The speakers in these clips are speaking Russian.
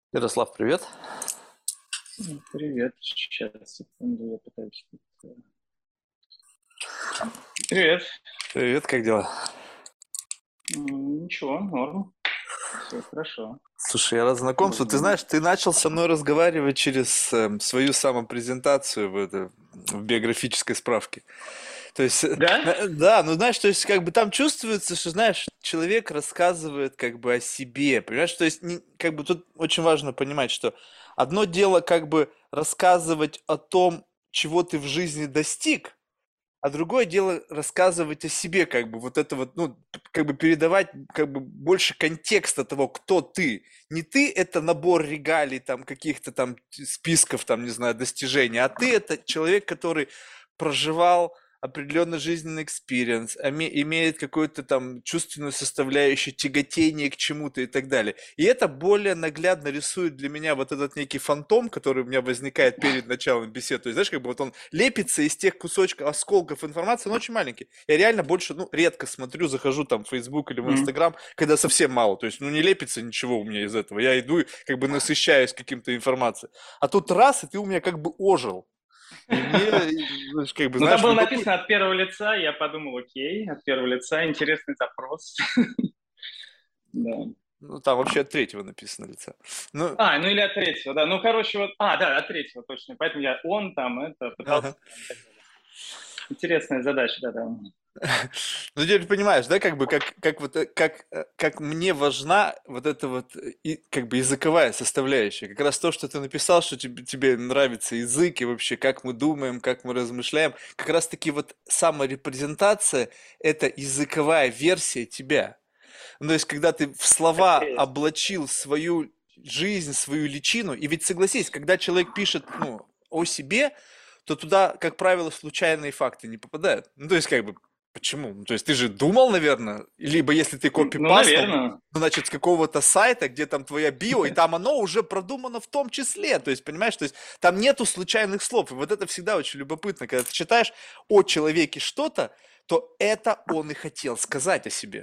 Ярослав, привет. Привет, сейчас, секунду, я пытаюсь Привет. Привет, как дела? Ничего, норм, все хорошо. Слушай, я рад знакомству. Ты Более-менее. знаешь, ты начал со мной разговаривать через свою самопрезентацию в биографической справке. То есть, Да? да, ну знаешь, то есть как бы там чувствуется, что, знаешь, человек рассказывает как бы о себе, понимаешь? То есть как бы тут очень важно понимать, что одно дело как бы рассказывать о том, чего ты в жизни достиг, а другое дело рассказывать о себе, как бы вот это вот, ну, как бы передавать как бы больше контекста того, кто ты. Не ты это набор регалий, там, каких-то там списков, там, не знаю, достижений, а ты это человек, который проживал определенный жизненный экспириенс, имеет какую-то там чувственную составляющую, тяготение к чему-то и так далее. И это более наглядно рисует для меня вот этот некий фантом, который у меня возникает перед началом беседы. То есть, знаешь, как бы вот он лепится из тех кусочков, осколков информации, он очень маленький. Я реально больше, ну, редко смотрю, захожу там в Facebook или в М. Instagram, когда совсем мало. То есть, ну, не лепится ничего у меня из этого. Я иду и как бы насыщаюсь каким-то информацией. А тут раз, и ты у меня как бы ожил. И мне, ну, как бы, Ну, там знаешь, было любопытно. написано от первого лица, я подумал, окей, от первого лица, интересный запрос. Да. Ну, там вообще от третьего написано лица. Ну, Ну или от третьего, да. Ну, короче, вот, да, от третьего точно. Поэтому я он там, это, ага. пытался там и так далее. Интересная задача, да, да. Ну, теперь понимаешь, да, как бы, как мне важна вот эта вот, как бы, языковая составляющая. Как раз то, что ты написал, что тебе нравится язык и вообще, как мы думаем, как мы размышляем. Как раз таки вот саморепрезентация– это языковая версия тебя. Ну, то есть, когда ты в Так слова и есть. облачил свою жизнь, свою личину, и ведь согласись, когда человек пишет, ну, о себе, то туда, как правило, случайные факты не попадают. Ну, то есть, как бы, почему? Ну, то есть, ты же думал, наверное, либо если ты Ну, копипастнул, ну, наверное. значит, с какого-то сайта, где там твоя био, и там оно уже продумано в том числе. То есть, понимаешь, то есть, там нету случайных слов. И вот это всегда очень любопытно, когда ты читаешь о человеке что-то, то это он и хотел сказать о себе.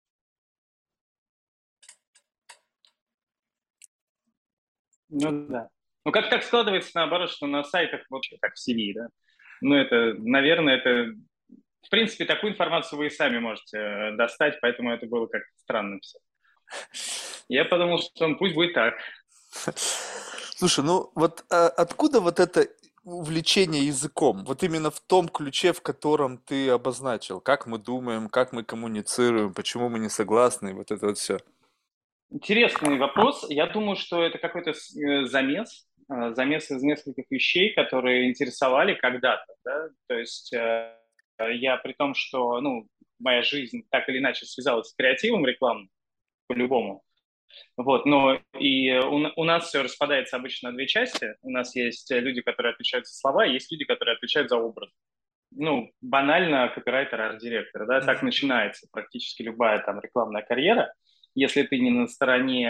Ну да. Ну как так складывается наоборот, что на сайтах вообще как в CV, да? Ну это, наверное, это в принципе такую информацию вы и сами можете достать, поэтому это было как-то странно все. Я подумал, что пусть будет так. Слушай, ну вот откуда вот это увлечение языком? Вот именно в том ключе, в котором ты обозначил. Как мы думаем, как мы коммуницируем, почему мы не согласны, вот это вот все. Интересный вопрос. Я думаю, что это какой-то замес из нескольких вещей, которые интересовали когда-то, да? То есть я при том, что ну, моя жизнь так или иначе связалась с креативом рекламным, по-любому. Вот, но и у нас все распадается обычно на две части. У нас есть люди, которые отвечают за слова, и есть люди, которые отвечают за образ. Ну, банально, копирайтер, арт-директор, да, так Мгм, мгм. начинается практически любая там рекламная карьера, если ты не на стороне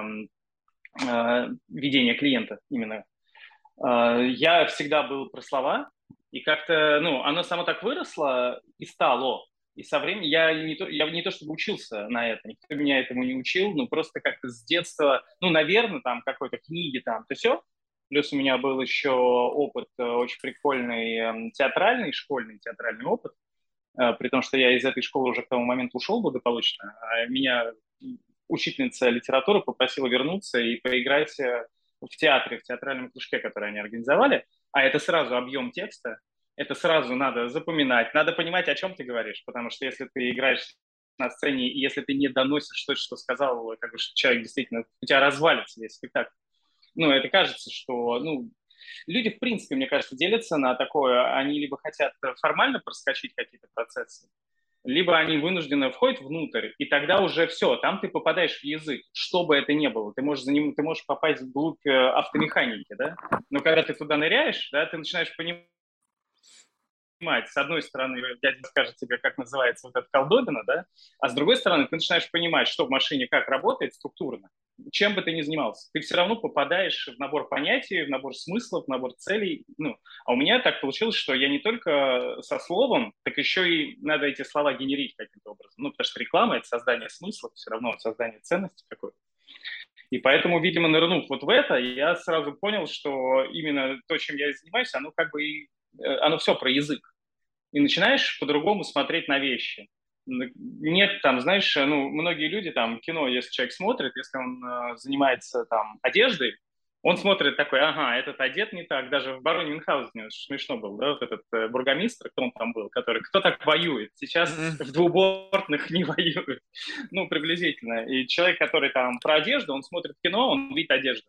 ведения клиента именно. Я всегда был про слова, и как-то, ну, оно само так выросло и стало. И со временем я не то чтобы учился на это, никто меня этому не учил, ну, просто как-то с детства, ну, наверное, там какой-то книги там, то все. Плюс у меня был еще опыт очень прикольный, театральный, школьный театральный опыт, при том, что я из этой школы уже к тому моменту ушел благополучно, а меня учительница литературы попросила вернуться и поиграть в театре, в театральном кружке, который они организовали. А это сразу объем текста, это сразу надо запоминать, надо понимать, о чем ты говоришь, потому что если ты играешь на сцене, и если ты не доносишь то, что сказал, как бы человек действительно, у тебя развалится весь спектакль. Ну, это кажется, что, ну, люди, в принципе, мне кажется, делятся на такое, они либо хотят формально проскочить какие-то процессы, либо они вынуждены входят внутрь, и тогда уже все, там ты попадаешь в язык, что бы это ни было. Ты можешь попасть вглубь автомеханики, да? Но когда ты туда ныряешь, да, ты начинаешь понимать, с одной стороны, дядя скажет тебе, как называется вот эта колдобина, да, а с другой стороны, ты начинаешь понимать, что в машине как работает структурно, чем бы ты ни занимался, ты все равно попадаешь в набор понятий, в набор смыслов, в набор целей. Ну, а у меня так получилось, что я не только со словом, так еще и надо эти слова генерить каким-то образом. Ну, потому что реклама– это создание смыслов, все равно создание ценности какой-то. И поэтому, видимо, нырнув вот в это, я сразу понял, что именно то, чем я занимаюсь, оно как бы оно все про язык. И начинаешь по-другому смотреть на вещи. Нет там, знаешь, ну, многие люди там, кино, если человек смотрит, если он занимается там одеждой, он смотрит такой, ага, этот одет не так. Даже в «Бароне Мюнхгаузене» смешно было, да, вот этот бургомистр, кто он там был, который, кто так воюет? Сейчас М. в двубортных не воюют. Ну, приблизительно. И человек, который там про одежду, он смотрит кино, он видит одежду.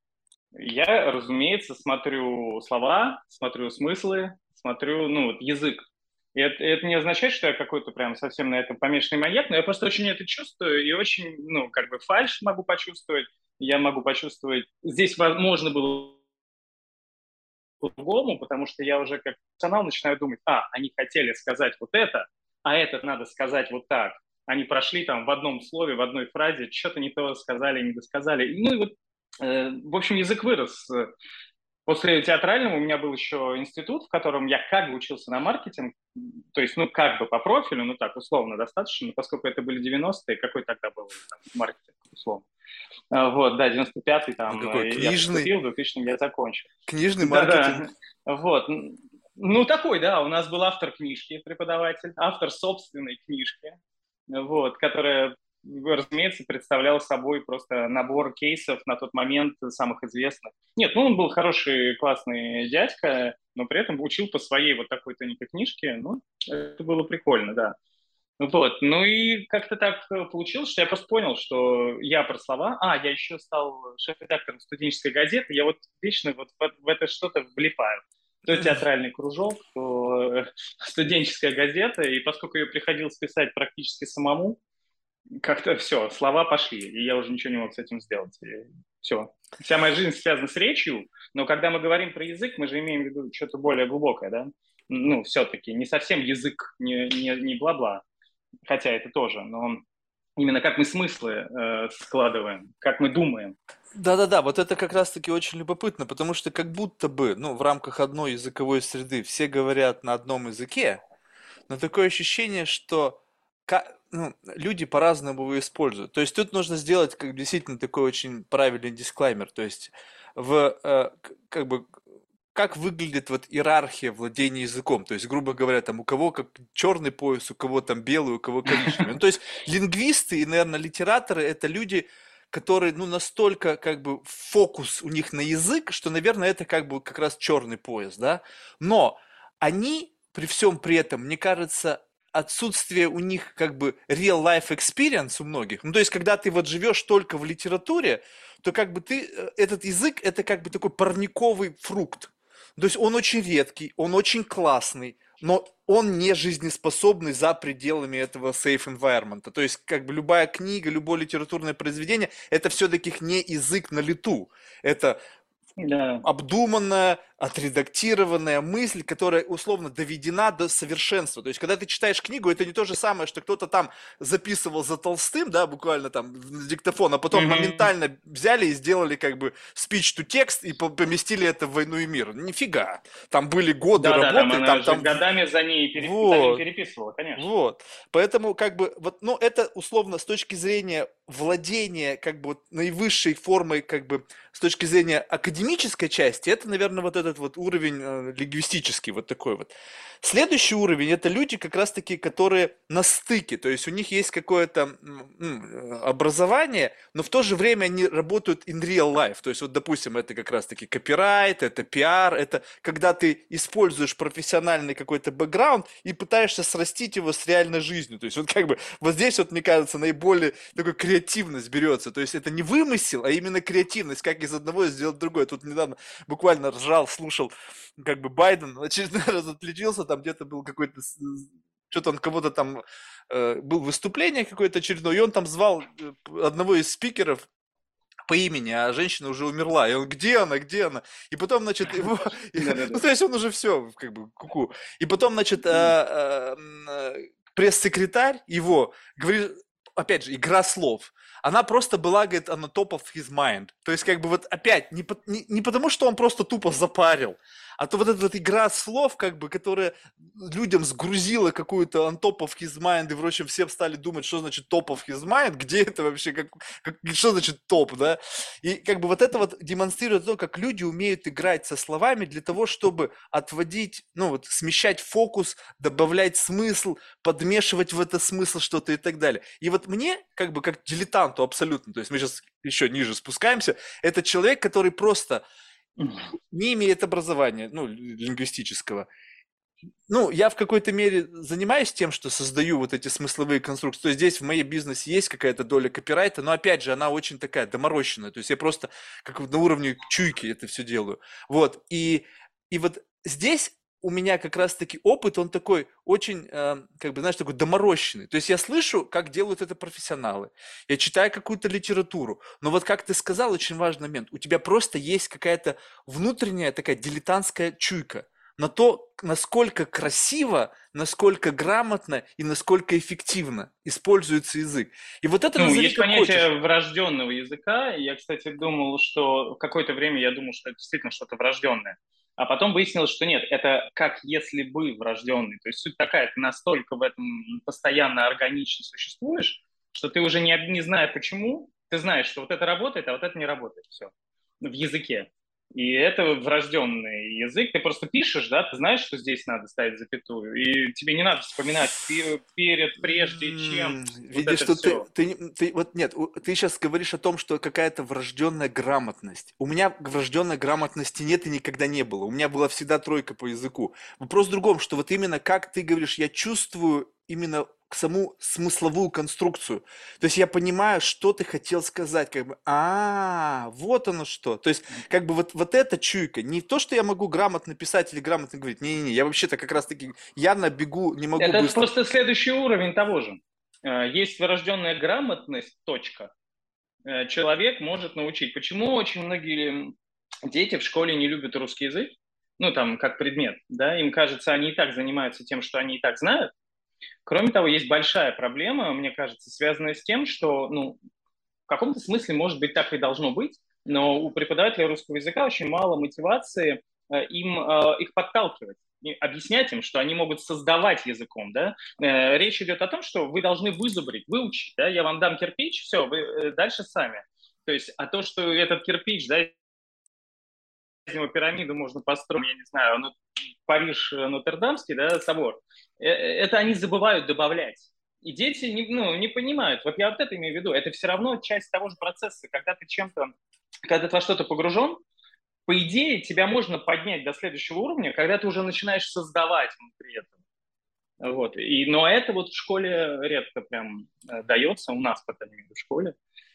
Я, разумеется, смотрю слова, смотрю смыслы, смотрю, ну, вот язык. И это не означает, что я какой-то прям совсем на этом помешанный маньяк, но я просто очень это чувствую и очень, ну, как бы фальшь могу почувствовать. Я могу почувствовать... Здесь возможно было по-другому, потому что я уже как профессионал начинаю думать, они хотели сказать вот это, а это надо сказать вот так. Они прошли там в одном слове, в одной фразе, что-то не то сказали, не досказали. Ну и вот, в общем, язык вырос. После театрального у меня был еще институт, в котором я как бы учился на маркетинг, то есть, ну, как бы по профилю, ну, так, условно достаточно, но поскольку это были 90-е, какой тогда был там, маркетинг, условно. Вот, да, 95-й Ну там какой я книжный, поступил, в 2000-м я закончил. книжный Да-да, маркетинг. вот. Ну, такой, да, у нас был автор книжки, преподаватель, автор собственной книжки, вот, которая, разумеется, представляла собой просто набор кейсов на тот момент самых известных. Нет, ну, он был хороший, классный дядька, но при этом учил по своей вот такой тоненькой книжке, ну, это было прикольно, да. Вот, ну и как-то так получилось, что я просто понял, что я про слова, я еще стал шеф-редактором студенческой газеты, я вот вечно вот в это что-то влипаю. То театральный кружок, то студенческая газета, и поскольку ее приходилось писать практически самому, как-то все, слова пошли, и я уже ничего не мог с этим сделать. И все. Вся моя жизнь связана с речью, но когда мы говорим про язык, мы же имеем в виду что-то более глубокое, да? Ну, все-таки не совсем язык, не бла-бла, хотя это тоже, но именно как мы смыслы складываем, как мы думаем. Да-да-да, вот это как раз-таки очень любопытно, потому что как будто бы, ну, в рамках одной языковой среды все говорят на одном языке, но такое ощущение, что ну, люди по-разному его используют. То есть тут нужно сделать как действительно такой очень правильный дисклаймер. То есть как бы как выглядит вот иерархия владения языком. То есть, грубо говоря, там у кого как черный пояс, у кого там белый, у кого коричневый. Ну, то есть лингвисты и, наверное, литераторы это люди, которые, ну, настолько как бы фокус у них на язык, что, наверное, это как бы как раз черный пояс, да. Но они при всем при этом, мне кажется, отсутствие у них как бы real life experience у многих. Ну, то есть, когда ты вот живешь только в литературе, то как бы этот язык, это как бы такой парниковый фрукт. То есть он очень редкий, он очень классный, но он не жизнеспособный за пределами этого safe environment. То есть как бы любая книга, любое литературное произведение, это все-таки не язык на лету. Это Да, обдуманная, отредактированная мысль, которая условно доведена до совершенства. То есть, когда ты читаешь книгу, это не то же самое, что кто-то там записывал за Толстым, да, буквально там на диктофон, а потом мгм. моментально взяли и сделали как бы speech to text и поместили это в «Войну и мир». Нифига. Там были годы Да-да, там работы, она там, же там, годами за ним вот, переписывала, конечно. вот. Поэтому, как бы, вот, ну, это условно с точки зрения владения, как бы, вот, наивысшей формой, как бы, с точки зрения академической части, это, наверное, вот этот вот уровень лингвистический, вот такой вот. Следующий уровень, это люди, как раз-таки, которые на стыке, то есть у них есть какое-то образование, но в то же время они работают in real life, то есть вот, допустим, это как раз-таки копирайт, это пиар, это когда ты используешь профессиональный какой-то бэкграунд и пытаешься срастить его с реальной жизнью, то есть вот как бы вот здесь вот, мне кажется, наиболее такой креативность берется, то есть это не вымысел, а именно креативность, как из одного сделать другое. Тут недавно буквально ржал, слушал, как бы Байден очередной раз отличился, там где-то был какой-то что-то он кого-то там был выступление какое-то очередное, и он там звал одного из спикеров по имени, а женщина уже умерла. И он, где она, где она? И потом, значит, его... Да-да-да. Ну, то есть он уже все, как бы, куку. И потом, значит, пресс-секретарь его говорит, опять же, игра слов. Она просто была, говорит, on the top of his mind. То есть, как бы, вот опять, не потому, что он просто тупо запарил, А то вот эта вот игра слов, как бы, которая людям сгрузила какую-то on top of his mind, и, впрочем, все стали думать, что значит top of his mind, где это вообще, что значит топ, да? И как бы вот это вот демонстрирует то, как люди умеют играть со словами для того, чтобы отводить, ну вот, смещать фокус, добавлять смысл, подмешивать в это смысл что-то и так далее. И вот мне, как бы, как дилетанту абсолютно, то есть мы сейчас еще ниже спускаемся, это человек, который просто не имеет образования, ну, лингвистического. Ну, я в какой-то мере занимаюсь тем, что создаю вот эти смысловые конструкции. То есть здесь в моей бизнесе есть какая-то доля копирайта, но опять же, она очень такая доморощенная. То есть я просто как на уровне чуйки это все делаю. Вот. И вот здесь у меня как раз-таки опыт, он такой очень, как бы, знаешь, такой доморощенный. То есть я слышу, как делают это профессионалы. Я читаю какую-то литературу. Но вот как ты сказал, очень важный момент. У тебя просто есть какая-то внутренняя такая дилетантская чуйка на то, насколько красиво, насколько грамотно и насколько эффективно используется язык. И вот это Ну, назови есть как хочешь. понятие врожденного языка. И я, кстати, думал, что какое-то время я думал, что это действительно что-то врожденное. А потом выяснилось, что нет, это как если бы врожденный. То есть суть такая, ты настолько в этом постоянно органично существуешь, что ты уже не зная почему, ты знаешь, что вот это работает, а вот это не работает. Все. В языке. И это врожденный язык. Ты просто пишешь, да, ты знаешь, что здесь надо ставить запятую, и тебе не надо вспоминать перед, прежде чем, вот Видишь, это что все. вот нет, ты сейчас говоришь о том, что какая-то врожденная грамотность. У меня врожденной грамотности нет и никогда не было. У меня была всегда тройка по языку. Вопрос в другом, что вот именно как ты говоришь, я чувствую именно к саму смысловую конструкцию. То есть я понимаю, что ты хотел сказать, как бы, вот оно что. То есть как бы вот эта чуйка, не то, что я могу грамотно писать или грамотно говорить, не-не-не, я вообще-то как раз-таки, я на бегу не могу Это быстро. просто следующий уровень того же. Есть врожденная грамотность, точка. Человек может научить. Почему очень многие дети в школе не любят русский язык? Ну, там, как предмет, да, им кажется, они и так занимаются тем, что они и так знают. Кроме того, есть большая проблема, мне кажется, связанная с тем, что, ну, в каком-то смысле, может быть, так и должно быть, но у преподавателя русского языка очень мало мотивации их подталкивать, и объяснять им, что они могут создавать языком, да. Речь идет о том, что вы должны вызубрить, выучить, да, я вам дам кирпич, все, вы дальше сами. То есть, а то, что этот кирпич, да, из него пирамиду можно построить, я не знаю, ну, Париж Нотр-Дамский, да, собор, это они забывают добавлять. И дети не понимают. Вот я вот это имею в виду. Это все равно часть того же процесса, когда ты чем-то, когда ты во что-то погружен, по идее, тебя можно поднять до следующего уровня, когда ты уже начинаешь создавать внутри этого. Вот. Но это вот в школе редко прям дается, у нас, по крайней мере, в школе.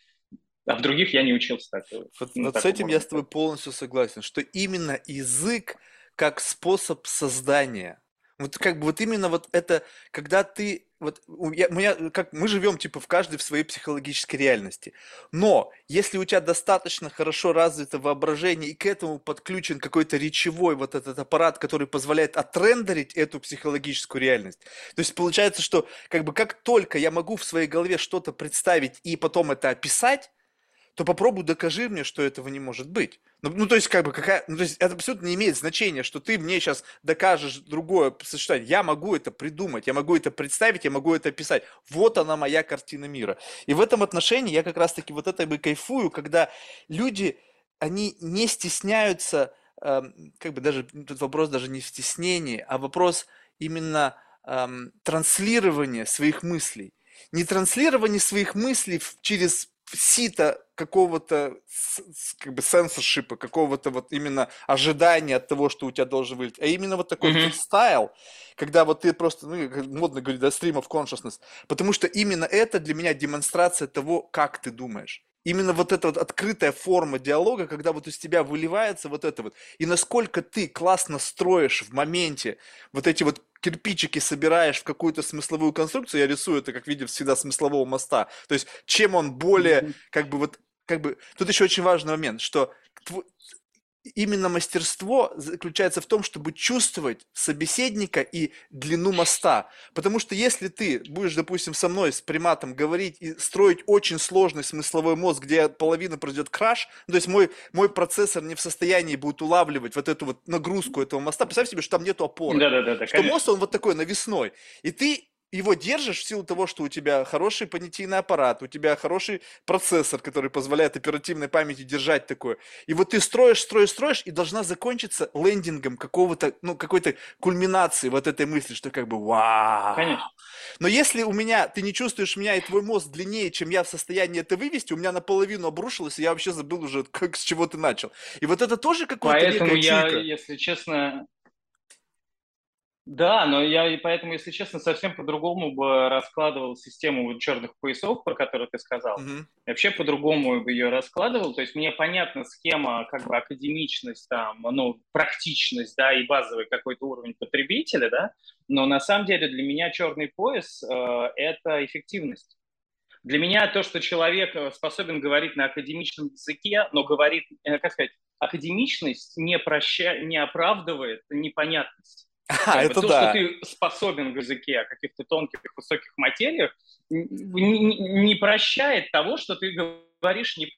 А в других я не учился так, на Вот с таком этим я с уровне. тобой полностью согласен, что именно язык как способ создания. Вот как бы вот именно вот это, когда ты, вот как мы живем типа в каждой в своей психологической реальности. Но если у тебя достаточно хорошо развито воображение и к этому подключен какой-то речевой вот этот аппарат, который позволяет отрендерить эту психологическую реальность, то есть получается, что как бы как только я могу в своей голове что-то представить и потом это описать, то попробуй докажи мне, что этого не может быть. То есть, как бы, то есть, это абсолютно не имеет значения, что ты мне сейчас докажешь другое сочетание. Я могу это придумать, я могу это представить, я могу это описать. Вот она моя картина мира. И в этом отношении я как раз-таки вот это и кайфую, когда люди, они не стесняются, как бы даже, тут вопрос даже не в стеснении, а вопрос именно транслирования своих мыслей. Не транслирование своих мыслей через сито какого-то как бы сенсоршипа, какого-то вот именно ожидания от того, что у тебя должен вылететь, а именно вот такой Мгм. фристайл, когда вот ты просто, ну, как модно говорить, да, stream of consciousness, потому что именно это для меня демонстрация того, как ты думаешь. Именно вот эта вот открытая форма диалога, когда вот из тебя выливается вот это вот. И насколько ты классно строишь в моменте вот эти вот кирпичики собираешь в какую-то смысловую конструкцию, я рисую это, как видим, всегда смыслового моста. То есть, чем он более, Мгм. как бы вот, как бы, тут еще очень важный момент, что именно мастерство заключается в том, чтобы чувствовать собеседника и длину моста. Потому что если ты будешь, допустим, со мной, с приматом, говорить и строить очень сложный смысловой мозг, где половина пройдет краш, ну, то есть мой процессор не в состоянии будет улавливать вот эту вот нагрузку этого моста. Представь себе, что там нету опоры. Да-да-да, Что конечно. мост, он вот такой навесной. И ты его держишь в силу того, что у тебя хороший понятийный аппарат, у тебя хороший процессор, который позволяет оперативной памяти держать такое. И вот ты строишь, строишь, строишь, и должна закончиться лендингом какого-то, ну, какой-то кульминации вот этой мысли, что как бы вау. Конечно. Но если у меня, ты не чувствуешь меня, и твой мозг длиннее, чем я в состоянии это вывести, у меня наполовину обрушилось, и я вообще забыл уже, как, с чего ты начал. И вот это тоже какая-то Поэтому некая я, чуйка. если честно, да, но я и поэтому, если честно, совсем по-другому бы раскладывал систему вот черных поясов, про которую ты сказал. Мгм. Вообще по-другому бы ее раскладывал. То есть мне понятна схема, как бы академичность, там, ну, практичность, да, и базовый какой-то уровень потребителя, да, но на самом деле для меня черный пояс это эффективность. Для меня то, что человек способен говорить на академичном языке, но говорит, как сказать, академичность не оправдывает непонятность. А, Как бы это то, что да. ты способен в языке о каких-то тонких, высоких материях, не прощает того, что ты говоришь не.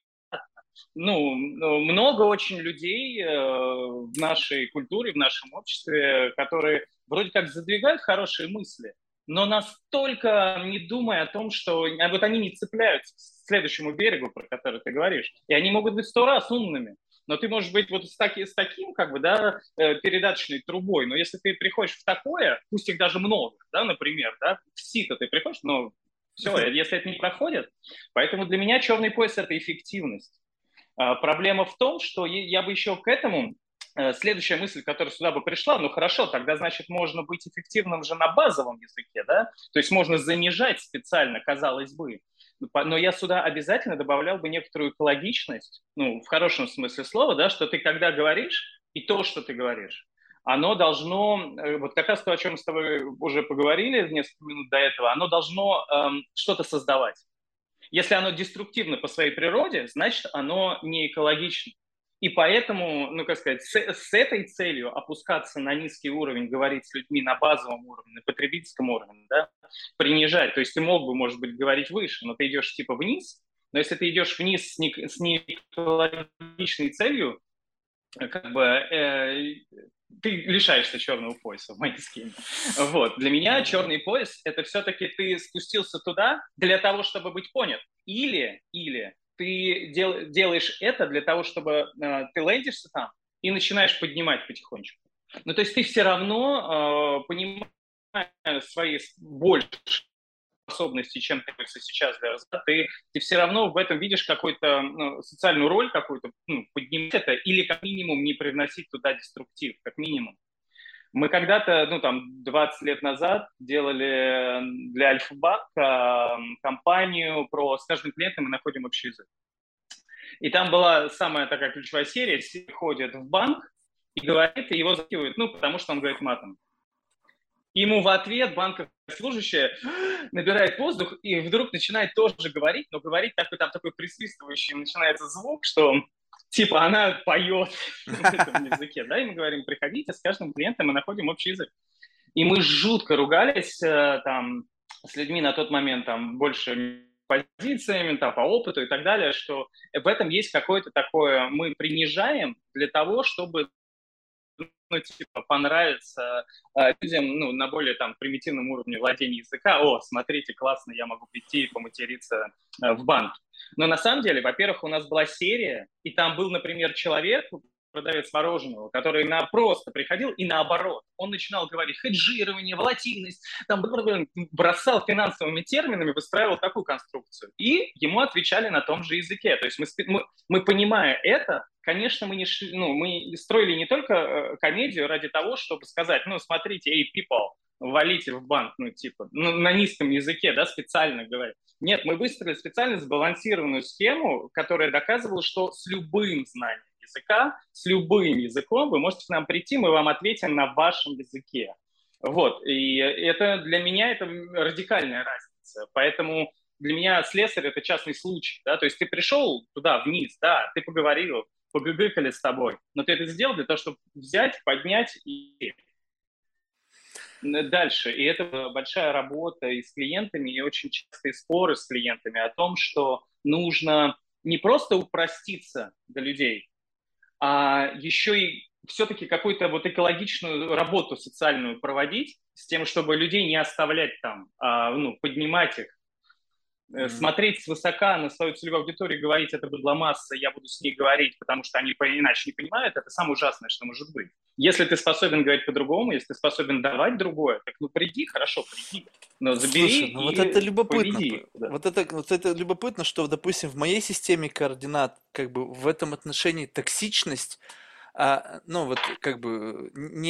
Ну, много очень людей в нашей культуре, в нашем обществе, которые вроде как задвигают хорошие мысли, но настолько не думая о том, что вот они не цепляются к следующему берегу, про который ты говоришь. И они могут быть 100 раз умными, но ты можешь быть вот с таким, как бы, да, передаточной трубой. Но если ты приходишь в такое, пусть их даже много, да, например, да, в сито ты приходишь, но все, если это не проходит. Поэтому для меня черный пояс – это эффективность. Проблема в том, что я бы еще к этому, следующая мысль, которая сюда бы пришла, ну хорошо, тогда, значит, можно быть эффективным же на базовом языке, да? То есть можно занижать специально, казалось бы. Но я сюда обязательно добавлял бы некоторую экологичность, ну, в хорошем смысле слова, да, что ты когда говоришь, и то, что ты говоришь, оно должно, вот как раз то, о чем мы с тобой уже поговорили несколько минут до этого, оно должно что-то создавать. Если оно деструктивно по своей природе, значит, оно не экологично. И поэтому, ну, как сказать, с этой целью опускаться на низкий уровень, говорить с людьми на базовом уровне, на потребительском уровне, да, принижать. То есть ты мог бы, может быть, говорить выше, но ты идешь типа вниз, но если ты идешь вниз с неэкологичной целью, как бы ты лишаешься черного пояса в моей схеме. Вот. Для меня черный пояс – это все-таки ты спустился туда для того, чтобы быть понят. Или ты делаешь это для того, чтобы ты лендишься там и начинаешь поднимать потихонечку. Ну, то есть ты все равно понимаешь свои больше способности, чем требуется сейчас для развития, ты все равно в этом видишь какую-то ну, социальную роль какую-то, ну, поднимать это или как минимум не привносить туда деструктив, как минимум. Мы когда-то, ну там, 20 лет назад делали для Альфа-банка компанию про «С каждым клиентом мы находим общий язык». И там была самая такая ключевая серия, все ходят в банк и говорит, и его закидывают, ну, потому что он говорит матом. Ему в ответ банковская служащая набирает воздух и вдруг начинает тоже говорить, но говорить такой, там такой присвистывающий начинается звук, что типа она поет на этом языке, да, и мы говорим, приходите, с каждым клиентом мы находим общий язык. И мы жутко ругались там с людьми на тот момент, там, больше позициями, там, по опыту и так далее, что в этом есть какое-то такое, мы принижаем для того, чтобы ну, типа, понравится людям, ну, на более там примитивном уровне владения языка. О, смотрите, классно, я могу прийти и поматериться в банке. Но на самом деле, во-первых, у нас была серия, и там был, например, человек, продавец мороженого, который просто приходил и наоборот. Он начинал говорить хеджирование, волатильность, там бросал финансовыми терминами, выстраивал такую конструкцию. И ему отвечали на том же языке. То есть мы понимая это, конечно, мы строили не только комедию ради того, чтобы сказать, ну, смотрите, эй, people, валите в банк, ну, типа, ну, на низком языке, да, специально говоря. Нет, мы выстроили специально сбалансированную схему, которая доказывала, что с любым знанием языка, с любым языком вы можете к нам прийти, мы вам ответим на вашем языке. Вот, и это для меня это радикальная разница. Поэтому для меня слесарь – это частный случай, да, то есть ты пришел туда вниз, да, ты поговорил, погыгыкали с тобой, но ты это сделал для того, чтобы взять, поднять и дальше. И это большая работа и с клиентами, и очень частые споры с клиентами о том, что нужно не просто упроститься для людей, а еще и все-таки какую-то вот экологичную работу социальную проводить с тем, чтобы людей не оставлять там, ну, поднимать их, Мгм. смотреть свысока на свою целевую аудиторию, говорить, это быдла масса, я буду с ней говорить, потому что они иначе не понимают, это самое ужасное, что может быть. Если ты способен говорить по-другому, если ты способен давать другое, так ну приди, хорошо, приди, но забери Слушай, ну вот это и любопытно. поведи их куда-то. Вот это любопытно, что, допустим, в моей системе координат, как бы в этом отношении токсичность, ну вот как бы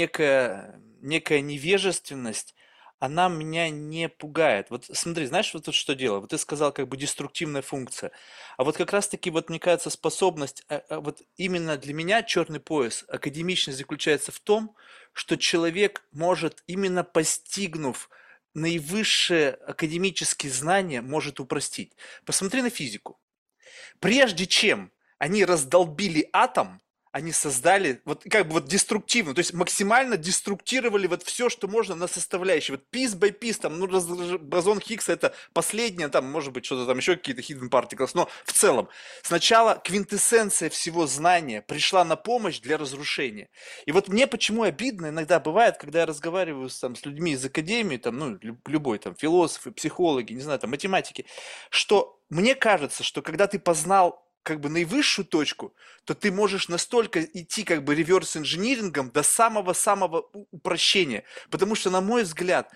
некая невежественность, она меня не пугает. Вот смотри, знаешь, вот тут что дело? Вот ты сказал как бы деструктивная функция. А вот как раз-таки вот мне кажется способность, вот именно для меня черный пояс, академичность заключается в том, что человек может, именно постигнув наивысшие академические знания, может упростить. Посмотри на физику. Прежде чем они раздолбили атом, они создали вот как бы вот деструктивно, то есть максимально деструктировали вот все, что можно на составляющие. Вот piece by piece, там, ну, бозон Хиггса это последнее, там, может быть, что-то там еще какие-то hidden particles, но в целом сначала квинтэссенция всего знания пришла на помощь для разрушения. И вот мне почему обидно иногда бывает, когда я разговариваю там, с людьми из академии, там, ну, любой там философы, психологи, не знаю, там, математики, что мне кажется, что когда ты познал как бы наивысшую точку, то ты можешь настолько идти как бы реверс-инжинирингом до самого-самого упрощения. Потому что, на мой взгляд,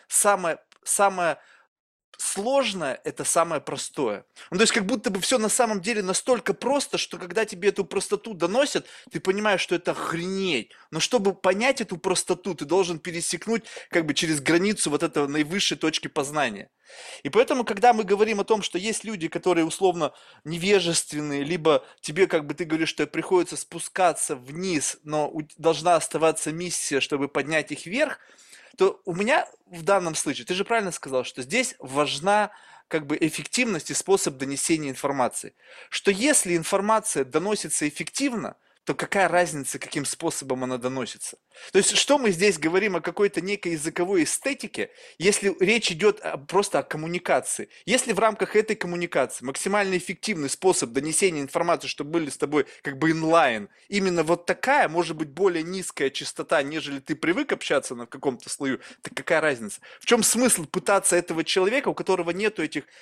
самое сложное – это самое простое. Ну, то есть, как будто бы все на самом деле настолько просто, что когда тебе эту простоту доносят, ты понимаешь, что это охренеть. Но чтобы понять эту простоту, ты должен пересекнуть как бы через границу вот этого наивысшей точки познания. И поэтому, когда мы говорим о том, что есть люди, которые условно невежественные, либо тебе, как бы ты говоришь, что приходится спускаться вниз, но должна оставаться миссия, чтобы поднять их вверх, то у меня в данном случае, ты же правильно сказал, что здесь важна как бы эффективность и способ донесения информации. Что если информация доносится эффективно, то какая разница, каким способом она доносится? То есть, что мы здесь говорим о какой-то некой языковой эстетике, если речь идет просто о коммуникации? Если в рамках этой коммуникации максимально эффективный способ донесения информации, чтобы были с тобой как бы инлайн, именно вот такая, может быть, более низкая частота, нежели ты привык общаться на каком-то слою, так какая разница? В чем смысл пытаться этого человека, у которого нету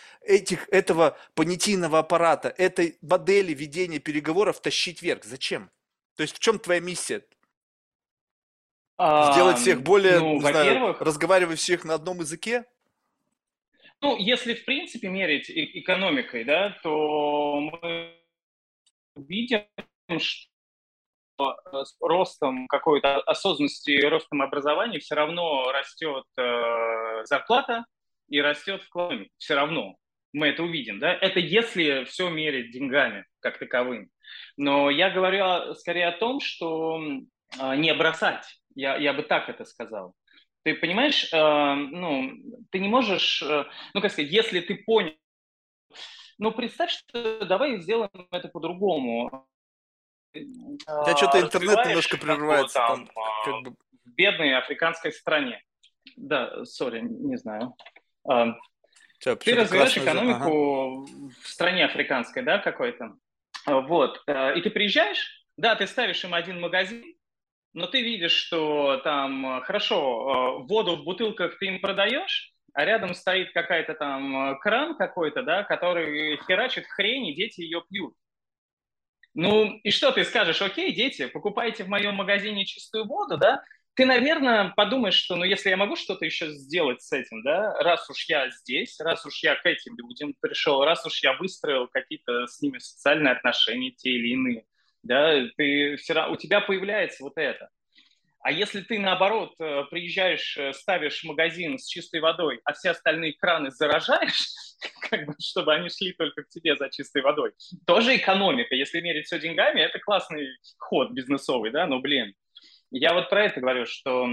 этого понятийного аппарата, этой модели ведения переговоров тащить вверх? Зачем? То есть в чем твоя миссия? Сделать всех более, Ну, не знаю, во-первых, разговаривающих на одном языке? ну, если в принципе мерить экономикой, да, то мы видим, что с ростом какой-то осознанности и ростом образования все равно растет зарплата и растет вклад. Все равно мы это увидим. Да? Это если все мерить деньгами как таковым. Но я говорю скорее о том, что не бросать. Я бы так это сказал. Ты понимаешь, ну, ты не можешь, ну, как сказать, если ты понял, ну, представь, что давай сделаем это по-другому. У тебя что-то интернет немножко Развиваешь какого прерывается, там там как бы... в бедной африканской стране. Да, сори, не знаю. А, Тебя Ты что-то развиваешь красное... Ага. экономику в стране африканской, да, какой-то. Вот. И ты приезжаешь, да, ты ставишь им один магазин, но ты видишь, что там, хорошо, воду в бутылках ты им продаешь, а рядом стоит какая-то там кран какой-то, да, который херачит хрень, и дети ее пьют. Ну, и что ты скажешь? Окей, дети, покупайте в моем магазине чистую воду, да? Ты, наверное, подумаешь, что, ну, если я могу что-то еще сделать с этим, да, раз уж я здесь, раз уж я к этим людям пришел, раз уж я выстроил какие-то с ними социальные отношения, те или иные, да, у тебя появляется вот это. А если ты, наоборот, приезжаешь, ставишь магазин с чистой водой, а все остальные краны заражаешь, как бы, чтобы они шли только к тебе за чистой водой, тоже экономика. Если мерить все деньгами, это классный ход бизнесовый, да, но, блин, я вот про это говорю, что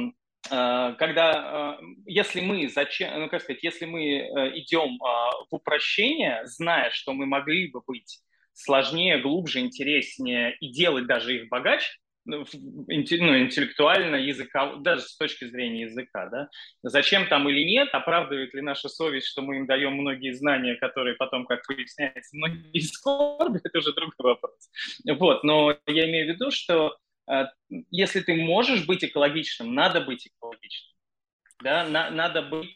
если мы зачем, ну как сказать, если мы идем в упрощение, зная, что мы могли бы быть сложнее, глубже, интереснее и делать даже их богаче, ну, интеллектуально, языка, даже с точки зрения языка, да, зачем там или нет, оправдывает ли наша совесть, что мы им даем многие знания, которые потом, как выясняется, многие скорбят, это уже другой вопрос. Вот, но я имею в виду, что если ты можешь быть экологичным, надо быть экологичным, да, надо быть,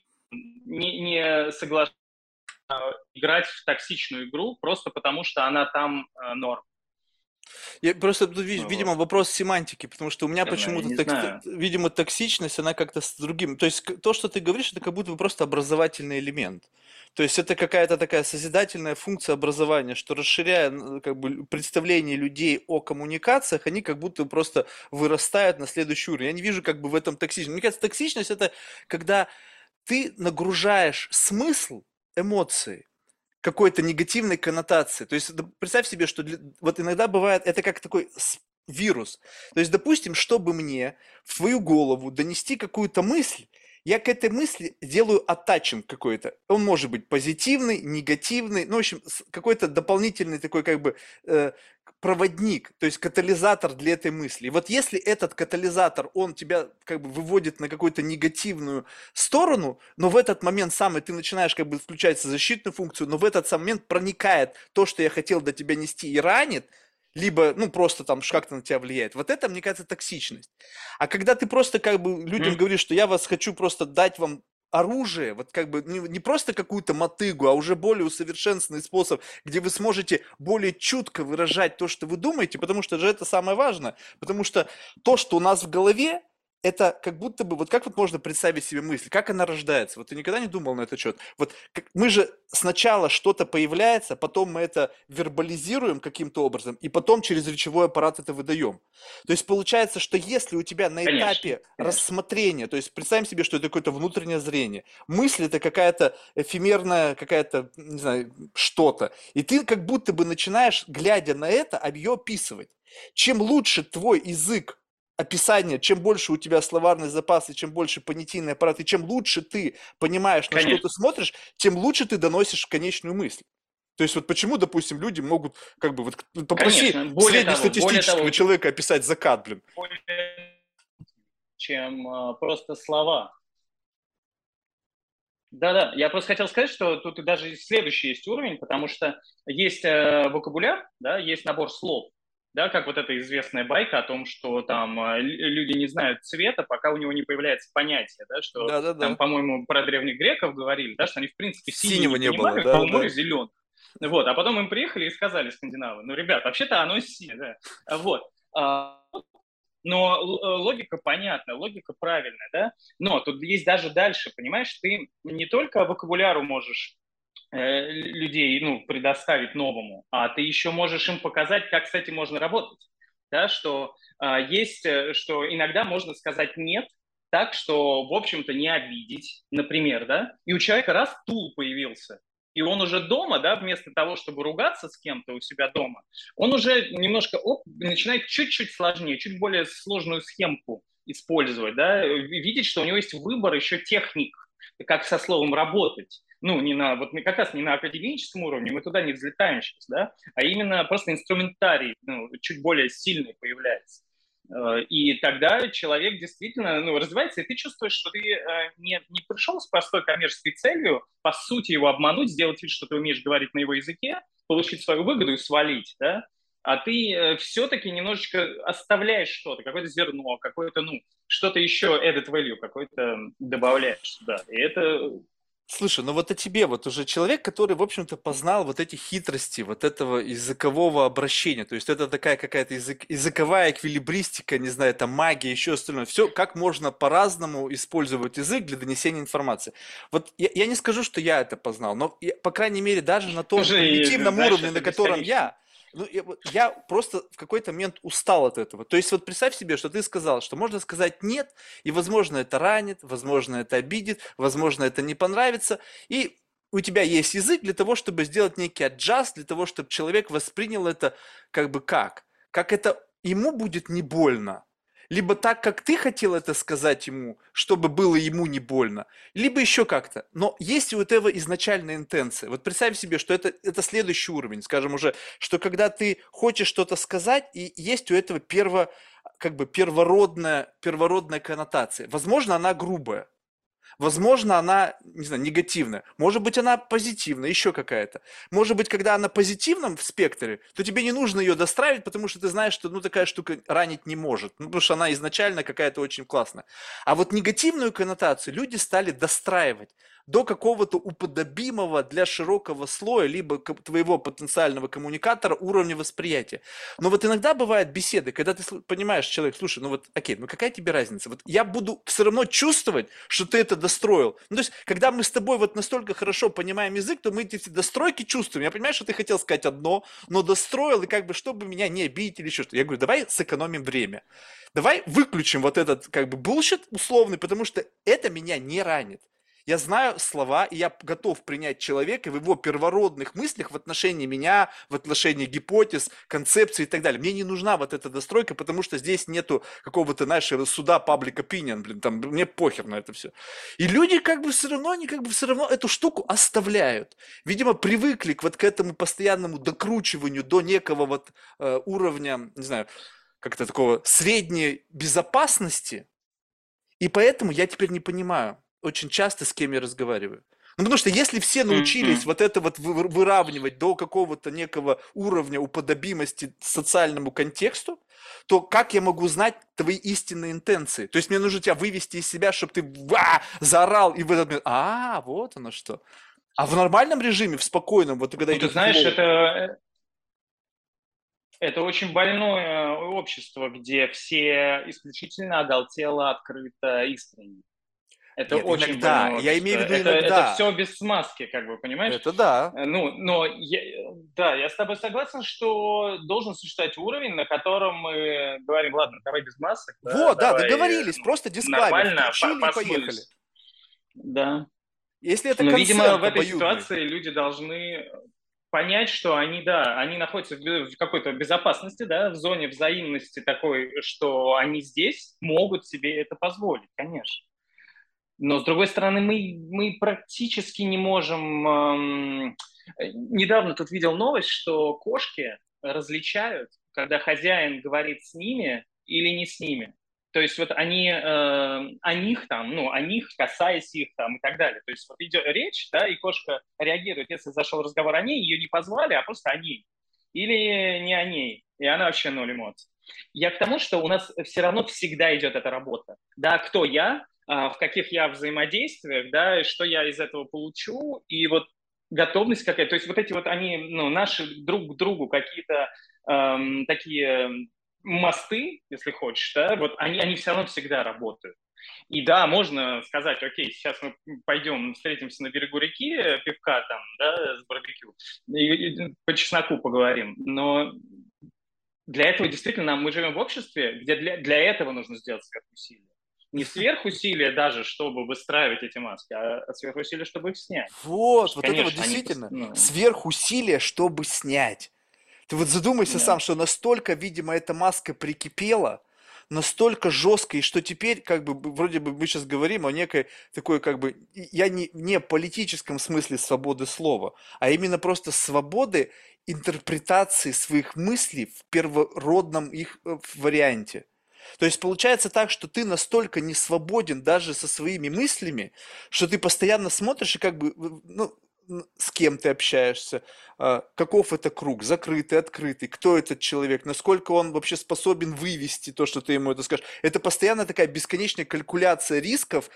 не соглашаться играть в токсичную игру просто потому, что она там норм. Я просто тут, Вот. видимо, вопрос семантики, потому что у меня Наверное, я почему-то, не знаю. видимо, токсичность, она как-то с другим. То есть то, что ты говоришь, это как будто бы просто образовательный элемент. То есть это какая-то такая созидательная функция образования, что расширяя как бы представление людей о коммуникациях, они как будто просто вырастают на следующий уровень. Я не вижу как бы в этом токсичность. Мне кажется, токсичность это когда ты нагружаешь смысл эмоции какой-то негативной коннотации. То есть представь себе, что вот иногда бывает, это как такой вирус. То есть, допустим, чтобы мне в свою голову донести какую-то мысль, я к этой мысли делаю аттачинг какой-то. Он может быть позитивный, негативный, ну, в общем, какой-то дополнительный такой как бы э, проводник, то есть катализатор для этой мысли. И вот если этот катализатор, он тебя как бы выводит на какую-то негативную сторону, но в этот момент самый ты начинаешь как бы включать защитную функцию, но в этот самый момент проникает то, что я хотел до тебя нести и ранит, либо, ну, просто там как-то на тебя влияет. Вот это, мне кажется, токсичность. А когда ты просто как бы людям говоришь, что я вас хочу просто дать вам оружие, вот как бы не просто какую-то мотыгу, а уже более усовершенствованный способ, где вы сможете более чутко выражать то, что вы думаете, потому что же это самое важное. Потому что то, что у нас в голове, это как будто бы, вот как вот можно представить себе мысль, как она рождается? Вот ты никогда не думал на этот счет? Вот мы же сначала что-то появляется, потом мы это вербализируем каким-то образом, и потом через речевой аппарат это выдаем. То есть получается, что если у тебя на Конечно, этапе конечно. рассмотрения, то есть представим себе, что это какое-то внутреннее зрение, мысль это какая-то эфемерная, какая-то, не знаю, что-то, и ты как будто бы начинаешь, глядя на это, ее описывать. Чем лучше твой язык описание, чем больше у тебя словарный запас, и чем больше понятийный аппарат, и чем лучше ты понимаешь, на что Конечно, ты смотришь, тем лучше ты доносишь конечную мысль. То есть вот почему, допустим, люди могут, как бы, вот попроси конечно. Более среднестатистического того, человека описать закат, блин. более, чем просто слова. Да-да, я просто хотел сказать, что тут и даже следующий есть уровень, потому что есть вокабуляр, да, есть набор слов, да, как вот эта известная байка о том, что там люди не знают цвета, пока у него не появляется понятие, да, что там, Да-да-да. по-моему, про древних греков говорили, да, что они, в принципе, синий Синего не не было, понимали, а у моря да-да-да. зеленый. Вот, а потом им приехали и сказали скандинавы, ну, ребят, вообще-то оно синее, да. Вот. Но логика понятна, логика правильная, да? Но тут есть даже дальше, понимаешь, ты не только вокабуляру можешь людей, ну, предоставить новому, а ты еще можешь им показать, как с этим можно работать, да, что есть, что иногда можно сказать «нет», так, что, в общем-то, не обидеть, например, да, и у человека раз тул появился, и он уже дома, да, вместо того, чтобы ругаться с кем-то у себя дома, он уже немножко начинает чуть-чуть сложнее, чуть более сложную схемку использовать, да, видеть, что у него есть выбор еще техник, как со словом работать. Ну, не на, вот как раз не на академическом уровне, мы туда не взлетаем сейчас, да, а именно просто инструментарий, ну, чуть более сильный появляется. И тогда человек действительно ну, развивается, и ты чувствуешь, что ты не пришел с простой коммерческой целью, по сути, его обмануть, сделать вид, что ты умеешь говорить на его языке, получить свою выгоду и свалить, да, а ты все-таки немножечко оставляешь что-то, какое-то зерно, какое-то, ну, что-то еще added value, какой-то добавляешь сюда. И это Слушай, ну вот о тебе, вот уже человек, который, в общем-то, познал вот эти хитрости, вот этого языкового обращения, то есть это такая какая-то языковая эквилибристика, не знаю, там магия, еще остальное, все, как можно по-разному использовать язык для донесения информации. Вот я не скажу, что я это познал, но, по крайней мере, даже на том тоже, примитивном знаешь, уровне, на это котором бесконечно. я, ну, я просто в какой-то момент устал от этого. То есть вот представь себе, что ты сказал, что можно сказать «нет», и, возможно, это ранит, возможно, это обидит, возможно, это не понравится. И у тебя есть язык для того, чтобы сделать некий аджаст, для того, чтобы человек воспринял это как бы как? Как это ему будет не больно. либо так, как ты хотел это сказать ему, чтобы было ему не больно, либо еще как-то. Но есть у этого изначальная интенция. Вот представь себе, что это следующий уровень, скажем уже, что когда ты хочешь что-то сказать, и есть у этого как бы первородная коннотация. Возможно, она грубая. Возможно, она, не знаю, негативная. Может быть, она позитивная, еще какая-то. Может быть, когда она позитивном в спектре, то тебе не нужно ее достраивать, потому что ты знаешь, что ну, такая штука ранить не может. Ну, потому что она изначально какая-то очень классная. А вот негативную коннотацию люди стали достраивать до какого-то уподобимого для широкого слоя, либо твоего потенциального коммуникатора уровня восприятия. Но вот иногда бывают беседы, когда ты понимаешь, человек, слушай, ну вот, окей, ну какая тебе разница? Вот я буду все равно чувствовать, что ты это достроил. Ну, то есть, когда мы с тобой вот настолько хорошо понимаем язык, то мы эти достройки чувствуем. Я понимаю, что ты хотел сказать одно, но достроил, и как бы, чтобы меня не обидеть или еще что-то. Я говорю, давай сэкономим время. Давай выключим вот этот как бы bullshit условный, потому что это меня не ранит. Я знаю слова, и я готов принять человека в его первородных мыслях в отношении меня, в отношении гипотез, концепций и так далее. Мне не нужна вот эта достройка, потому что здесь нету какого-то, знаешь, суда public opinion, блин, там, мне похер на это все. И люди как бы все равно, они как бы все равно эту штуку оставляют. Видимо, привыкли вот к этому постоянному докручиванию до некого вот уровня, не знаю, как-то такого средней безопасности, и поэтому я теперь не понимаю очень часто, с кем я разговариваю. Ну, потому что если все научились Мгм. вот это вот выравнивать до какого-то некого уровня уподобимости социальному контексту, то как я могу знать твои истинные интенции? То есть мне нужно тебя вывести из себя, чтобы ты заорал, и в этот момент, вот оно что. А в нормальном режиме, в спокойном, вот когда Ну, ты идет знаешь, флоу, это очень больное общество, где все исключительно оголтело, открыто, искренне. Это нет, очень иногда, больное я общество. имею в виду Это иногда, все без смазки, как бы, понимаешь? это да. Ну, да, я с тобой согласен, что должен существовать уровень, на котором мы говорим, ладно, давай без масок, да, Вот, да, давай договорились, ну, просто дисклаймер, нормально, включили и по поехали. смыслу. Да. Если это Но, видимо, в консент этой обоюдный. ситуации люди должны понять, что они, да, они находятся в какой-то безопасности, да, в зоне взаимности такой, что они здесь могут себе это позволить, конечно. Но, с другой стороны, мы практически не можем... Недавно тут видел новость, что кошки различают, когда хозяин говорит с ними или не с ними. То есть вот они о них там, ну, о них, касаясь их там и так далее. То есть вот идет речь, да, и кошка реагирует, если зашел разговор о ней, ее не позвали, а просто о ней. Или не о ней, и она вообще ноль эмоций. Я к тому, что у нас все равно всегда идет эта работа. Да, кто я, в каких я взаимодействиях, да, и что я из этого получу, и вот готовность какая-то. То есть вот эти вот они, ну, наши друг к другу какие-то такие мосты, если хочешь, да, вот они все равно всегда работают. И да, можно сказать, окей, сейчас мы пойдем встретимся на берегу реки, пивка там, да, с барбекю, и по чесноку поговорим. Но для этого действительно мы живем в обществе, где для этого нужно сделать сверхусилие. Не сверхусилие даже, чтобы выстраивать эти маски, а сверхусилие, чтобы их снять. Потому Вот, что, вот это вот конечно, они... действительно Ну, сверхусилие, чтобы снять. Ты вот задумайся да. сам, что настолько, видимо, эта маска прикипела, настолько жестко, и что теперь, как бы, вроде бы мы сейчас говорим о некой такой, как бы, я не политическом смысле свободы слова, а именно просто свободы интерпретации своих мыслей в первородном их варианте. То есть получается так, что ты настолько не свободен даже со своими мыслями, что ты постоянно смотришь и как бы, ну, с кем ты общаешься, каков это круг, закрытый, открытый, кто этот человек, насколько он вообще способен вывести то, что ты ему это скажешь. Это постоянно такая бесконечная калькуляция рисков,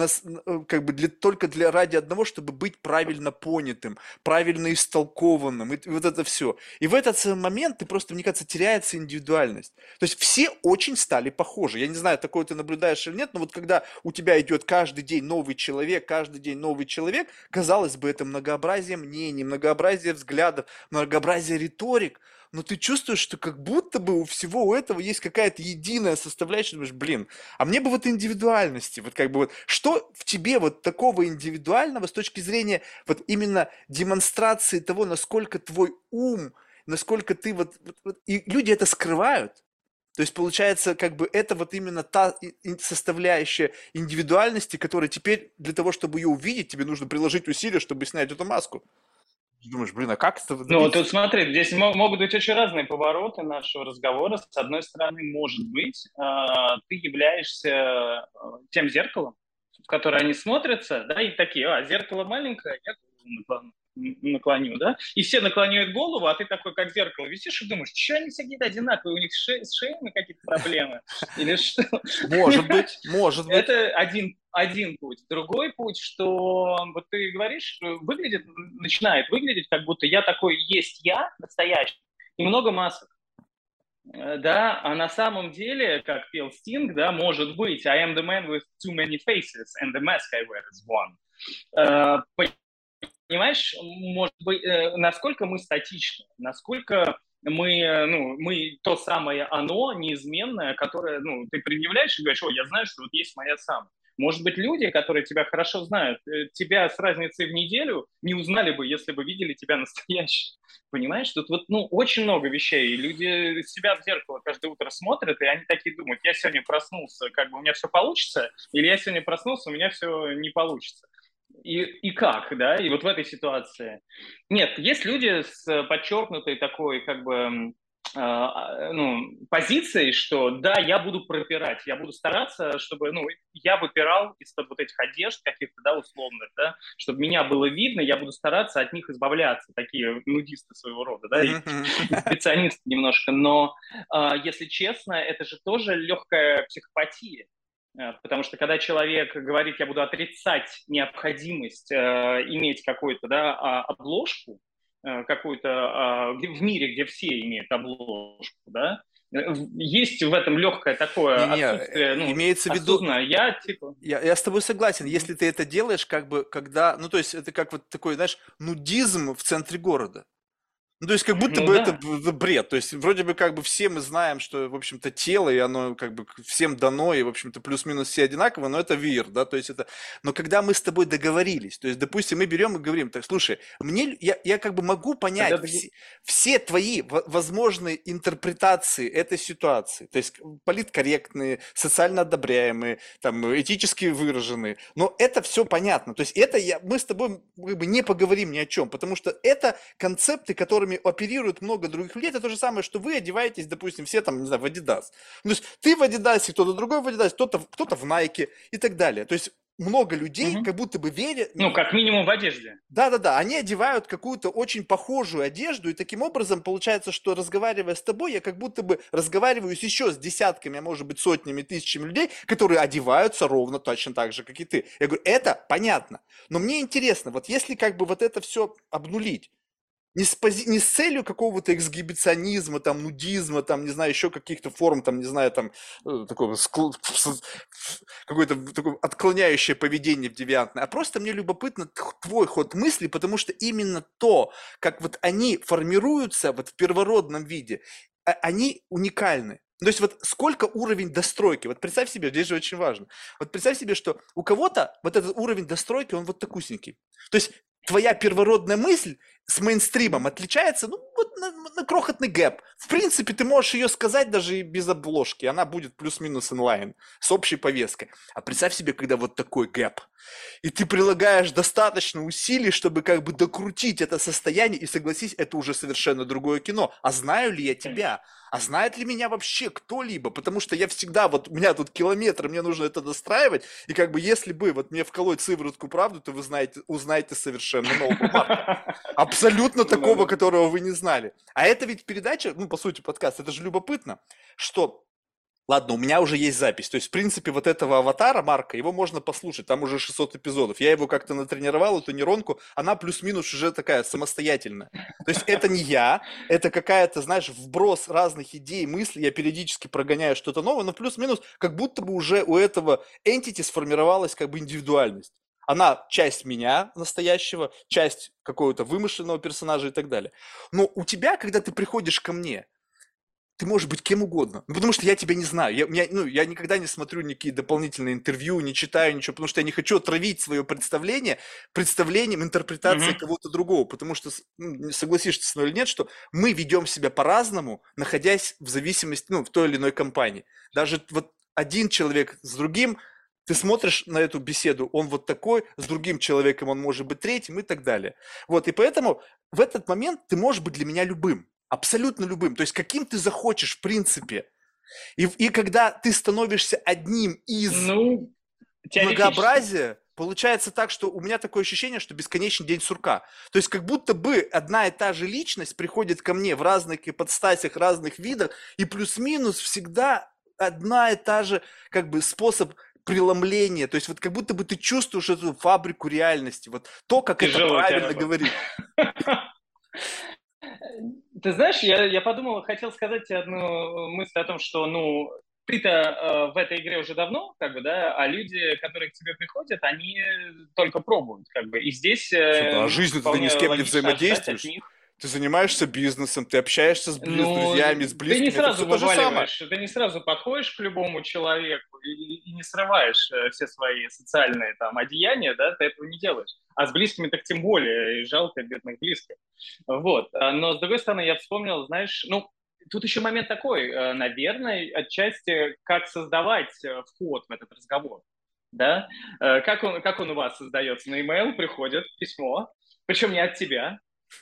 как бы только ради одного, чтобы быть правильно понятым, правильно истолкованным, и вот это все. И в этот самый момент ты просто, мне кажется, теряется индивидуальность. То есть все очень стали похожи. Я не знаю, такое ты наблюдаешь или нет, но вот когда у тебя идет каждый день новый человек, каждый день новый человек, казалось бы, это многообразие мнений, многообразие взглядов, многообразие риторик, но ты чувствуешь, что как будто бы у всего у этого есть какая-то единая составляющая, думаешь, блин, а мне бы вот индивидуальности, вот как бы вот, что в тебе вот такого индивидуального с точки зрения вот именно демонстрации того, насколько твой ум, насколько ты и люди это скрывают. То есть, получается, как бы это вот именно та составляющая индивидуальности, которая теперь для того, чтобы ее увидеть, тебе нужно приложить усилия, чтобы снять эту маску. Ты думаешь, блин, а как этого Ну, добиться? тут смотри, здесь могут быть очень разные повороты нашего разговора. С одной стороны, может быть, ты являешься тем зеркалом, в которое они смотрятся, да, и такие, зеркало маленькое, я голову наклоню, да, и все наклоняют голову, а ты такой, как зеркало, висишь и думаешь, что они все какие-то одинаковые, у них с шеями какие-то проблемы, или что? Может быть, может быть. Это один путь. Другой путь, что вот ты говоришь, начинает выглядеть, как будто я такой есть я, настоящий, и много масок. Да, а на самом деле, как пел Стинг, да, может быть, I am the man with too many faces, and the mask I wear is one. Понимаешь, может быть, насколько мы статичны, насколько мы то самое оно неизменное, которое, ты предъявляешь и говоришь, я знаю, что вот есть моя сам. Может быть, люди, которые тебя хорошо знают, тебя с разницей в неделю не узнали бы, если бы видели тебя настоящим. Понимаешь, тут вот, очень много вещей. Люди себя в зеркало каждое утро смотрят, и они такие думают, я сегодня проснулся, как бы у меня все получится, или я сегодня проснулся, у меня все не получится. И как, да, и вот в этой ситуации. Нет, есть люди с подчеркнутой такой, как бы, позицией, что да, я буду пропирать, я буду стараться, чтобы, я выпирал из-под вот этих одежд каких-то, да, условных, да, чтобы меня было видно, я буду стараться от них избавляться, такие нудисты своего рода, да, и эксгибиционисты немножко, но, если честно, это же тоже легкая психопатия. Потому что когда человек говорит, я буду отрицать необходимость иметь какую-то, да, обложку, какую-то в мире, где все имеют обложку, да, есть в этом легкое такое Не-не, отсутствие, имеется в виду, осознанно. Я типа... я с тобой согласен, Мгм. если ты это делаешь, как бы, когда, ну, то есть это как вот такой, знаешь, нудизм в центре города. Ну, то есть как будто Ну бы это да. бред. То есть вроде бы как бы все мы знаем, что, в общем-то, тело, и оно как бы всем дано, и, в общем-то, плюс-минус все одинаково, но это вир, да, то есть это... Но когда мы с тобой договорились, то есть, допустим, мы берем и говорим, так, слушай, я как бы могу понять Когда все твои возможные интерпретации этой ситуации, то есть политкорректные, социально одобряемые, там, этически выраженные, но это все понятно, то есть мы с тобой как бы не поговорим ни о чем, потому что это концепты, которыми оперируют много других людей, это то же самое, что вы одеваетесь, допустим, все там, не знаю, в Adidas. Ну, то есть ты в Adidas, кто-то другой в Adidas, кто-то в Nike и так далее. То есть много людей, Мгм. как будто бы верят, Как минимум в одежде. да-да-да, они одевают какую-то очень похожую одежду, и таким образом получается, что разговаривая с тобой, я как будто бы разговариваю еще с десятками, а может быть сотнями, тысячами людей, которые одеваются ровно точно так же, как и ты. Я говорю, это понятно, но мне интересно, вот если как бы вот это все обнулить, не с целью какого-то эксгибиционизма, там, нудизма, там, не знаю, еще каких-то форм, там, не знаю, там, такого какое-то такое отклоняющее поведение в девиантное, а просто мне любопытно твой ход мысли, потому что именно то, как вот они формируются вот в первородном виде, они уникальны. То есть вот сколько уровень достройки, вот представь себе, здесь же очень важно, вот представь себе, что у кого-то вот этот уровень достройки, он вот такусенький. То есть твоя первородная мысль с мейнстримом отличается, ну, вот на крохотный гэп. В принципе, ты можешь ее сказать даже и без обложки, она будет плюс-минус инлайн, с общей повесткой. А представь себе, когда вот такой гэп, и ты прилагаешь достаточно усилий, чтобы как бы докрутить это состояние, и согласись, это уже совершенно другое кино. А знаю ли я Конечно. тебя? А знает ли меня вообще кто-либо? Потому что я всегда, вот у меня тут километры, мне нужно это достраивать, и как бы если бы вот мне вколоть сыворотку правду, то вы узнаете совершенно нового Марка. Абсолютно Ну такого, да. которого вы не знали. А это ведь передача, ну, по сути, подкаст, это же любопытно, что ладно, у меня уже есть запись. То есть, в принципе, вот этого аватара Марка, его можно послушать. Там уже 600 эпизодов. Я его как-то натренировал, эту нейронку. Она плюс-минус уже такая самостоятельная. То есть, это не я. Это какая-то, знаешь, вброс разных идей, мыслей. Я периодически прогоняю что-то новое. Но плюс-минус, как будто бы уже у этого entity сформировалась как бы индивидуальность. Она часть меня настоящего, часть какого-то вымышленного персонажа и так далее. Но у тебя, когда ты приходишь ко мне, ты можешь быть кем угодно. Ну, потому что я тебя не знаю. Я никогда не смотрю никакие дополнительные интервью, не читаю ничего, потому что я не хочу отравить свое представление представлением, интерпретацией Мгм. кого-то другого. Потому что, согласишься со мной или нет, что мы ведем себя по-разному, находясь в зависимости, в той или иной компании. Даже вот один человек с другим, ты смотришь на эту беседу, он вот такой, с другим человеком он может быть третьим и так далее. Вот, и поэтому в этот момент ты можешь быть для меня любым, абсолютно любым, то есть каким ты захочешь в принципе. И когда ты становишься одним из Ну, теоретически. многообразия, получается так, что у меня такое ощущение, что бесконечный день сурка. То есть как будто бы одна и та же личность приходит ко мне в разных ипостасях, разных видах, и плюс-минус всегда одна и та же как бы способ преломления. То есть вот как будто бы ты чувствуешь эту фабрику реальности, вот то, как это Тяжелая у тебя правильно работа. говорить. Ты знаешь, я подумал, хотел сказать тебе одну мысль о том, что, ну, ты-то в этой игре уже давно, как бы, да, а люди, которые к тебе приходят, они только пробуют, как бы. И здесь Что то а жизнью ты ни вполне с кем не логично ожидать от взаимодействуешь. них. Ты занимаешься бизнесом, ты общаешься с Ну, друзьями, с ты не близкими. Это все сразу то же самое. вываливаешь, ты не сразу подходишь к любому человеку и не срываешь все свои социальные там одеяния, да, ты этого не делаешь. А с близкими так тем более, и жалко бедных близких. Вот. Но с другой стороны, я вспомнил, знаешь, ну, тут еще момент такой, наверное, отчасти, как создавать вход в этот разговор, да? Как он у вас создается? На e-mail приходит письмо, причем не от тебя,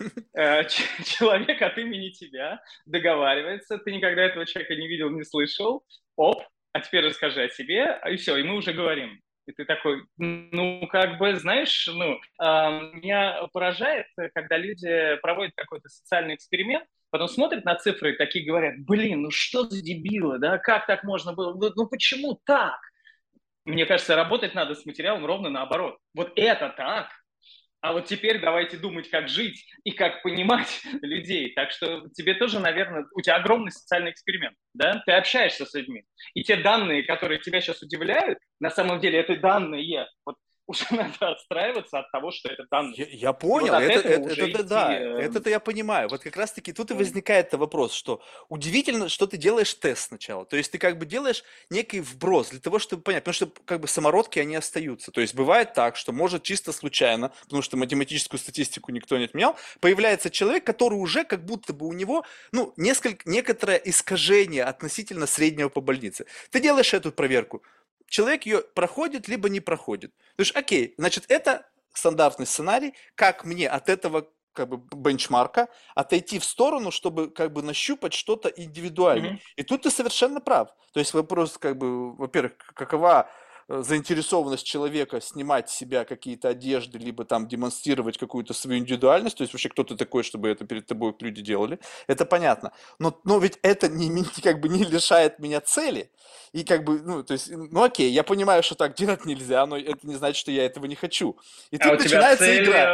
человек от имени тебя договаривается, ты никогда этого человека не видел, не слышал, оп, а теперь расскажи о себе, и все, и мы уже говорим. И ты такой, ну, как бы, знаешь, ну, меня поражает, когда люди проводят какой-то социальный эксперимент, потом смотрят на цифры и такие говорят, блин, ну что за дебилы, да, как так можно было, ну почему так? Мне кажется, работать надо с материалом ровно наоборот. Вот это так, а вот теперь давайте думать, как жить и как понимать людей. Так что тебе тоже, наверное, у тебя огромный социальный эксперимент, да? Ты общаешься с людьми. И те данные, которые тебя сейчас удивляют, на самом деле это данные. Вот уже надо отстраиваться от того, что это данные. Я И вот понял, от этого уже это идти. да, это я понимаю. Вот как раз-таки тут и возникает вопрос, что удивительно, что ты делаешь тест сначала. То есть ты как бы делаешь некий вброс для того, чтобы понять, потому что как бы самородки, они остаются. То есть бывает так, что может чисто случайно, потому что математическую статистику никто не отменял, появляется человек, который уже как будто бы у него, некоторое искажение относительно среднего по больнице. Ты делаешь эту проверку, человек ее проходит, либо не проходит. То есть, окей, значит, это стандартный сценарий, как мне от этого как бы бенчмарка отойти в сторону, чтобы как бы нащупать что-то индивидуальное. Мгм. И тут ты совершенно прав. То есть вопрос как бы, во-первых, какова заинтересованность человека снимать с себя какие-то одежды, либо там демонстрировать какую-то свою индивидуальность, то есть вообще кто ты такой, чтобы это перед тобой люди делали, это понятно. Но ведь это как бы не лишает меня цели. И как бы, то есть, окей, я понимаю, что так делать нельзя, но это не значит, что я этого не хочу. И А у тут тебя начинается цель игра.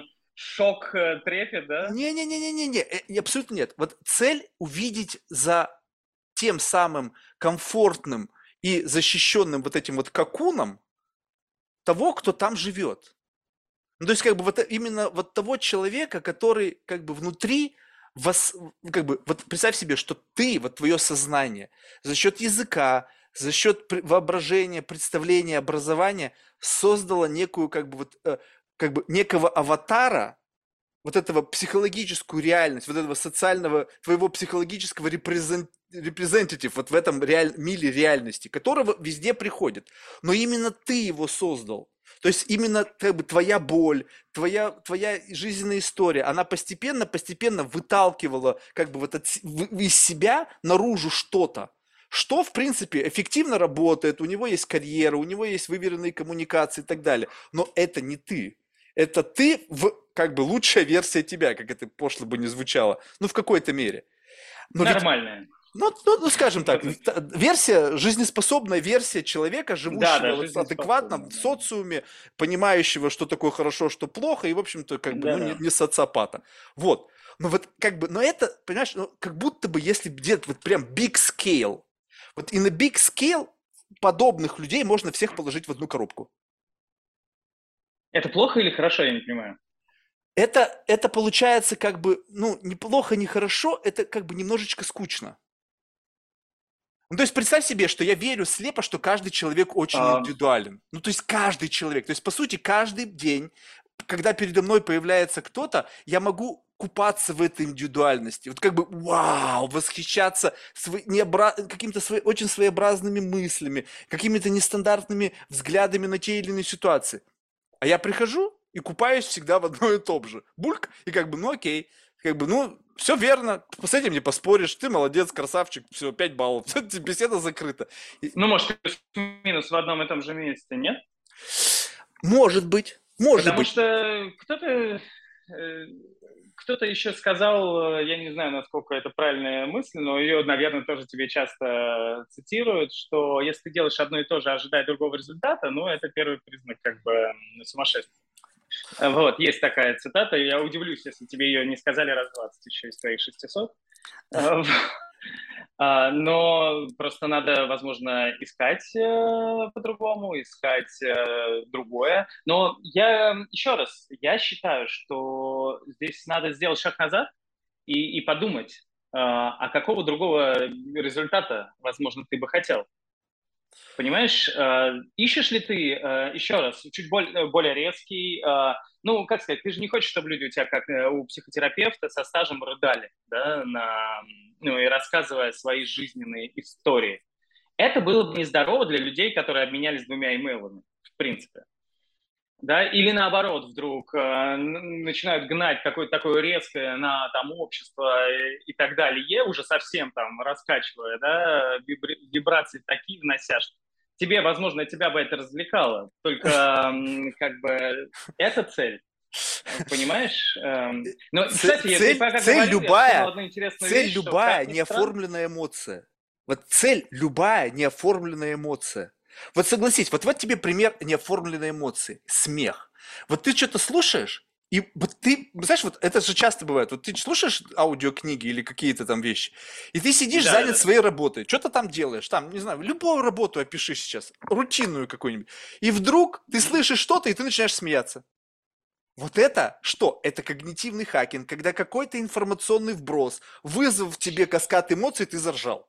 шок, трепет, да? Не-не-не-не-не, абсолютно нет. Вот цель увидеть за тем самым комфортным и защищенным вот этим вот коконом того, кто там живет. Ну, то есть, как бы, вот именно вот того человека, который, как бы, внутри вас, как бы, вот представь себе, что ты, вот твое сознание, за счет языка, за счет воображения, представления, образования создало некую, как бы, как бы, некого аватара, вот этого психологическую реальность, вот этого социального, твоего психологического репрезентатив вот в этом мире реальности, которого везде приходит. Но именно ты его создал. То есть именно как бы твоя боль, твоя жизненная история, она постепенно выталкивала как бы вот из себя наружу что-то. Что, в принципе, эффективно работает, у него есть карьера, у него есть выверенные коммуникации и так далее. Но это не ты. Это ты в как бы лучшая версия тебя, как это пошло бы не звучало, ну в какой-то мере. Но ведь, Нормальная. скажем так, версия, жизнеспособная версия человека, Да, да, живущего вот адекватно жизнеспособна, в да. социуме, понимающего, что такое хорошо, что плохо, и, в общем-то, как бы, Да, не социопата. Вот. Но вот как бы, но это, понимаешь, как будто бы, если где-то вот прям big scale, вот и на big scale подобных людей можно всех положить в одну коробку. это плохо или хорошо, я не понимаю. Это получается как бы, неплохо, не хорошо, это как бы немножечко скучно. Ну, то есть представь себе, что я верю слепо, что каждый человек очень А, индивидуален. Ну, то есть каждый человек. То есть, по сути, каждый день, когда передо мной появляется кто-то, я могу купаться в этой индивидуальности. Вот как бы, вау, восхищаться какими-то очень своеобразными мыслями, какими-то нестандартными взглядами на те или иные ситуации. А я прихожу и купаюсь всегда в одно и том же. Бульк, и как бы, ну окей, как бы, ну, все верно, с этим не поспоришь, ты молодец, красавчик, все, 5 баллов, беседа закрыта. ну, может, плюс-минус в одном и том же месте, нет? Может быть, может Потому быть. что э, кто-то еще сказал, я не знаю, насколько это правильная мысль, но ее, наверное, тоже тебе часто цитируют, что если ты делаешь одно и то же, ожидая другого результата, ну, это первый признак как бы сумасшествия. Вот, есть такая цитата, я удивлюсь, если тебе ее не сказали раз 20 еще из твоих 600. Но просто надо, возможно, искать по-другому, искать другое. Но я, еще раз, я считаю, что здесь надо сделать шаг назад и подумать, а какого другого результата, возможно, ты бы хотел. Понимаешь, ищешь ли ты, еще раз, чуть более резкий, ну, как сказать, ты же не хочешь, чтобы люди у тебя, как у психотерапевта, со стажем рыдали, да, ну, и рассказывая свои жизненные истории. Это было бы нездорово для людей, которые обменялись двумя имейлами, в принципе. Да, или наоборот, вдруг начинают гнать какое-то такое резкое на там общество и так далее, уже совсем там раскачивая, да, вибрации такие внося, что тебе, возможно, тебя бы это развлекало, только как бы это цель, понимаешь? Но, кстати, ты пока говорил, я вспомнил одну интересную Цель вещь, что, как любая ни странно, неоформленная эмоция. Вот цель любая неоформленная эмоция. Вот согласись, вот тебе пример неоформленной эмоции. Смех. Вот ты что-то слушаешь, и вот ты, знаешь, вот это же часто бывает, вот ты слушаешь аудиокниги или какие-то там вещи, и ты сидишь да, да, занят да. своей работой, что-то там делаешь, там, не знаю, любую работу опиши сейчас, рутинную какую-нибудь, и вдруг ты слышишь что-то, и ты начинаешь смеяться. Вот это что? Это когнитивный хакинг, когда какой-то информационный вброс, вызвав в тебе каскад эмоций, ты заржал.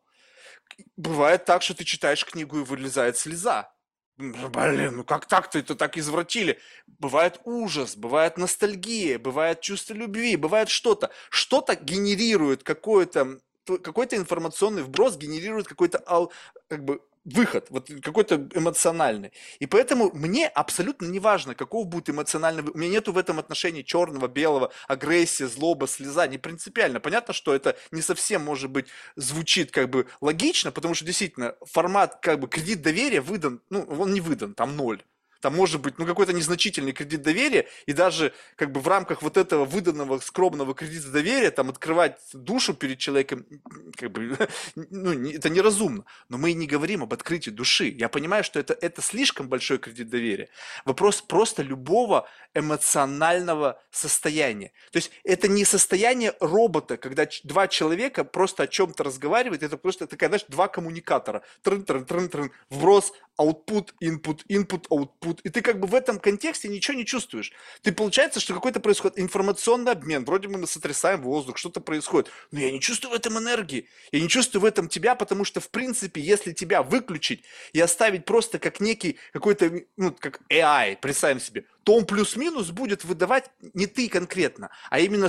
Бывает так, что ты читаешь книгу и вылезает слеза. Блин, ну как так-то это так извратили? Бывает ужас, бывает ностальгия, бывает чувство любви, бывает что-то. Что-то генерирует какой-то информационный вброс, генерирует какой-то как бы выход, вот какой-то эмоциональный. И поэтому мне абсолютно не важно, каков будет эмоциональный У меня нету в этом отношении черного, белого, агрессия, злоба, слеза, не принципиально. Понятно, что это не совсем, может быть, звучит как бы логично, потому что действительно формат как бы кредит доверия выдан, ну, он не выдан, там ноль. Там может быть, ну, какой-то незначительный кредит доверия, и даже как бы в рамках вот этого выданного скромного кредита доверия там открывать душу перед человеком, как бы, ну, это неразумно. Но мы и не говорим об открытии души. Я понимаю, что это слишком большой кредит доверия. Вопрос просто любого эмоционального состояния. То есть это не состояние робота, когда два человека просто о чем-то разговаривают, это просто такая, знаешь, два коммуникатора. Трын-трын-трын-трын, вброс, output, input, input, output. И ты как бы в этом контексте ничего не чувствуешь. Ты получается, что какой-то происходит информационный обмен. Вроде мы сотрясаем воздух, что-то происходит. Но я не чувствую в этом энергии. Я не чувствую в этом тебя, потому что, в принципе, если тебя выключить и оставить просто как некий какой-то, ну, как AI, представим себе, то он плюс-минус будет выдавать не ты конкретно, а именно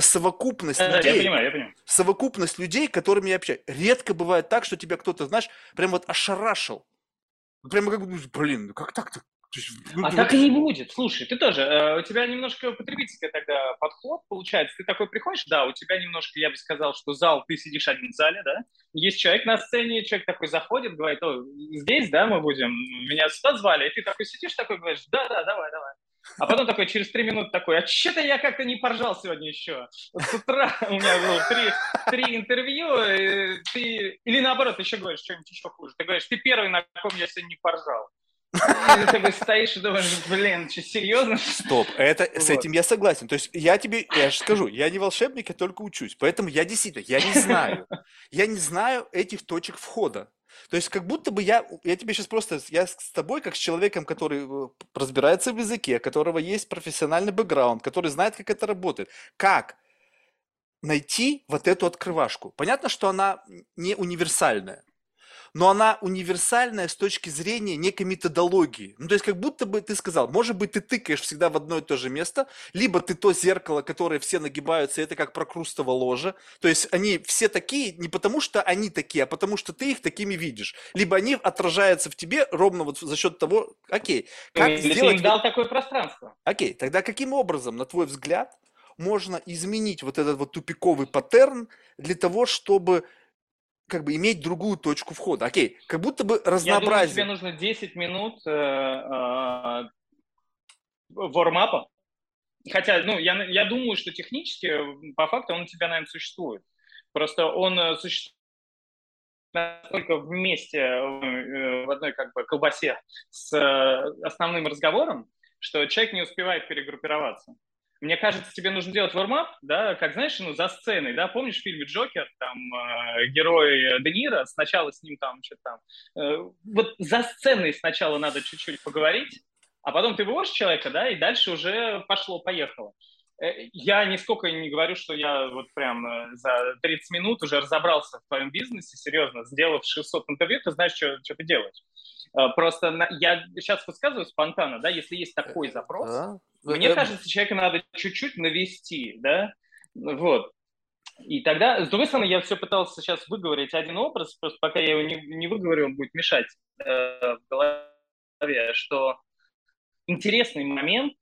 Я понимаю, я понимаю. совокупность людей, которыми я общаюсь. Редко бывает так, что тебя кто-то, знаешь, прям вот ошарашил. Прямо как, блин, ну как так-то? А так и не будет. Слушай, ты тоже, у тебя немножко потребительский тогда подход получается. Ты такой приходишь, да, у тебя немножко, я бы сказал, что зал, ты сидишь один в зале, да, есть человек на сцене, человек такой заходит, говорит, о, здесь, да, мы будем, меня сюда звали, и ты такой сидишь, такой говоришь, да, давай, давай. А потом такой через 3 минуты такой, а что-то я как-то не поржал сегодня еще. С утра у меня было три интервью, и ты, или наоборот, еще говоришь что-нибудь еще хуже. Ты говоришь, ты первый, на ком я сегодня не поржал. И ты такой стоишь и думаешь, блин, что, серьезно? Стоп, с Вот. этим я согласен. То есть я же скажу, я не волшебник, я только учусь. Поэтому я действительно, я не знаю этих точек входа. То есть как будто бы я тебе сейчас просто, я с тобой как с человеком, который разбирается в языке, у которого есть профессиональный бэкграунд, который знает, как это работает. Как найти вот эту открывашку? Понятно, что она не универсальная. но она универсальная с точки зрения некой методологии. Ну, то есть, как будто бы ты сказал, может быть, ты тыкаешь всегда в одно и то же место, либо ты то зеркало, которое все нагибаются, это как прокрустово ложе. То есть, они все такие не потому, что они такие, а потому, что ты их такими видишь. Либо они отражаются в тебе ровно вот за счет того, окей, Ну, как или ты им сделать вот. дал такое пространство. Окей, тогда каким образом, на твой взгляд, можно изменить вот этот вот тупиковый паттерн для того, чтобы как бы иметь другую точку входа? Окей, как будто бы Я думаю, тебе разнообразие. нужно 10 минут вормапа. Хотя, ну, я думаю, что технически, по факту, он у тебя, наверное, существует. Просто он существует настолько вместе в одной как бы колбасе с основным разговором, что человек не успевает перегруппироваться. Мне кажется, тебе нужно делать вармап, да, как, знаешь, ну, за сценой, да, помнишь в фильме «Джокер», там, герой Де Ниро, сначала с ним там, что-то там, вот за сценой сначала надо чуть-чуть поговорить, а потом ты выводишь человека, да, и дальше уже пошло-поехало. Я нисколько не говорю, что я вот прям за 30 минут уже разобрался в твоем бизнесе, серьезно, сделав 600 интервью, ты знаешь, что ты делаешь. Просто я сейчас высказываю спонтанно, да, если есть такой запрос, Да. мне кажется, человека надо чуть-чуть навести, да, вот. И тогда, с другой стороны, я все пытался сейчас выговорить один образ, просто пока я его не выговорю, он будет мешать в голове, что интересный момент,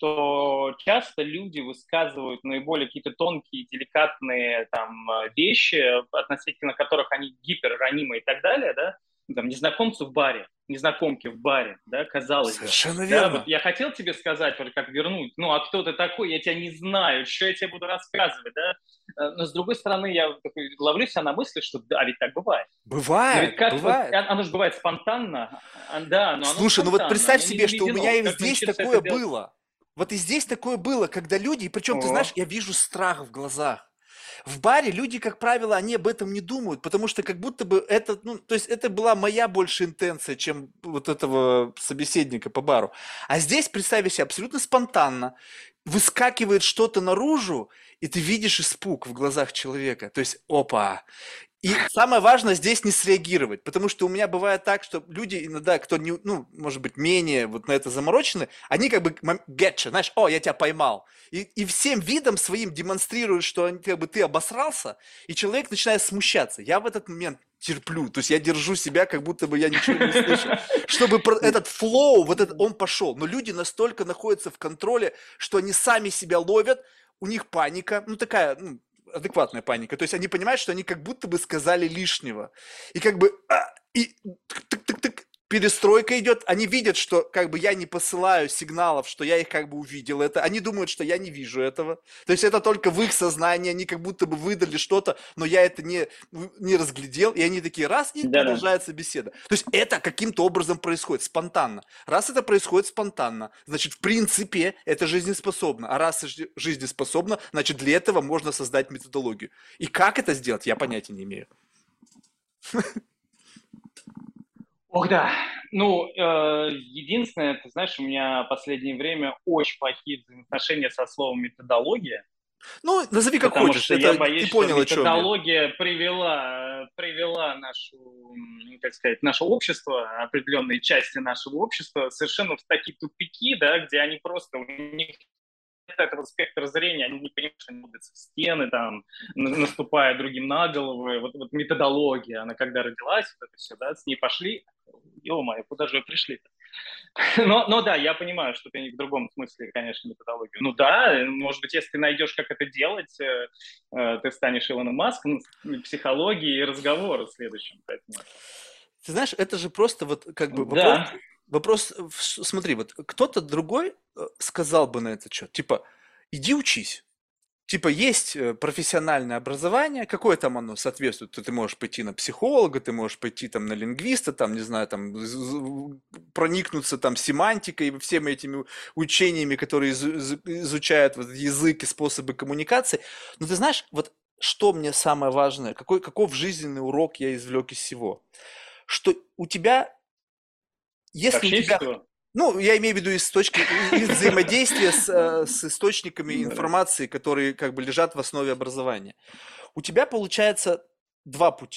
что часто люди высказывают наиболее какие-то тонкие, деликатные там вещи, относительно которых они гиперранимы и так далее, да, там, незнакомцу в баре, незнакомки в баре, да, казалось бы. Совершенно Да, вот верно. я хотел тебе сказать, вот как вернуть, ну, а кто ты такой, я тебя не знаю, что я тебе буду рассказывать, да, но с другой стороны, я такой, ловлю себя на мысли, что да, ведь так бывает. Но ведь Бывает, как, вот, бывает. оно же бывает спонтанно, да, но оно Слушай, ну вот спонтанно, представь оно не себе, что у меня заведено. и Как здесь научиться это такое делать? было. Вот и здесь такое было, когда люди, и причем, ты знаешь, О, я вижу страх в глазах. В баре люди, как правило, они об этом не думают, потому что как будто бы это, ну, то есть это была моя больше интенция, чем вот этого собеседника по бару. А здесь, представь себе, абсолютно спонтанно выскакивает что-то наружу, и ты видишь испуг в глазах человека. То есть, опа, и самое важное здесь не среагировать, потому что у меня бывает так, что люди иногда, кто не, ну, может быть, менее вот на это заморочены, они как бы getcha, знаешь, о, я тебя поймал. И всем видом своим демонстрируют, что как бы ты обосрался, и человек начинает смущаться. Я в этот момент терплю, то есть я держу себя, как будто бы я ничего не слышу, чтобы этот флоу, вот этот, он пошел. Но люди настолько находятся в контроле, что они сами себя ловят, у них паника, ну такая, ну, адекватная паника. То есть они понимают, что они как будто бы сказали лишнего. И как бы и тык-тык-тык, перестройка идет. Они видят, что как бы я не посылаю сигналов, что я их как бы увидел это. Они думают, что я не вижу этого. То есть это только в их сознании. Они как будто бы выдали что-то, но я это не разглядел. И они такие раз, и да-да. продолжается беседа. То есть это каким-то образом происходит спонтанно. Раз это происходит спонтанно, значит, в принципе, это жизнеспособно. А раз жизнеспособно, значит, для этого можно создать методологию. И как это сделать, я понятия не имею. Ох, да. Ну, единственное, ты знаешь, у меня в последнее время очень плохие взаимоотношения со словом методология, Ну, назови как потому хочешь. что я Это боюсь, ты что понял, о чем я. методология привела нашу, так сказать, наше общество, определенные части нашего общества совершенно в такие тупики, да, где они просто, у них нет этого спектра зрения, они не понимают, что они двигаются в стены, там, наступая другим на головы. Вот методология, она когда родилась, вот это все, да, с ней пошли, ё-моё, куда же вы пришли-то? Но да, я понимаю, что ты в другом смысле, конечно, методологию. Ну да, может быть, если ты найдешь, как это делать, ты станешь Илоном Маском психологии и разговора следующим. Поэтому. Ты знаешь, это же просто вот как бы вопрос, Да, смотри, вот кто-то другой сказал бы на этот счет, типа, иди учись. Типа есть профессиональное образование, какое там оно соответствует. Ты можешь пойти на психолога, ты можешь пойти там на лингвиста, там, не знаю, там проникнуться там семантикой и всеми этими учениями, которые изучают вот, язык и способы коммуникации. Но ты знаешь, вот что мне самое важное, каков жизненный урок я извлек из всего? Что у тебя, если у вообще тебя всего. ну, я имею в виду из взаимодействия с источниками Да. информации, которые как бы лежат в основе образования. У тебя получается два пути.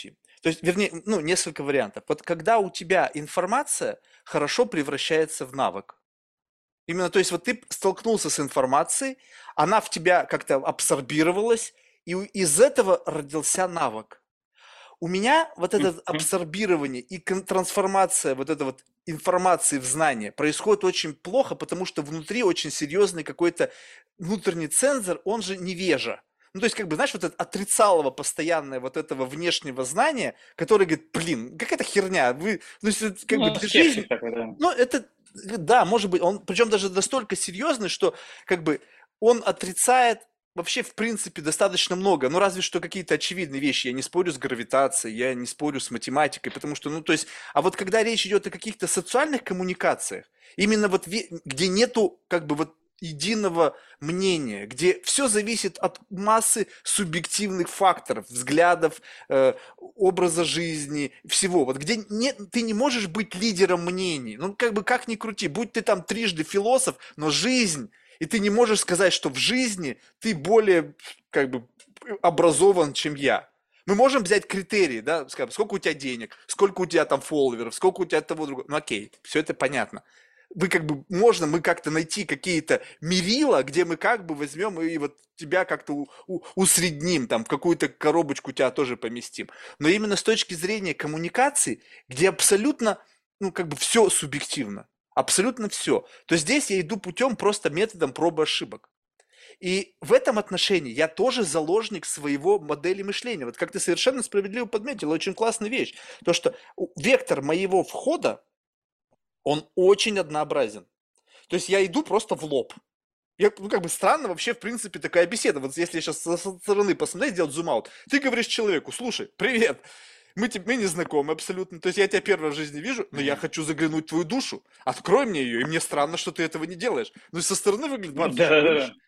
То есть, вернее, ну, несколько вариантов. Вот когда у тебя информация хорошо превращается в навык. Именно, то есть вот ты столкнулся с информацией, она в тебя как-то абсорбировалась, и из этого родился навык. У меня вот это Мгм. абсорбирование и трансформация вот этой вот информации в знание происходит очень плохо, потому что внутри очень серьезный какой-то внутренний цензор, он же невежа. Ну, то есть, как бы, знаешь, вот это отрицалово постоянное вот этого внешнего знания, который говорит, блин, какая-то херня, вы, ну, если это как бы Ну, для жизни, скептик такой, да. ну, это, да, может быть, он, причем даже настолько серьезный, что, как бы, он отрицает вообще, в принципе, достаточно много. Ну, разве что какие-то очевидные вещи. Я не спорю с гравитацией, я не спорю с математикой, потому что, ну, то есть, а вот когда речь идет о каких-то социальных коммуникациях, именно вот где нету, как бы, вот единого мнения, где все зависит от массы субъективных факторов, взглядов, образа жизни, всего. Вот где нет, ты не можешь быть лидером мнений. Ну, как бы, как ни крути, будь ты там трижды философ, но жизнь и ты не можешь сказать, что в жизни ты более как бы образован, чем я. Мы можем взять критерии, да, скажем, сколько у тебя денег, сколько у тебя там фолловеров, сколько у тебя того другого. Ну окей, все это понятно. Вы как бы, можно мы как-то найти какие-то мерила, где мы как бы возьмем и вот тебя как-то усредним, там, в какую-то коробочку тебя тоже поместим. Но именно с точки зрения коммуникации, где абсолютно, ну, как бы все субъективно. Абсолютно все. То здесь я иду путем просто методом пробы ошибок. И в этом отношении я тоже заложник своего модели мышления. Вот как ты совершенно справедливо подметил, очень классная вещь. То, что вектор моего входа, он очень однообразен. То есть я иду просто в лоб. Я, ну, как бы странно вообще, в принципе, такая беседа. Вот если я сейчас со стороны посмотреть, сделать зум-аут, ты говоришь человеку, слушай, привет, мы не знакомы абсолютно, то есть я тебя первый раз в жизни вижу, но я хочу заглянуть в твою душу, открой мне ее, и мне странно, что ты этого не делаешь. Ну, и со стороны выглядит, Марк, ты что, Да-да-да. гонишь?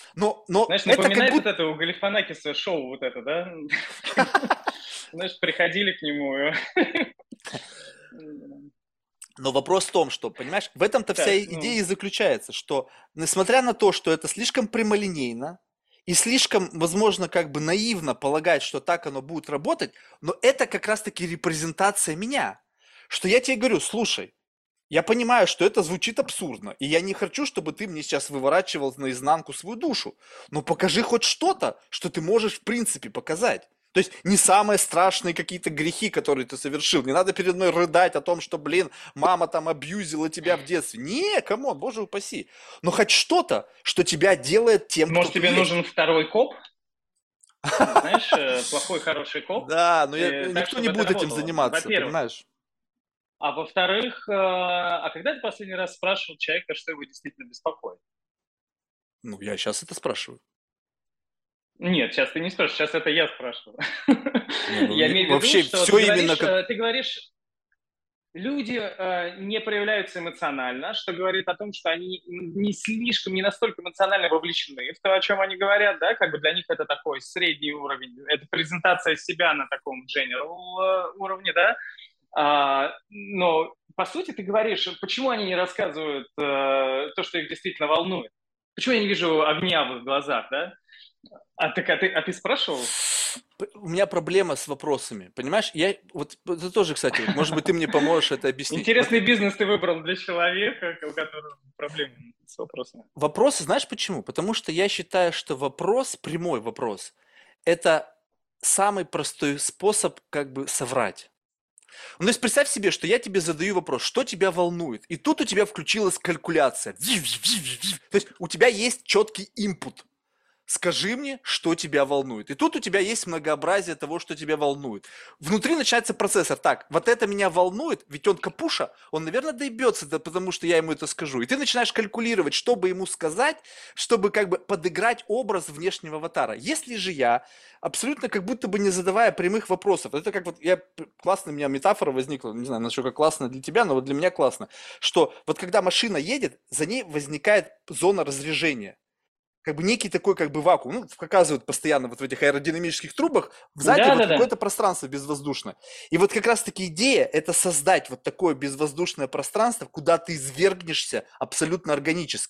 Но Знаешь, это как напоминает вот будто... это у Галифанакиса шоу вот это, да? Знаешь, приходили к нему. Но вопрос в том, что, понимаешь, в этом-то вся Так, идея ну, и заключается, что, несмотря на то, что это слишком прямолинейно и слишком, возможно, как бы наивно полагать, что так оно будет работать, но это как раз-таки репрезентация меня. Что я тебе говорю, слушай, я понимаю, что это звучит абсурдно, и я не хочу, чтобы ты мне сейчас выворачивал наизнанку свою душу, но покажи хоть что-то, что ты можешь в принципе показать. То есть не самые страшные какие-то грехи, которые ты совершил. Не надо перед мной рыдать о том, что, блин, мама там абьюзила тебя в детстве. Не, камон, боже упаси. Но хоть что-то, что тебя делает тем, кто может, ты тебе есть. нужен второй коп? Знаешь, плохой, хороший коп. Да, но Так, никто не чтобы это будет этим работало, заниматься, во-первых. понимаешь? А во-вторых, а когда ты последний раз спрашивал человека, что его действительно беспокоит? Ну, я сейчас это спрашиваю. Нет, сейчас ты не спрашиваешь, сейчас это я спрашиваю. Не, ну Я имею в виду, вообще что все именно как... ты говоришь, люди не проявляются эмоционально, что говорит о том, что они не слишком, не настолько эмоционально вовлечены в то, о чем они говорят, да, как бы для них это такой средний уровень, это презентация себя на таком general уровне, да, но по сути ты говоришь, почему они не рассказывают то, что их действительно волнует? Почему я не вижу огня в их глазах, да? А ты спрашивал? У меня проблема с вопросами, понимаешь? Я вот это тоже, кстати, вот, может быть, ты мне поможешь это объяснить. Вот Интересный бизнес ты выбрал для человека, у которого проблемы с вопросами. вопросы, знаешь почему? Потому что я считаю, что вопрос, прямой вопрос, это самый простой способ как бы соврать. Ну, то есть представь себе, что я тебе задаю вопрос, что тебя волнует, и тут у тебя включилась калькуляция. То есть у тебя есть четкий инпут. Скажи мне, что тебя волнует. И тут у тебя есть многообразие того, что тебя волнует. Внутри начинается процессор. Так, вот это меня волнует, ведь он капуша, он, наверное, доебется, да, потому что я ему это скажу. И ты начинаешь калькулировать, что бы ему сказать, чтобы как бы подыграть образ внешнего аватара. Если же я, абсолютно как будто бы не задавая прямых вопросов, это как вот, классно, у меня метафора возникла, не знаю, насколько классно для тебя, но вот для меня классно, что вот когда машина едет, за ней возникает зона разрежения как бы некий такой как бы вакуум. Ну, показывают постоянно вот в этих аэродинамических трубах, сзади вот Да-да-да. какое-то пространство безвоздушное. И вот как раз-таки идея– это создать вот такое безвоздушное пространство, куда ты извергнешься абсолютно органически.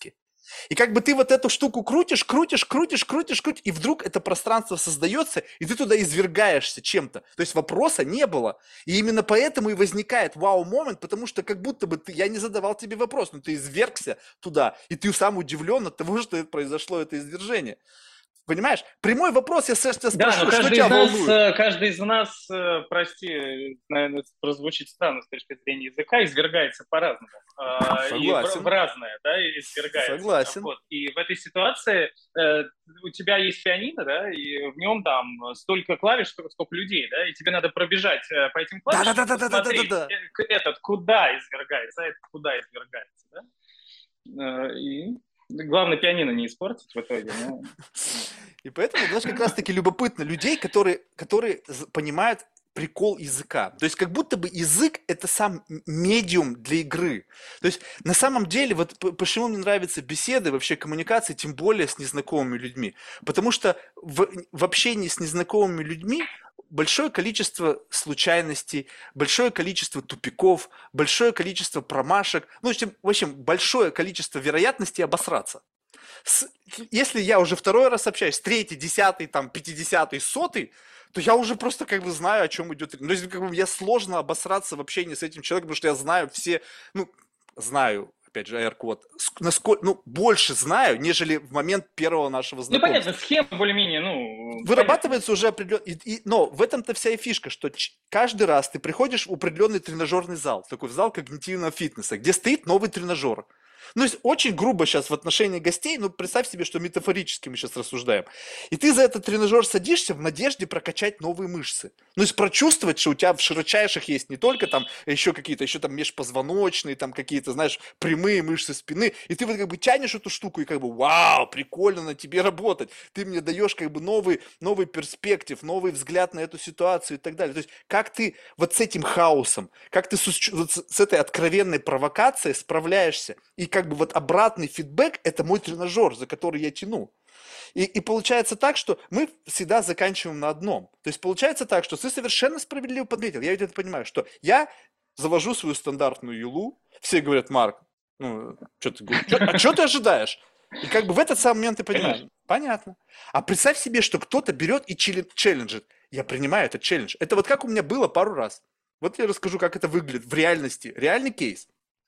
И как бы ты вот эту штуку крутишь, крутишь, крутишь, крутишь, крутишь, и вдруг это пространство создается, и ты туда извергаешься чем-то. То есть вопроса не было. И именно поэтому и возникает вау-момент, потому что как будто бы я не задавал тебе вопрос, но ты извергся туда, и ты сам удивлен от того, что это произошло, это извержение. Понимаешь? Прямой вопрос я сейчас тебя Да, но спрошу, что тебя волнует? каждый из нас, прости, наверное, это прозвучит странно с точки зрения языка, извергается по-разному. И в Согласен, разное, да, извергается. согласен. Вот. И в этой ситуации у тебя есть пианино, да, и в нем там столько клавиш, сколько людей, да, и тебе надо пробежать по этим клавишам и посмотреть, Да-да-да-да-да-да-да-да. этот куда извергается, а этот куда извергается, да. И главное, пианино не испортить в итоге, но... И поэтому, знаешь, как раз-таки любопытно людей, которые понимают прикол языка. То есть как будто бы язык это сам медиум для игры. То есть на самом деле, вот почему мне нравятся беседы, вообще коммуникации, тем более с незнакомыми людьми. Потому что в общении с незнакомыми людьми большое количество случайностей, большое количество тупиков, большое количество промашек, ну, в общем, большое количество вероятностей обосраться. С- Если я уже второй раз общаюсь, третий, десятый, там, 50-й, 100-й, то я уже просто как бы знаю, о чем идет. Ну, то есть, как бы, мне сложно обосраться в общении с этим человеком, потому что я знаю все, ну, знаю, опять же, аэр-код, насколько, ну, больше знаю, нежели в момент первого нашего Ну, понятно, знакомства. схема более-менее, ну, понятно. Вырабатывается уже определенный... Но в этом-то вся и фишка, что каждый раз ты приходишь в определенный тренажерный зал, такой зал когнитивного фитнеса, где стоит новый тренажер. Ну, то есть очень грубо сейчас в отношении гостей, но представь себе, что метафорически мы сейчас рассуждаем. И ты за этот тренажер садишься в надежде прокачать новые мышцы. Ну, то есть прочувствовать, что у тебя в широчайших есть не только там еще какие-то, еще там межпозвоночные, там какие-то, знаешь, прямые мышцы спины. И ты вот как бы тянешь эту штуку и как бы, вау, прикольно на тебе работать. Ты мне даешь как бы новый перспектив, новый взгляд на эту ситуацию и так далее. То есть как ты вот с этим хаосом, как ты вот с этой откровенной провокацией справляешься. И как бы вот обратный фидбэк – это мой тренажер, за который я тяну. И получается так, что мы всегда заканчиваем на одном. То есть получается так, что ты совершенно справедливо подметил, я ведь это понимаю, что я завожу свою стандартную юлу, все говорят, Марк, ну, что ты говоришь, а что ты ожидаешь? И как бы в этот самый момент ты Конечно. понимаешь, понятно. А представь себе, что кто-то берет и челленджит. Я принимаю этот челлендж. Это вот как у меня было пару раз. Вот я расскажу, как это выглядит в реальности. Реальный кейс.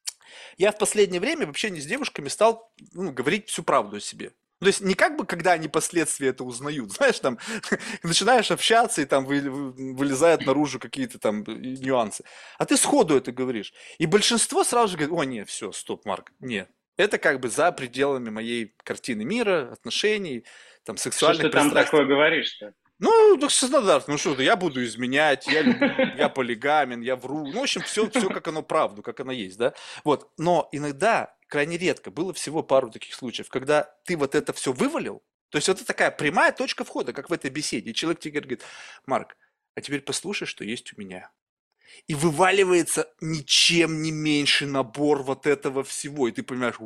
Я в последнее время в общении с девушками стал говорить всю правду о себе. То есть не как бы, когда они последствия это узнают, знаешь, там, начинаешь общаться, и там вылезают наружу какие-то там нюансы. А ты сходу это говоришь. И большинство сразу же говорит, о, нет, все, стоп, Марк, нет. Это как бы за пределами моей картины мира, отношений, там, Что ж ты сексуальных там такое пристрастий. говоришь-то? Ну, так стандартно. Ну что, я буду изменять, я полигамен, я вру. Ну, в общем, все как оно правду, как оно есть, да. Вот. Но иногда, крайне редко, было всего пару таких случаев, когда ты вот это все вывалил, то есть это такая прямая точка входа, как в этой беседе. И человек тебе говорит, Марк, а теперь послушай, что есть у меня. И вываливается ничем не меньший набор вот этого всего. И ты понимаешь,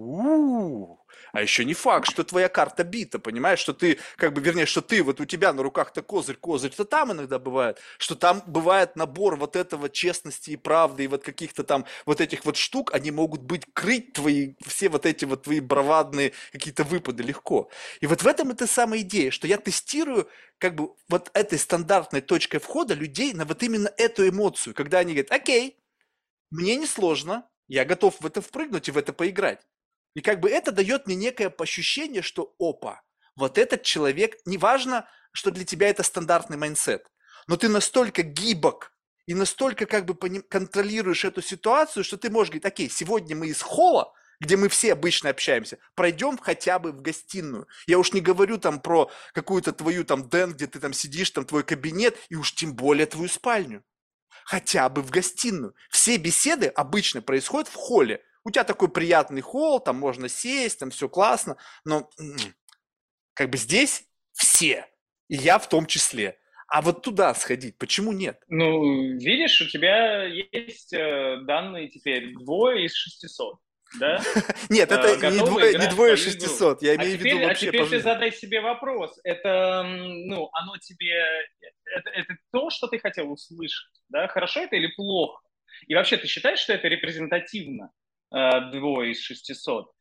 а еще не факт, что твоя карта бита, понимаешь, что ты, как бы, вернее, что ты, вот у тебя на руках-то козырь, козырь-то там иногда бывает, что там бывает набор вот этого честности и правды, и вот каких-то там вот этих вот штук, они могут быть крыть твои, все вот эти вот твои бравадные какие-то выпады легко. И вот в этом это самая идея, что я тестирую как бы вот этой стандартной точкой входа людей на вот именно эту эмоцию, когда они говорят, окей, мне не сложно, я готов в это впрыгнуть и в это поиграть. И как бы это дает мне некое ощущение, что опа, вот этот человек, неважно, что для тебя это стандартный майндсет, но ты настолько гибок и настолько как бы контролируешь эту ситуацию, что ты можешь говорить, окей, сегодня мы из холла, где мы все обычно общаемся, пройдем хотя бы в гостиную. Я уж не говорю там про какую-то твою там ден, где ты там сидишь, там твой кабинет, и уж тем более твою спальню. Хотя бы в гостиную. Все беседы обычно происходят в холле. У тебя такой приятный холл, там можно сесть, там все классно, но как бы здесь все, и я в том числе. А вот туда сходить, почему нет? Ну, видишь, у тебя есть данные теперь двое из 600, да? Нет, это Готовы не играть в двое твою игру. 600, я имею в виду А вообще по теперь ты жизни. задай себе вопрос. Это, ну, оно тебе, это то, что ты хотел услышать, да? Хорошо это или плохо? И вообще, ты считаешь, что это репрезентативно, двое из 600?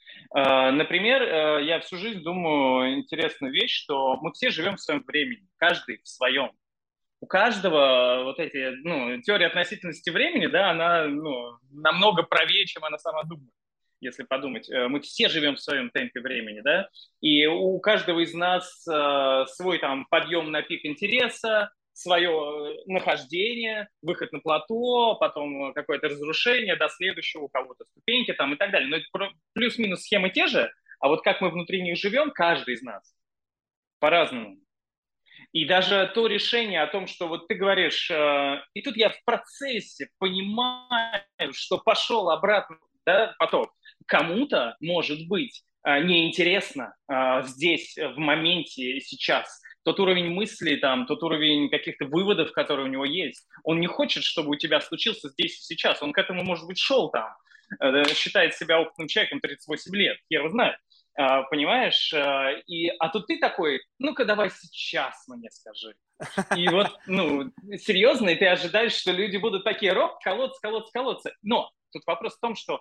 Например, я всю жизнь думаю интересную вещь, что мы все живем в своем времени, каждый в своем. У каждого вот эти, ну, теория относительности времени, да, она, ну, намного правее, чем она сама думает, если подумать. Мы все живем в своем темпе времени, да, и у каждого из нас свой там подъем на пик интереса, свое нахождение, выход на плато, потом какое-то разрушение до следующего у кого-то ступеньки там и так далее. Но это плюс-минус схемы те же, а вот как мы внутри них живем, каждый из нас по-разному. И даже то решение о том, что вот ты говоришь, и тут я в процессе понимаю, что пошел обратно, да, поток. Кому-то, может быть, неинтересно здесь, в моменте, сейчас. Тот уровень мыслей, там, тот уровень каких-то выводов, которые у него есть. Он не хочет, чтобы у тебя случился здесь и сейчас. Он к этому, может быть, шел там. Считает себя опытным человеком 38 лет. Я его знаю. Понимаешь? А тут ты такой, ну-ка давай сейчас мне скажи. И вот, ну, серьезно, и ты ожидаешь, что люди будут такие, рок, колодцы, колодцы, колодцы. Но тут вопрос в том, что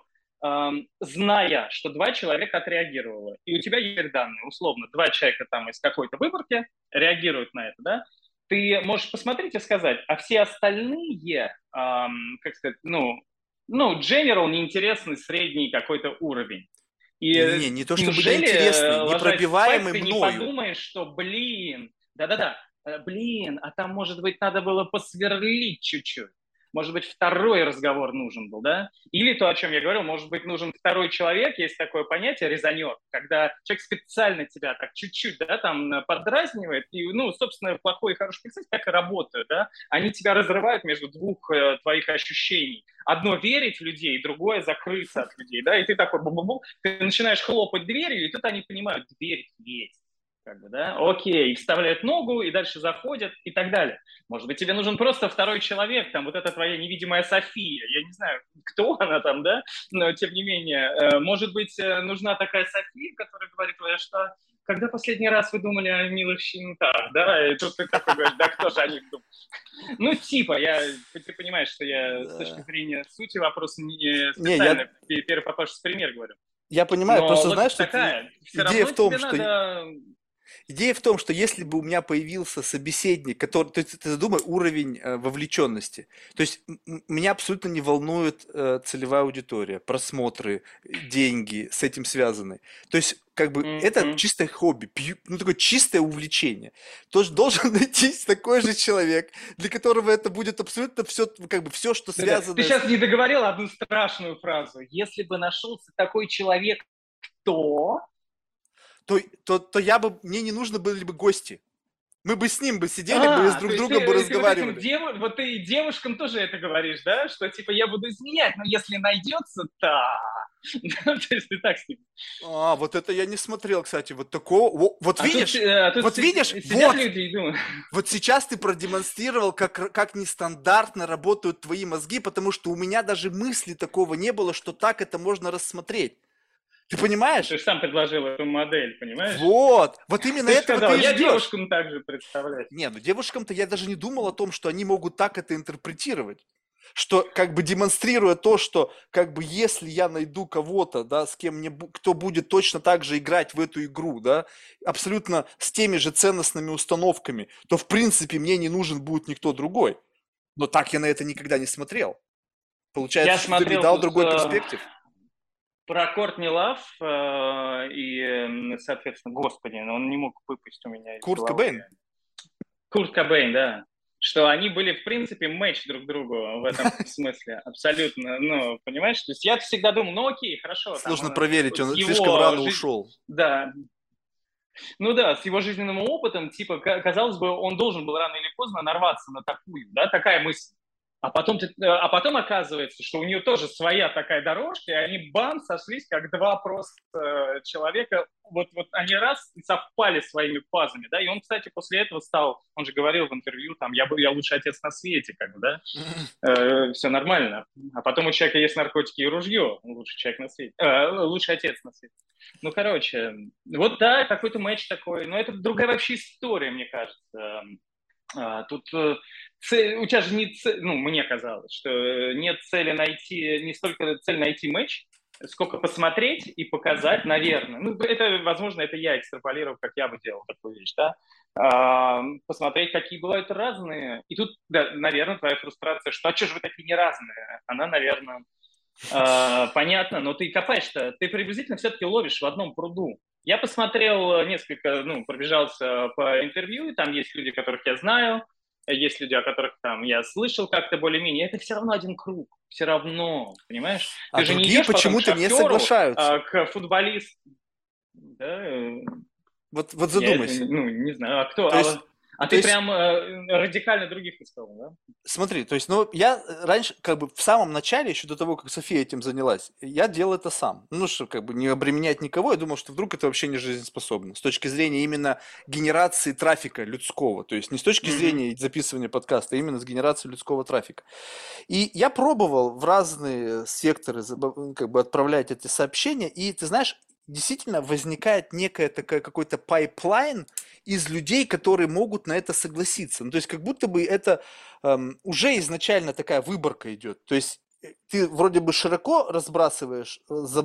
зная, что два человека отреагировало, и у тебя есть данные, условно, два человека там из какой-то выборки реагируют на это, да, ты можешь посмотреть и сказать, а все остальные, как сказать, ну, general, неинтересный, средний какой-то уровень. Не-не-не, И не то чтобы неужели, неинтересный, ложась спать, непробиваемый ты не мною. подумаешь, что, блин, да-да-да, блин, а там, может быть, надо было посверлить чуть-чуть. Может быть, второй разговор нужен был, да? Или то, о чем я говорил, может быть, нужен второй человек, есть такое понятие резонер, когда человек специально тебя так чуть-чуть, да, там поддразнивает, и, ну, собственно, плохой и хороший полицейский так и работают, да? Они тебя разрывают между двух твоих ощущений. Одно верить в людей, другое закрыться от людей, да, и ты такой бу-бу-бу, ты начинаешь хлопать дверью, и тут они понимают, дверь есть, как бы, да, окей, вставляют ногу, и дальше заходят, и так далее. Может быть, тебе нужен просто второй человек, там, вот эта твоя невидимая София, я не знаю, кто она там, да, но тем не менее, может быть, нужна такая София, которая говорит, что когда последний раз вы думали о милых щенках, да, и тут ты такой говоришь, да кто же о них думал? Ну, типа, ты понимаешь, что я с точки Да. зрения сути вопроса не Не, специально первый попавшийся пример говорю. я понимаю, Но просто знаешь, логика тут такая, все идея равно в том, тебе что надо... идея в том, что если бы у меня появился собеседник, который, то есть ты задумай уровень вовлеченности. То есть меня абсолютно не волнует целевая аудитория, просмотры, деньги с этим связаны. То есть как бы это Мгм. чистое хобби, ну такое чистое увлечение. Тоже должен найтись такой же человек, для которого это будет абсолютно все, как бы все, что Да-да. Ты связано с... сейчас не договорил одну страшную фразу. Если бы нашелся такой человек, то... то я бы, мне не нужно были бы гости. Мы бы с ним бы сидели бы и с То друг есть другом бы ты вот этим разговаривали. вот ты девушкам тоже это говоришь, да? Что типа я буду изменять, но если найдется, то... То есть ты так с ним. А, вот это я не смотрел, кстати, вот такого. А тут Вот видишь, сидят люди и думают, вот сейчас ты продемонстрировал, как нестандартно работают твои мозги, потому что у меня даже мысли такого не было, что так это можно рассмотреть. Ты понимаешь? ты же сам предложил эту модель, понимаешь? Вот именно Ты же этого сказал, ты и я ждешь. девушкам также представлять. Не, ну девушкам-то я даже не думал о том, что они могут так это интерпретировать. Что как бы демонстрируя то, что как бы если я найду кого-то, да, с кем кто будет точно так же играть в эту игру, да, абсолютно с теми же ценностными установками, то в принципе мне не нужен будет никто другой. Но так я на это никогда не смотрел. Я Получается, что ты мне смотрел дал тут другой перспектив. про Кортни Лав, и, соответственно, господи, он не мог выпасть у меня из Курт головы. Кобейн. Курт Кобейн, да. Что они были, в принципе, матч друг другу в этом смысле. Абсолютно. Ну, понимаешь? То есть я всегда думал, ну окей, хорошо, там Сложно проверить, с он слишком его рано жизнью... ушел. Да, ну да, с его жизненным опытом, типа, казалось бы, он должен был рано или поздно нарваться на такую, да, такая мысль. А потом оказывается, что у нее тоже своя такая дорожка, и они бам, сошлись как два просто человека. Вот они раз и совпали своими фазами, да. И он, кстати, после этого стал, он же говорил в интервью, там, я лучший отец на свете, как бы, да. Все нормально. А потом у человека есть наркотики и ружье, он лучший человек на свете, лучший отец на свете. Ну, короче, вот да, какой-то матч такой, но это другая вообще история, мне кажется. Тут у тебя же не цель, ну, мне казалось, что нет цели найти, не столько цель найти матч, сколько посмотреть и показать, наверное. Ну, это, возможно, это я экстраполировал, как я бы делал такую вещь, да. Посмотреть, какие бывают разные. И тут, да, наверное, твоя фрустрация, что а что же вы такие не разные? Она, наверное, понятно, но ты копаешь-то, ты приблизительно все-таки ловишь в одном пруду. Я посмотрел несколько, ну, пробежался по интервью, и там есть люди, которых я знаю, есть люди, о которых там я слышал как-то более-менее. Это все равно один круг, все равно, понимаешь? А Ты же не другие идешь потом к почему-то не шахтеру, соглашаются. к футболисту, да, Вот я это, задумайся. ну, не знаю, а кто, То есть, а то ты есть прям радикально других искал, да? Смотри, то есть, ну, я раньше, как бы в самом начале, еще до того, как София этим занялась, я делал это сам. Ну, что, как бы не обременять никого, я думал, что вдруг это вообще не жизнеспособно. С точки зрения именно генерации трафика людского, то есть не с точки Мгм. зрения записывания подкаста, а именно с генерацией людского трафика. И я пробовал в разные секторы как бы отправлять эти сообщения, и ты знаешь, действительно возникает некая такая какой-то пайплайн из людей, которые могут на это согласиться. Ну, то есть как будто бы это уже изначально такая выборка идет. То есть ты вроде бы широко разбрасываешь,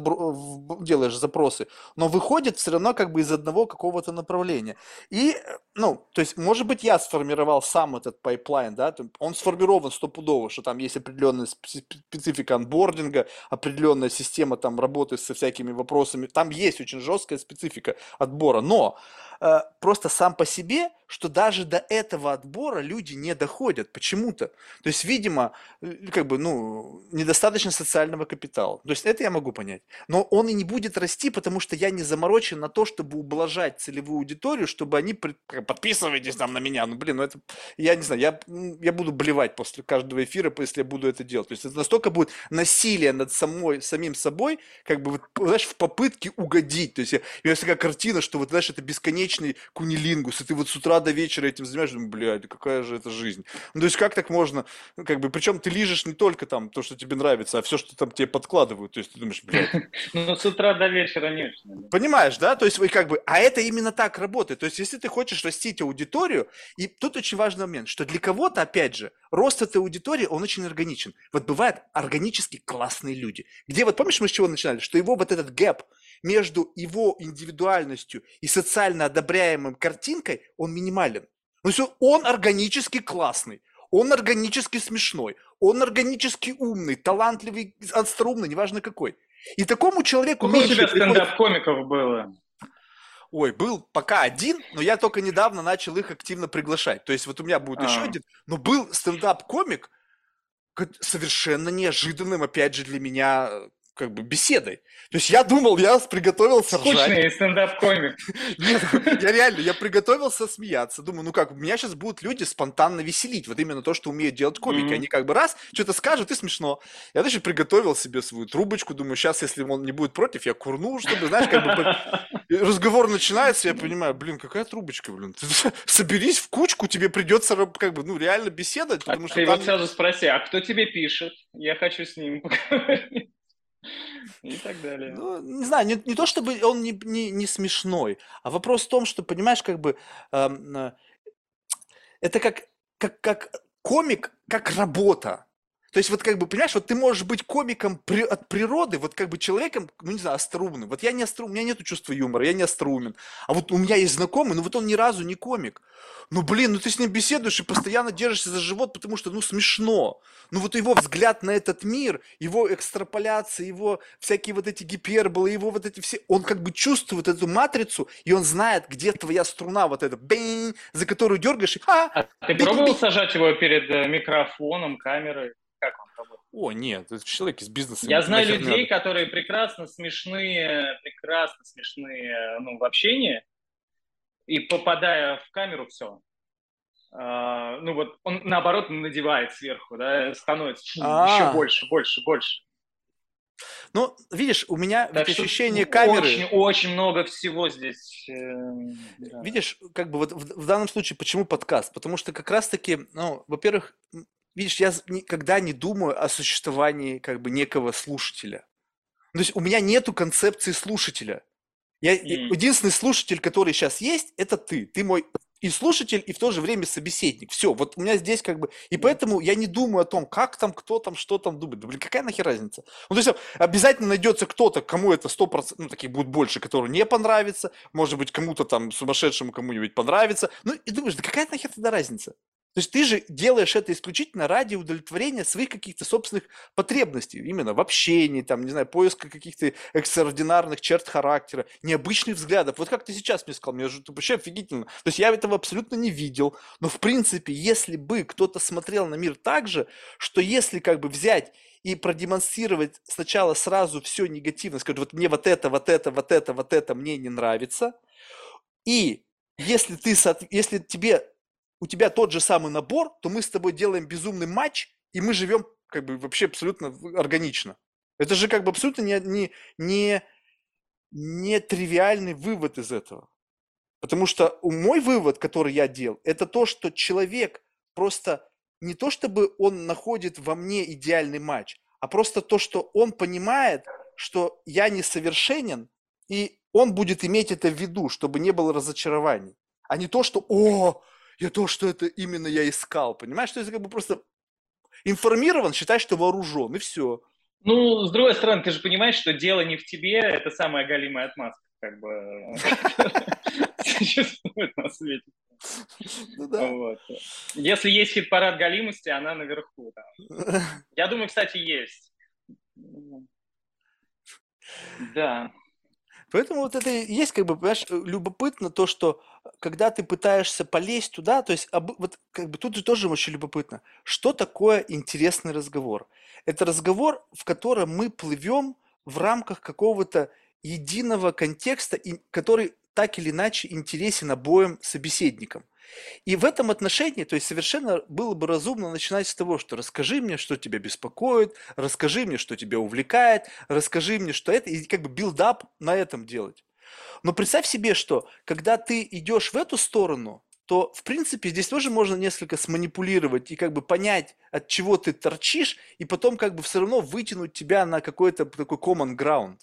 делаешь запросы, но выходит все равно как бы из одного какого-то направления. И, ну, то есть, может быть, я сформировал сам этот пайплайн, да, он сформирован стопудово, что там есть определенная специфика анбординга, определенная система там работы со всякими вопросами, там есть очень жесткая специфика отбора, но просто сам по себе, что даже до этого отбора люди не доходят почему-то. То есть, видимо, как бы, ну, недостаточно социального капитала. То есть это я могу понять. Но он и не будет расти, потому что я не заморочен на то, чтобы ублажать целевую аудиторию, чтобы они подписывайтесь там на меня. Ну, блин, ну это, я не знаю, я буду блевать после каждого эфира, если я буду это делать. То есть это настолько будет насилие над самим собой, как бы, вот, знаешь, в попытке угодить. То есть у меня такая картина, что вот, знаешь, это бесконечный кунилингус, и ты вот с утра до вечера этим занимаешься, думаю, блядь, какая же это жизнь. Ну, то есть как так можно, ну, как бы, причем ты лижешь не только там то, что тебе нравится, а все, что там тебе подкладывают. То есть ты думаешь, блядь, Ну, с утра до вечера не очень. Да. понимаешь, да? То есть вы как бы, а это именно так работает. То есть если ты хочешь растить аудиторию, и тут очень важный момент, что для кого-то, опять же, рост этой аудитории, он очень органичен. Вот бывают органически классные люди, где вот помнишь, мы с чего начинали, что его вот этот гэп между его индивидуальностью и социально одобряемым картинкой, он минимален. Ну, есть он органически классный, он органически смешной, он органически умный, талантливый, остроумный, неважно какой. И такому человеку Сколько у меньше тебя приходит. стендап-комиков было? Ой, был пока один, но я только недавно начал их активно приглашать. То есть вот у меня будет еще А, один, но был стендап-комик совершенно неожиданным, опять же, для меня как бы беседой. То есть я думал, я приготовился ржать. скучный стендап-комик. Нет, я реально, я приготовился смеяться. Думаю, ну как, меня сейчас будут люди спонтанно веселить. Вот именно то, что умеют делать комики. Мгм. Они как бы раз, что-то скажут, и смешно. Я, значит, приготовил себе свою трубочку. Думаю, сейчас, если он не будет против, я курну, чтобы, знаешь, как бы и разговор начинается, я понимаю, блин, какая трубочка, блин. Ты соберись в кучку, тебе придется как бы, ну, реально беседовать, А потому что ты его там сразу спроси, а кто тебе пишет? Я хочу с ним поговорить. И так далее. ну, не знаю, не то чтобы он не смешной, а вопрос в том, что, понимаешь, как бы эм, э, это как комик, как работа. То есть вот как бы, понимаешь, вот ты можешь быть комиком от природы, вот как бы человеком, ну не знаю, остроумным. Вот я не остроумен, у меня нету чувства юмора, я не остроумен. А вот у меня есть знакомый, ну вот он ни разу не комик. Ну блин, ну ты с ним беседуешь и постоянно держишься за живот, потому что, ну смешно. Ну вот его взгляд на этот мир, его экстраполяция, его всякие вот эти гиперболы, его вот эти все, он как бы чувствует эту матрицу, и он знает, где твоя струна вот эта, бэнь, за которую дергаешь, и А ты пробовал бинь-бинь. сажать его перед микрофоном, камерой? Как он работает? О, нет, это человек из бизнеса, Я ему знаю нахер не людей, надо. которые прекрасно смешные, ну, в общении, и попадая в камеру, все. Ну вот он наоборот надевает сверху, да, становится еще А, больше, больше, больше. ну, видишь, у меня Так ведь что ощущение камеры, очень-очень много всего здесь. Да. видишь, как бы вот в данном случае, почему подкаст? Потому что как раз-таки, ну, во-первых, видишь, я никогда не думаю о существовании как бы некого слушателя. То есть у меня нету концепции слушателя. М. Единственный слушатель, который сейчас есть, это ты. Ты мой и слушатель, и в то же время собеседник. Все, вот у меня здесь как бы... И поэтому я не думаю о том, как там, кто там, что там думает. Да, блин, какая нахер разница? Ну, то есть обязательно найдется кто-то, кому это 100%, ну, таких будет больше, которые не понравится, может быть, кому-то там сумасшедшему кому-нибудь понравится. Ну, и думаешь, да какая нахер тогда разница? То есть ты же делаешь это исключительно ради удовлетворения своих каких-то собственных потребностей, именно в общении, там, не знаю, поиска каких-то экстраординарных черт характера, необычных взглядов. Вот как ты сейчас мне сказал, мне же это вообще офигительно. То есть я этого абсолютно не видел, но в принципе, если бы кто-то смотрел на мир так же, что если как бы взять и продемонстрировать сначала сразу все негативно, сказать, вот мне вот это, вот это, вот это, вот это мне не нравится, и если ты, если тебе, у тебя тот же самый набор, то мы с тобой делаем безумный матч, и мы живем как бы вообще абсолютно органично. Это же как бы абсолютно не, не тривиальный вывод из этого. Потому что мой вывод, который я делал, это то, что человек просто не то, чтобы он находит во мне идеальный матч, а просто то, что он понимает, что я несовершенен, и он будет иметь это в виду, чтобы не было разочарований. А не то, что «О, я то, что это именно я искал». Понимаешь, что это как бы просто информирован, считай, что вооружен, и все. Ну, с другой стороны, ты же понимаешь, что дело не в тебе, это самая галимая отмазка, как бы, существует на свете. Ну да. Вот. Если есть хит-парад галимости, она наверху. Да. Я думаю, кстати, есть. Да. Поэтому вот это и есть, как бы, понимаешь, любопытно то, что когда ты пытаешься полезть туда, то есть вот как бы тут же тоже очень любопытно, что такое интересный разговор? Это разговор, в котором мы плывем в рамках какого-то единого контекста, который так или иначе интересен обоим собеседникам. И в этом отношении, то есть совершенно было бы разумно начинать с того, что расскажи мне, что тебя беспокоит, расскажи мне, что тебя увлекает, расскажи мне, что это, и как бы билдап на этом делать. Но представь себе, что когда ты идешь в эту сторону, то, в принципе, здесь тоже можно несколько сманипулировать и как бы понять, от чего ты торчишь, и потом как бы все равно вытянуть тебя на какой-то такой common ground.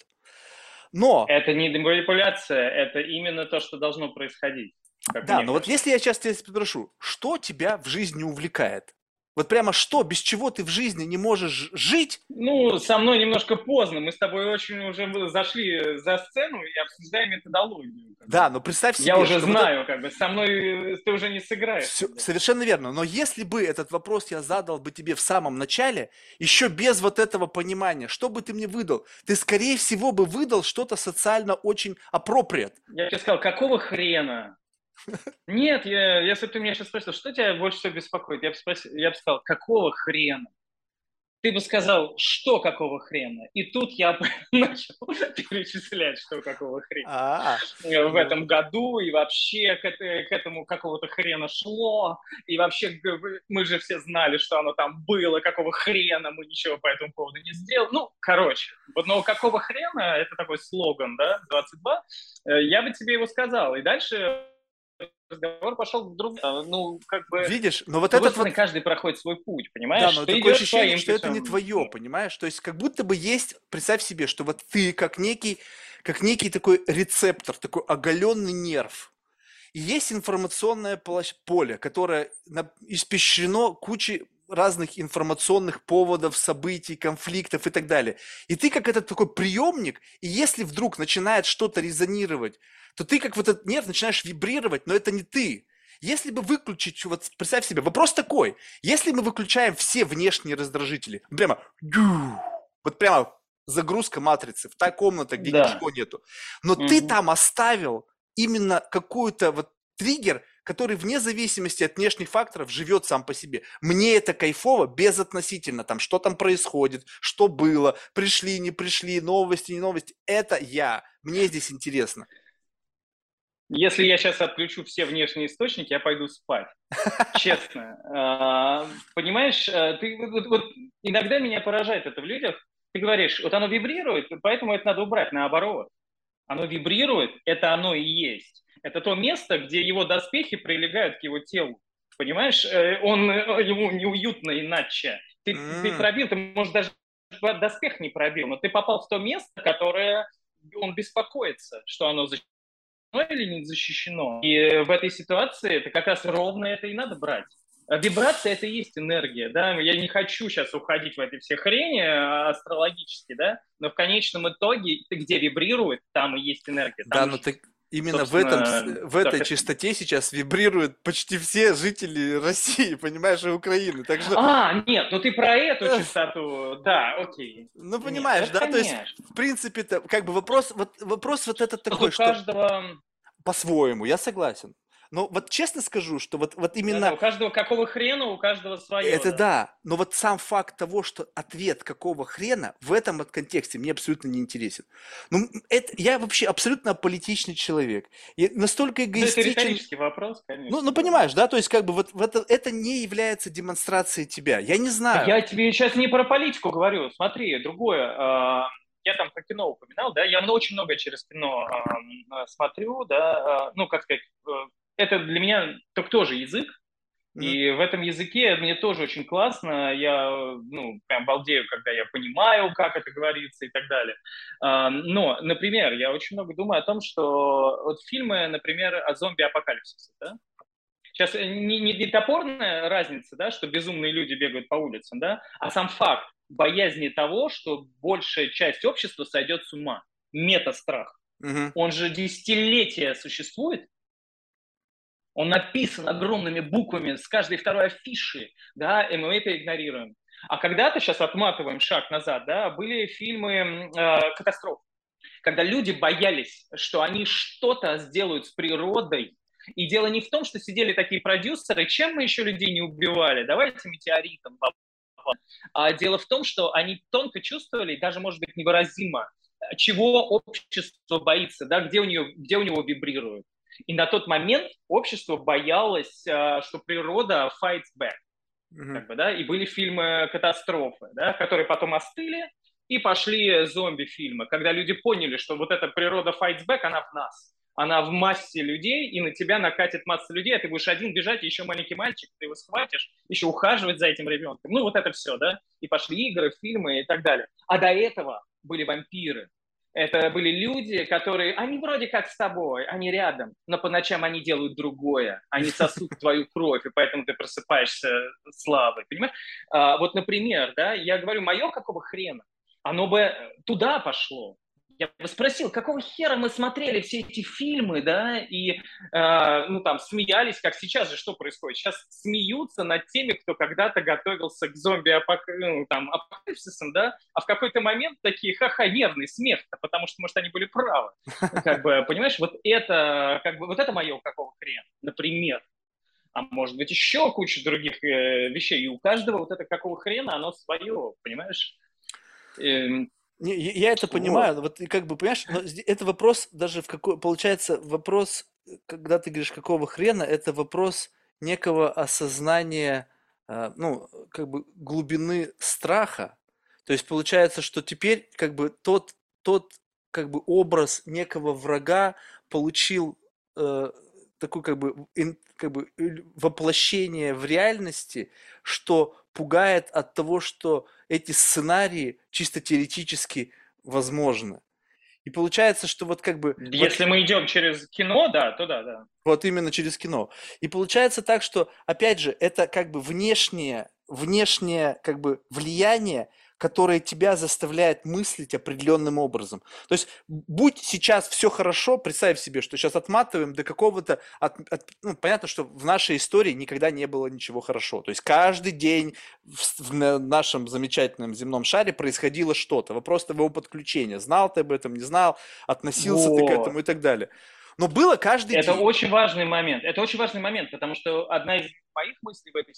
Но, Это не манипуляция, это именно то, что должно происходить, как да, мне но вот кажется. если я сейчас тебя спрошу, что тебя в жизни увлекает? Вот прямо что, без чего ты в жизни не можешь жить? Ну, со мной немножко поздно. Мы с тобой очень уже зашли за сцену и обсуждаем методологию. Как бы. Да, но представь Я себе, уже что вот это знаю, как бы со мной ты уже не сыграешь. все Как бы. совершенно верно. Но если бы этот вопрос я задал бы тебе в самом начале, еще без вот этого понимания, что бы ты мне выдал? Ты, скорее всего, бы выдал что-то социально очень appropriate. Я тебе сказал, какого хрена? Нет, если бы ты меня сейчас спросил, что тебя больше всего беспокоит, я бы сказал, какого хрена? Ты бы сказал, что какого хрена? И тут я бы начал перечислять, что какого хрена. А, В ну, этом году, и вообще к этому какого-то хрена шло, и вообще мы же все знали, что оно там было, какого хрена мы ничего по этому поводу не сделали. Ну, короче, вот, но какого хрена, это такой слоган, да, 22, я бы тебе его сказал. И дальше разговор пошел в другую. Ну, как бы, видишь, но с вот другой этот стороны, вот, каждый проходит свой путь, да, понимаешь? но Ты такое идешь ощущение, своим что это не путем. твое, понимаешь? То есть как будто бы есть, представь себе, что вот ты как некий такой рецептор, такой оголенный нерв, и есть информационное поле, которое испещрено кучей разных информационных поводов, событий, конфликтов и так далее. И ты как этот такой приемник, и если вдруг начинает что-то резонировать, то ты как вот этот нерв начинаешь вибрировать, но это не ты. Если бы выключить, вот представь себе, вопрос такой, если мы выключаем все внешние раздражители, прямо, вот прямо загрузка матрицы в та комната, где Да. ничего нету, но ты Мгм. там оставил именно какую-то вот триггер, который вне зависимости от внешних факторов живет сам по себе. Мне это кайфово безотносительно, там, что там происходит, что было, пришли, не пришли, новости, не новости. Это я. Мне здесь интересно. Если я сейчас отключу все внешние источники, я пойду спать. Честно. Понимаешь, ты вот иногда меня поражает это в людях. Ты говоришь, вот оно вибрирует, поэтому это надо убрать. Наоборот, оно вибрирует, это оно и есть. Это то место, где его доспехи прилегают к его телу. Понимаешь, ему неуютно иначе. Ты М, пробил, ты, может, даже доспех не пробил, но ты попал в то место, которое он беспокоится, что оно или не защищено. И в этой ситуации это как раз ровно это и надо брать. Вибрация – это и есть энергия, да, я не хочу сейчас уходить в эти все хрени астрологические, да, но в конечном итоге, где вибрирует, там и есть энергия, Да, там и но так жизнь. именно Собственно, в этой так. чистоте сейчас вибрируют почти все жители России, понимаешь, и Украины. Так что, Нет, ну ты про эту частоту, да, окей. ну Нет, понимаешь, это да, то есть, конечно. в принципе-то, как бы вопрос вот этот Просто такой, у что каждого, по-своему, я согласен. Но вот честно скажу, что вот да-да, именно у каждого какого хрена, у каждого свое, это да. да, но вот сам факт того, что ответ какого хрена в этом вот контексте мне абсолютно не интересен. Ну, это, я вообще абсолютно аполитичный человек. Я настолько Да, это эгоистичен. риторический вопрос, Ну конечно, да. понимаешь, да, то есть как бы вот это не является демонстрацией тебя. Я не знаю. Я тебе сейчас не про политику говорю, смотри, другое. Я там про кино упоминал, да, я очень много через кино смотрю, да, ну, как сказать, это для меня только тоже язык, Мгм. и в этом языке мне тоже очень классно, я, ну, прям балдею, когда я понимаю, как это говорится и так далее. Но, например, я очень много думаю о том, что вот фильмы, например, о зомби-апокалипсисе, да, сейчас не топорная разница, да, что безумные люди бегают по улицам, да, а сам факт боязни того, что большая часть общества сойдет с ума. Мета-страх. Мгм. Он же десятилетия существует, он написан огромными буквами с каждой второй афиши, да, и мы это игнорируем. А когда-то, сейчас отматываем шаг назад, да, были фильмы катастроф, когда люди боялись, что они что-то сделают с природой. И дело не в том, что сидели такие продюсеры, чем мы еще людей не убивали, давайте метеоритом. А дело в том, что они тонко чувствовали, даже, может быть, невыразимо, чего общество боится, да, где у него вибрирует. И на тот момент общество боялось, что природа fights back, Мгм. как бы, да, и были фильмы катастрофы, да, которые потом остыли, и пошли зомби-фильмы, когда люди поняли, что вот эта природа fights back, она в нас, она в массе людей, и на тебя накатит масса людей, а ты будешь один бежать, и еще маленький мальчик, ты его схватишь, еще ухаживать за этим ребенком. Ну, вот это все, да, и пошли игры, фильмы и так далее. А до этого были вампиры, это были люди, которые, они вроде как с тобой, они рядом, но по ночам они делают другое. Они сосут твою кровь, и поэтому ты просыпаешься слабый, понимаешь? Вот, например, да, я говорю, мое какого хрена? Оно бы туда пошло. Я бы спросил, какого хера мы смотрели все эти фильмы, да, и, ну, там, смеялись, как сейчас же что происходит? Сейчас смеются над теми, кто когда-то готовился к зомби-апокалипсисам, да, а в какой-то момент такие, ха-ха, нервный смех, потому что, может, они были правы. Как бы, понимаешь, вот это, как бы, вот это мое какого хрена, например. А может быть, еще куча других вещей. И у каждого вот это какого хрена, оно свое, понимаешь? Не, я это Вот. понимаю, вот и как бы, понимаешь, но это вопрос даже в какой, получается, вопрос, когда ты говоришь, какого хрена, это вопрос некого осознания, ну, как бы глубины страха. То есть получается, что теперь как бы тот как бы образ некого врага получил э, такой как бы, как бы воплощение в реальности, что пугает от того, что эти сценарии чисто теоретически возможны. И получается, что вот как бы вот, Если мы идем через кино, да, то да, да. вот именно через кино. И получается так, что, опять же, это как бы внешнее как бы влияние, которое тебя заставляет мыслить определенным образом. То есть, будь сейчас все хорошо, представь себе, что сейчас отматываем до какого-то, ну, понятно, что в нашей истории никогда не было ничего хорошо. То есть, каждый день в нашем замечательном земном шаре происходило что-то. Вопрос твоего подключения. Знал ты об этом, не знал, относился ты к этому Вот. и так далее. Но было каждый Это день. очень важный момент. Это очень важный момент, потому что одна из моих мыслей в этой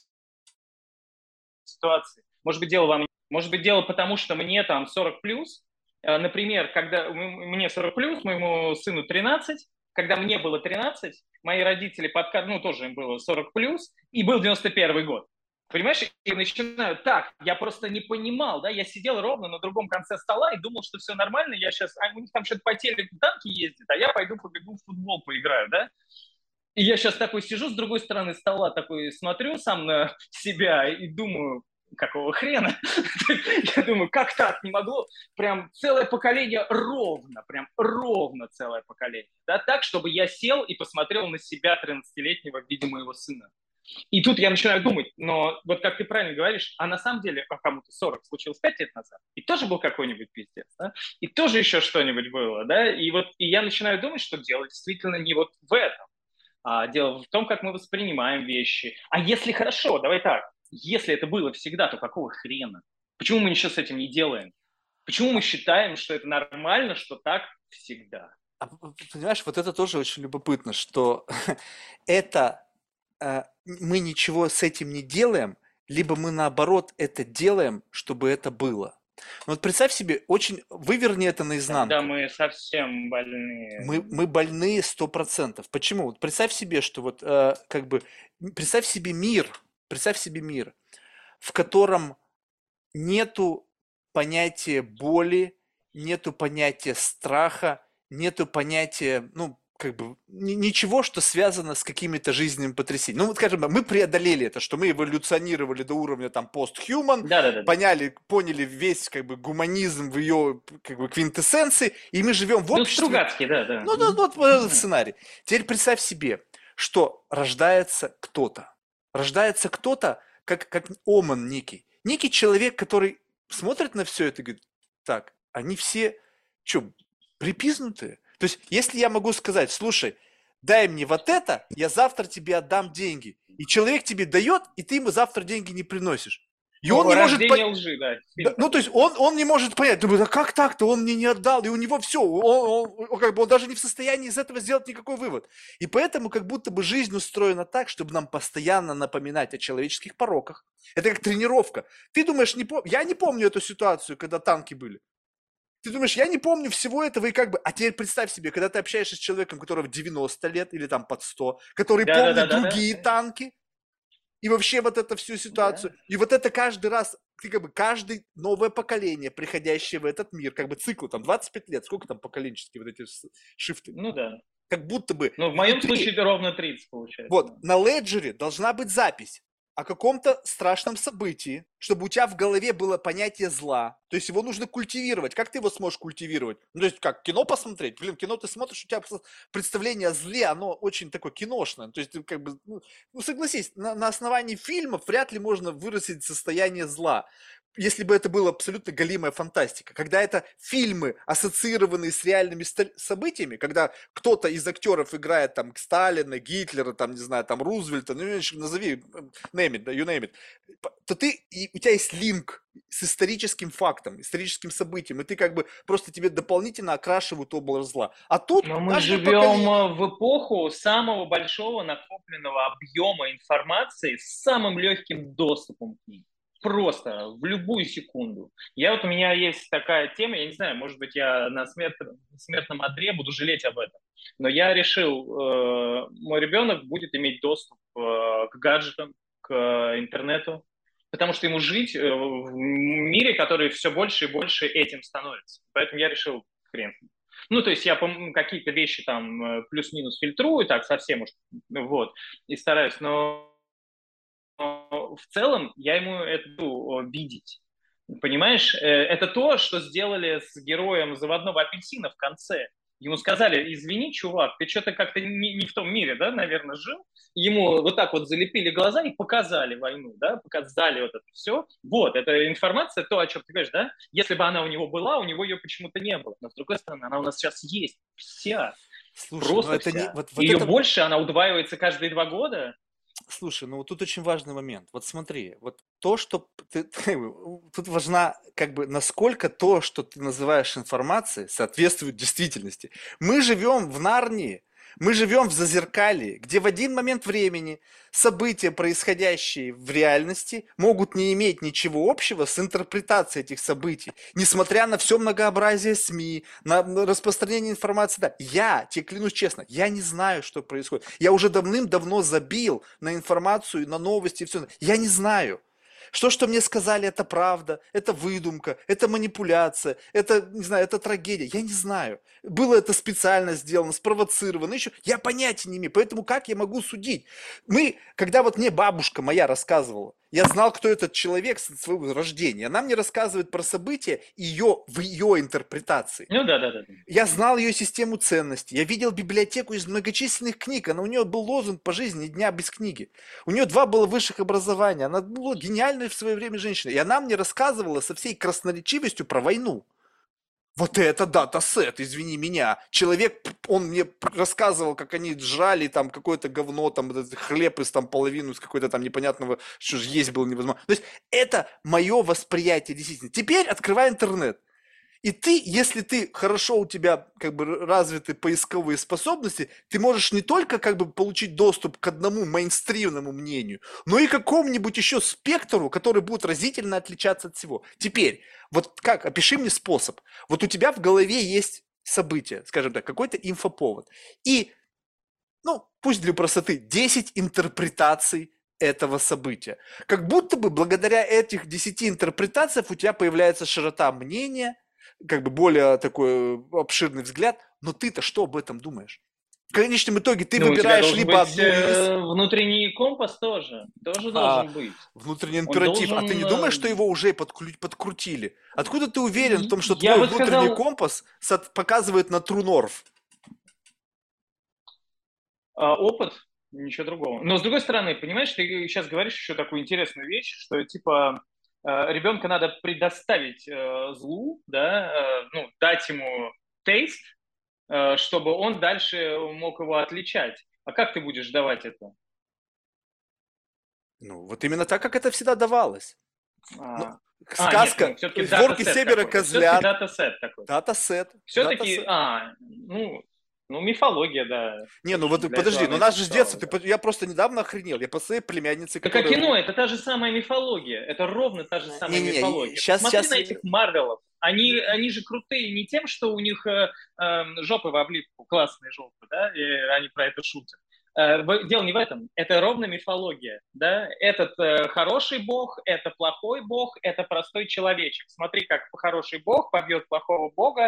ситуации, может быть, дело во мне, может быть, дело потому, что мне там 40 плюс. Например, когда мне 40 плюс, моему сыну 13, когда мне было 13, мои родители ну, тоже им было 40 плюс, и был 91 год. Понимаешь, и начинаю так, я просто не понимал, да, я сидел ровно на другом конце стола и думал, что все нормально, я сейчас, у них там что-то по телеку танки ездят, а я пойду побегу в футбол поиграю, да, и я сейчас такой сижу с другой стороны стола, такой смотрю сам на себя и думаю, какого хрена? Я думаю, как так не могло? Прям целое поколение ровно, прям ровно целое поколение. Да, так, чтобы я сел и посмотрел на себя 13-летнего в виде моего сына. И тут я начинаю думать, но вот как ты правильно говоришь, а на самом деле, кому-то 40 случилось 5 лет назад, и тоже был какой-нибудь пиздец, да? И тоже еще что-нибудь было, да, и вот и я начинаю думать, что дело действительно не вот в этом, а дело в том, как мы воспринимаем вещи. А если хорошо, давай так, если это было всегда, то какого хрена? Почему мы ничего с этим не делаем? Почему мы считаем, что это нормально, что так всегда? Понимаешь, вот это тоже очень любопытно, что это мы ничего с этим не делаем, либо мы наоборот это делаем, чтобы это было. Ну вот представь себе, очень выверни это Тогда наизнанку. мы совсем больные. Мы больные 100%. Почему? Вот представь себе, что вот как бы представь себе мир, в котором нету понятия боли, нету понятия страха, нету понятия, ну, как бы, ничего, что связано с какими-то жизненными потрясениями. Ну, вот скажем, мы преодолели это, что мы эволюционировали до уровня там постхуман, Да-да-да. поняли весь как бы гуманизм в ее как бы квинтэссенции, и мы живем в Ну, обществе. Стругацкий, да-да. Ну, ну, вот этот сценарий. Теперь представь себе, что рождается кто-то, как оман некий. Некий человек, который смотрит на все это и говорит, так, они все, что, припизнутые? То есть, если я могу сказать, слушай, дай мне вот это, я завтра тебе отдам деньги. И человек тебе дает, и ты ему завтра деньги не приносишь. И он не может Рождение лжи, да, да, фильм ну, то такой. есть он не может понять, думает, а как так-то, он мне не отдал, и у него все, как бы он даже не в состоянии из этого сделать никакой вывод. И поэтому как будто бы жизнь устроена так, чтобы нам постоянно напоминать о человеческих пороках. Это как тренировка. Ты думаешь, я не помню эту ситуацию, когда танки были. Ты думаешь, я не помню всего этого, и как бы... А теперь представь себе, когда ты общаешься с человеком, которого 90 лет или там под 100, который помнит Да-да-да-да-да, другие конечно. танки, и вообще вот эту всю Да. ситуацию. И вот это каждый раз, ты как бы каждое новое поколение, приходящее в этот мир, как бы цикл, там 25 лет, сколько там поколенческие вот эти шифты, Ну да. как будто бы Ну, в моем внутри случае это ровно 30 получается. вот, на леджере должна быть запись о каком-то страшном событии, чтобы у тебя в голове было понятие зла. То есть его нужно культивировать. Как ты его сможешь культивировать? Ну, то есть как, кино посмотреть? Блин, кино ты смотришь, у тебя представление о зле, оно очень такое киношное. То есть ты как бы, ну согласись, на основании фильмов вряд ли можно выразить состояние зла. Если бы это была абсолютно галимая фантастика. Когда это фильмы, ассоциированные с реальными событиями, когда кто-то из актеров играет там Сталина, Гитлера, там, не знаю, там Рузвельта, ну, назови, name it, you name it, то у тебя есть линк с историческим фактом, историческим событием, и ты как бы просто тебе дополнительно окрашивают образ зла. А тут Но мы каждое живем поколение. в эпоху самого большого накопленного объема информации с самым легким доступом к ней. Просто в любую секунду. У меня есть такая тема, я не знаю, может быть, я на смертном одре буду жалеть об этом, но я решил, мой ребенок будет иметь доступ к гаджетам, к интернету, потому что ему жить в мире, который все больше и больше этим становится. Поэтому я решил, хрен. Ну, то есть я какие-то вещи там плюс-минус фильтрую, так совсем уж, вот, и стараюсь, но в целом я ему это буду видеть. Понимаешь, это то, что сделали с героем заводного апельсина в конце. Ему сказали, извини, чувак, ты что-то как-то не в том мире, да, наверное, жил. Ему вот так вот залепили глаза и показали войну, да, показали вот это все. Вот, это информация, то, о чем ты говоришь, да. Если бы она у него была, у него ее почему-то не было. Но, с другой стороны, она у нас сейчас есть. Вся. Слушай, ну Просто это не... вся. Вот Ее это больше, она удваивается каждые 2 года. Слушай, ну вот тут очень важный момент. Вот смотри, вот то, что тут важна, как бы, насколько то, что ты называешь информацией, соответствует действительности. Мы живем в Нарнии, мы живем в Зазеркалье, где в один момент времени события, происходящие в реальности, могут не иметь ничего общего с интерпретацией этих событий, несмотря на все многообразие СМИ, на распространение информации. Да, я тебе клянусь честно, я не знаю, что происходит. Я уже давным-давно забил на информацию, на новости и все. Я не знаю. Что мне сказали, это правда, это выдумка, это манипуляция, это, не знаю, это трагедия. Я не знаю. Было это специально сделано, спровоцировано, еще. Я понятия не имею. Поэтому как я могу судить? Когда вот мне бабушка моя рассказывала, Я знал, кто этот человек с своего рождения. Она мне рассказывает про события в ее интерпретации. Ну да, да, да. Я знал ее систему ценностей. Я видел библиотеку из многочисленных книг. У нее был лозунг по жизни «Дня без книги». У нее 2 было высших образования. Она была гениальной в свое время женщиной. И она мне рассказывала со всей красноречивостью про войну. Вот это датасет, извини меня. Человек, он мне рассказывал, как они сжали там какое-то говно, там этот хлеб из там половину из какой-то там непонятного, что же есть было невозможно. То есть это мое восприятие действительно. Теперь открывай интернет. И ты, если ты хорошо, у тебя как бы развиты поисковые способности, ты можешь не только как бы получить доступ к одному мейнстримному мнению, но и какому-нибудь еще спектру, который будет разительно отличаться от всего. Теперь, вот как, опиши мне способ. Вот у тебя в голове есть событие, скажем так, какой-то инфоповод. И, ну, пусть для простоты, 10 интерпретаций этого события. Как будто бы благодаря этих 10 интерпретациям у тебя появляется широта мнения, как бы более такой обширный взгляд, но ты-то что об этом думаешь? В конечном итоге ты Ну, у тебя выбираешь должен либо быть одну из, внутренний компас тоже а, должен быть. внутренний Он императив, а ты должен, не думаешь, что его уже подкрутили? Откуда ты уверен в том, что я твой бы внутренний сказал, компас показывает на true north? опыт, ничего другого. Но с другой стороны, понимаешь, ты сейчас говоришь еще такую интересную вещь, что типа ребенка надо предоставить злу, да, ну, дать ему тейст, чтобы он дальше мог его отличать. А как ты будешь давать это? Ну, вот именно так, как это всегда давалось. Ну, А, нет, ну сказка все-таки «Волки датасет севера какой-то. Все-таки козлят», датасет такой. датасет, Все-таки, датасет. ну, мифология, да. Не, ну вот Точно, для этого подожди, она ну и нас же с детства, существовала, да. я просто недавно охренел, я по своей племяннице, Так а которая... кино это та же самая мифология. Это ровно та же самая Не-не-не, мифология. сейчас, Посмотри сейчас... на этих Марвелов. Они же крутые не тем, что у них жопы в облипку, классные жопы, да, и они про это шутят. Дело не в этом. Это ровно мифология, да. Этот хороший бог, это плохой бог, это простой человечек. Смотри, как хороший бог побьет плохого бога,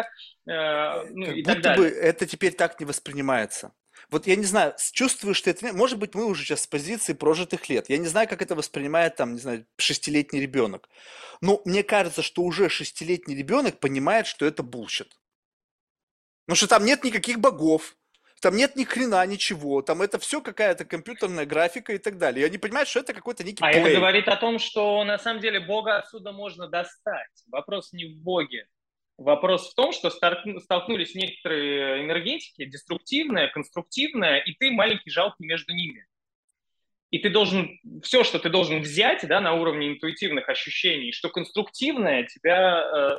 ну Как и так будто бы далее. это теперь так не воспринимается. Вот я не знаю, чувствуешь ты это? Может быть, мы уже сейчас с позиции прожитых лет. Я не знаю, как это воспринимает там, не знаю, 6-летний ребенок. Но мне кажется, что уже 6-летний ребенок понимает, что это булщит. Потому что там нет никаких богов, там нет ни хрена ничего, там это все какая-то компьютерная графика и так далее. И они понимают, что это какой-то некий А это плей. говорит о том, что на самом деле Бога отсюда можно достать. Вопрос не в Боге. Вопрос в том, что столкнулись некоторые энергетики, деструктивная, конструктивная, и ты маленький жалкий между ними. И ты должен, все, что ты должен взять, да, на уровне интуитивных ощущений, что конструктивное тебя,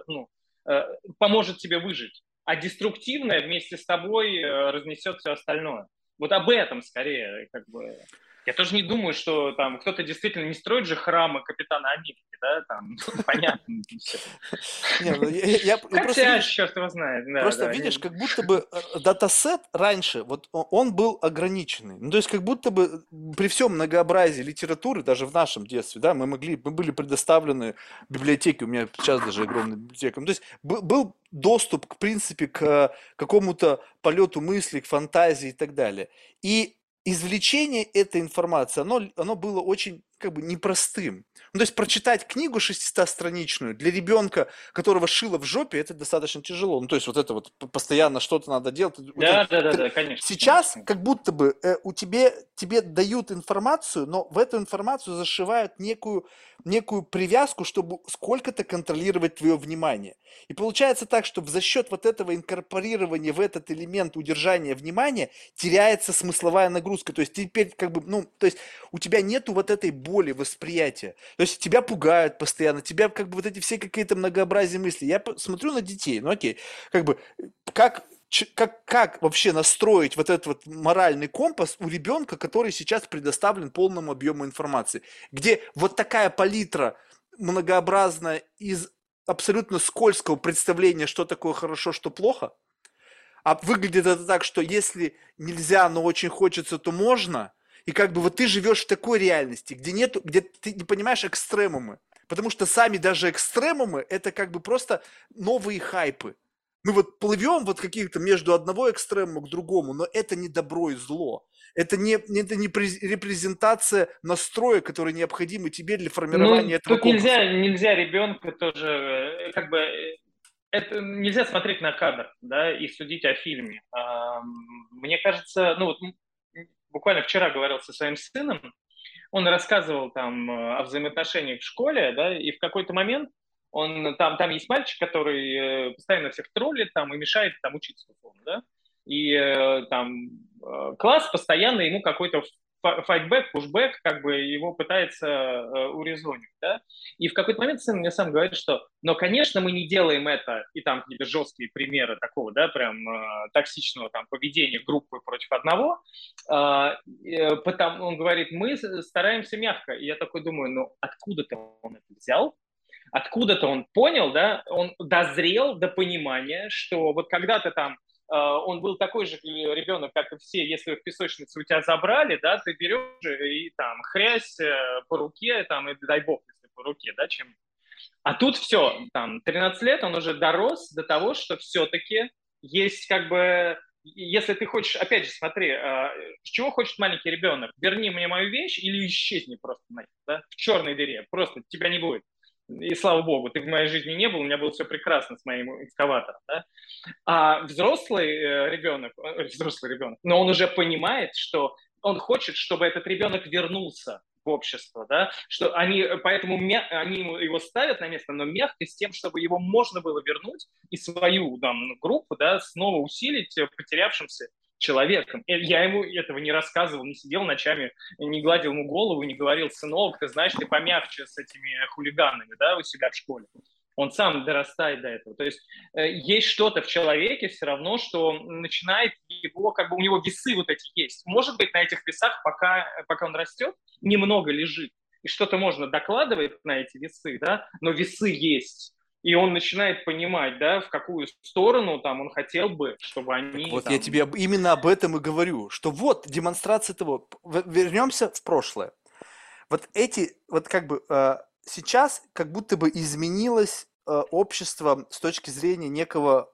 поможет тебе выжить, а деструктивное вместе с тобой разнесет все остальное. Вот об этом скорее, как бы. Я тоже не думаю, что там кто-то действительно не строит же храмы Капитана Америки, да, там, понятно, все. Не, ну просто Хотя, видишь, черт его знает, да, просто да. видишь, как будто бы датасет раньше, вот он был ограниченный. Ну, то есть, как будто бы при всем многообразии литературы, даже в нашем детстве, да, мы были предоставлены библиотеке, у меня сейчас даже огромная библиотека. Ну, то есть, был доступ, в принципе, к какому-то полету мысли, к фантазии и так далее. И извлечение этой информации, оно было очень как бы непростым. Ну, то есть прочитать книгу 600-страничную для ребенка, которого шило в жопе, это достаточно тяжело. Ну, то есть вот это вот постоянно что-то надо делать. Да, да, да, да, конечно, Сейчас конечно. как будто бы тебе дают информацию, но в эту информацию зашивают некую привязку, чтобы сколько-то контролировать твое внимание. И получается так, что за счет вот этого инкорпорирования в этот элемент удержания внимания теряется смысловая нагрузка. То есть теперь как бы, ну, то есть у тебя нету вот этой боли восприятия. То есть тебя пугают постоянно, тебя как бы вот эти все какие-то многообразие мыслей. Я смотрю на детей, ну окей, как бы как вообще настроить вот этот вот моральный компас у ребенка, который сейчас предоставлен полному объему информации, где вот такая палитра многообразная из абсолютно скользкого представления, что такое хорошо, что плохо, а выглядит это так, что если нельзя, но очень хочется, то можно, и как бы вот ты живешь в такой реальности, где ты не понимаешь экстремумы, потому что сами даже экстремумы это как бы просто новые хайпы. Мы вот плывем вот каких-то между одного экстремума к другому, но это не добро и зло. Это не репрезентация настроя, который необходимы тебе для формирования Ну, этого тут компаса. нельзя ребенка тоже, как бы, это нельзя смотреть на кадр, да, и судить о фильме. Мне кажется, ну вот буквально вчера говорил со своим сыном, он рассказывал там о взаимоотношениях в школе, да, и в какой-то момент там есть мальчик, который постоянно всех троллит там и мешает там учиться, условно, да, и класс постоянно ему какой-то файтбэк, пушбэк, как бы его пытается урезонить, да, и в какой-то момент сын мне сам говорит, что, но, конечно, мы не делаем это, и там какие-то жесткие примеры такого, да, прям токсичного там поведения группы против одного, потому он говорит, мы стараемся мягко. И я такой думаю, ну откуда-то он это взял, откуда-то он понял, да, он дозрел до понимания, что вот когда-то там он был такой же ребенок, как и все, если в песочнице у тебя забрали, да, ты берешь и там хрясь по руке, там, и дай бог, если по руке, да, чем. А тут все, там, 13 лет, он уже дорос до того, что все-таки есть как бы, если ты хочешь, опять же, смотри, чего хочет маленький ребенок? Верни мне мою вещь или исчезни просто, да, в черной дыре, просто тебя не будет. И слава богу, ты в моей жизни не был, у меня было все прекрасно с моим экскаватором, да? А взрослый ребенок, но он уже понимает, что он хочет, чтобы этот ребенок вернулся в общество, да, что поэтому они его ставят на место, но мягко с тем, чтобы его можно было вернуть и свою там, группу, да, снова усилить потерявшимся человеком. И я ему этого не рассказывал, не сидел ночами, не гладил ему голову, не говорил, сынок, ты знаешь, ты помягче с этими хулиганами, да, у себя в школе. Он сам дорастает до этого. То есть есть что-то в человеке все равно, что начинает его, как бы у него весы вот эти есть. Может быть, на этих весах, пока он растет, немного лежит. И что-то можно докладывать на эти весы, да, но весы есть. И он начинает понимать, да, в какую сторону там он хотел бы, чтобы Так они вот, я там. тебе именно об этом и говорю, что вот демонстрация того. Вернемся в прошлое. Вот эти, вот как бы сейчас как будто бы изменилось общество с точки зрения некого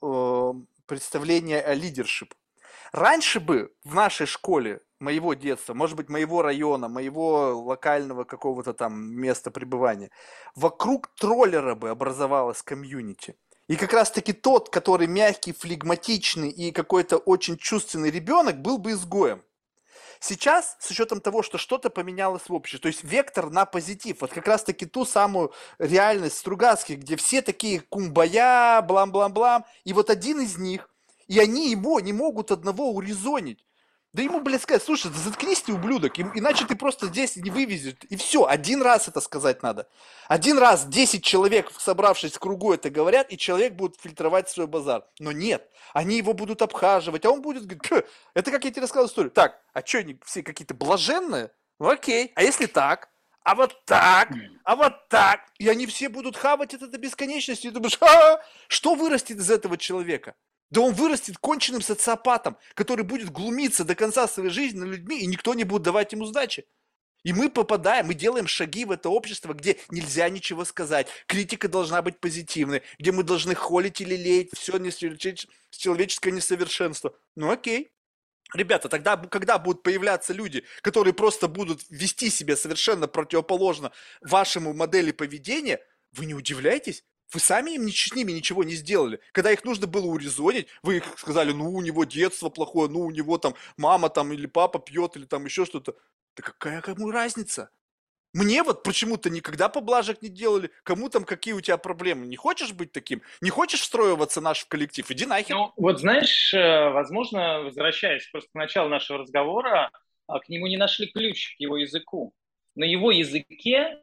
представления о лидершип. Раньше бы в нашей школе моего детства, может быть, моего района, моего локального какого-то там места пребывания, вокруг троллера бы образовалась комьюнити. И как раз-таки тот, который мягкий, флегматичный и какой-то очень чувственный ребенок, был бы изгоем. Сейчас, с учетом того, что что-то поменялось в обществе, то есть вектор на позитив, вот как раз-таки ту самую реальность Стругацких, где все такие кумбая, блам-блам-блам, и вот один из них, и они его не могут одного урезонить. Да ему, блядь, сказать, слушай, да заткнись ты, ублюдок, иначе ты просто здесь не вывезешь. И все, один раз это сказать надо. Один раз 10 человек, собравшись в кругу, это говорят, и человек будет фильтровать свой базар. Но нет, они его будут обхаживать, а он будет говорить, это как я тебе рассказал историю. Так, а что они все какие-то блаженные? Ну окей, а если так? А вот так? А вот так? И они все будут хавать это до бесконечности. И думаешь, что вырастет из этого человека? Да он вырастет конченным социопатом, который будет глумиться до конца своей жизни над людьми, и никто не будет давать ему сдачи. И мы попадаем, мы делаем шаги в это общество, где нельзя ничего сказать. Критика должна быть позитивной, где мы должны холить или леять все человеческое несовершенство. Ну окей. Ребята, тогда когда будут появляться люди, которые просто будут вести себя совершенно противоположно вашему модели поведения, вы не удивляйтесь? Вы сами с ними ничего не сделали. Когда их нужно было урезонить, вы их сказали, ну, у него детство плохое, ну, у него там мама там или папа пьет, или там еще что-то. Да какая кому разница? Мне вот почему-то никогда поблажек не делали. Кому там какие у тебя проблемы? Не хочешь быть таким? Не хочешь встроиваться наш в коллектив? Иди нахер. Ну, вот знаешь, возможно, возвращаясь просто к началу нашего разговора, к нему не нашли ключ к его языку. На его языке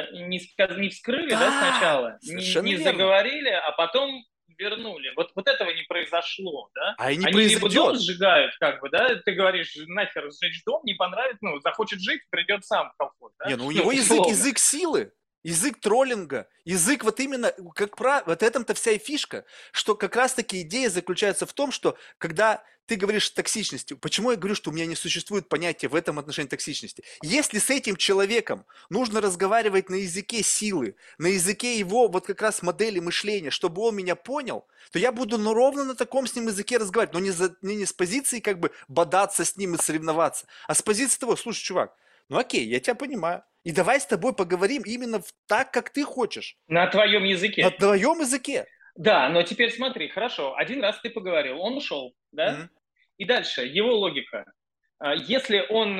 не вскрыли, да, Да, сначала, совершенно не верно. заговорили, а потом вернули. Вот этого не произошло, да? А и не Они либо дом произойдет. сжигают, как бы, да, ты говоришь, нахер сжечь дом, не понравится, ну, захочет жить, придет сам в колхоз, Не, да, ну у ну, него язык, условно. язык силы. язык троллинга, язык вот именно, как правило, вот этом-то вся и фишка, что как раз-таки идея заключается в том, что когда ты говоришь токсичности, почему я говорю, что у меня не существует понятия в этом отношении токсичности? Если с этим человеком нужно разговаривать на языке силы, на языке его вот как раз модели мышления, чтобы он меня понял, то я буду ну, ровно на таком с ним языке разговаривать, но не с позиции как бы бодаться с ним и соревноваться, а с позиции того, слушай, чувак, ну окей, я тебя понимаю. И давай с тобой поговорим именно так, как ты хочешь. На твоем На языке. твоем языке. Да, но теперь смотри, хорошо, один раз ты поговорил, он ушел, да? Мгм. И дальше, его логика. Если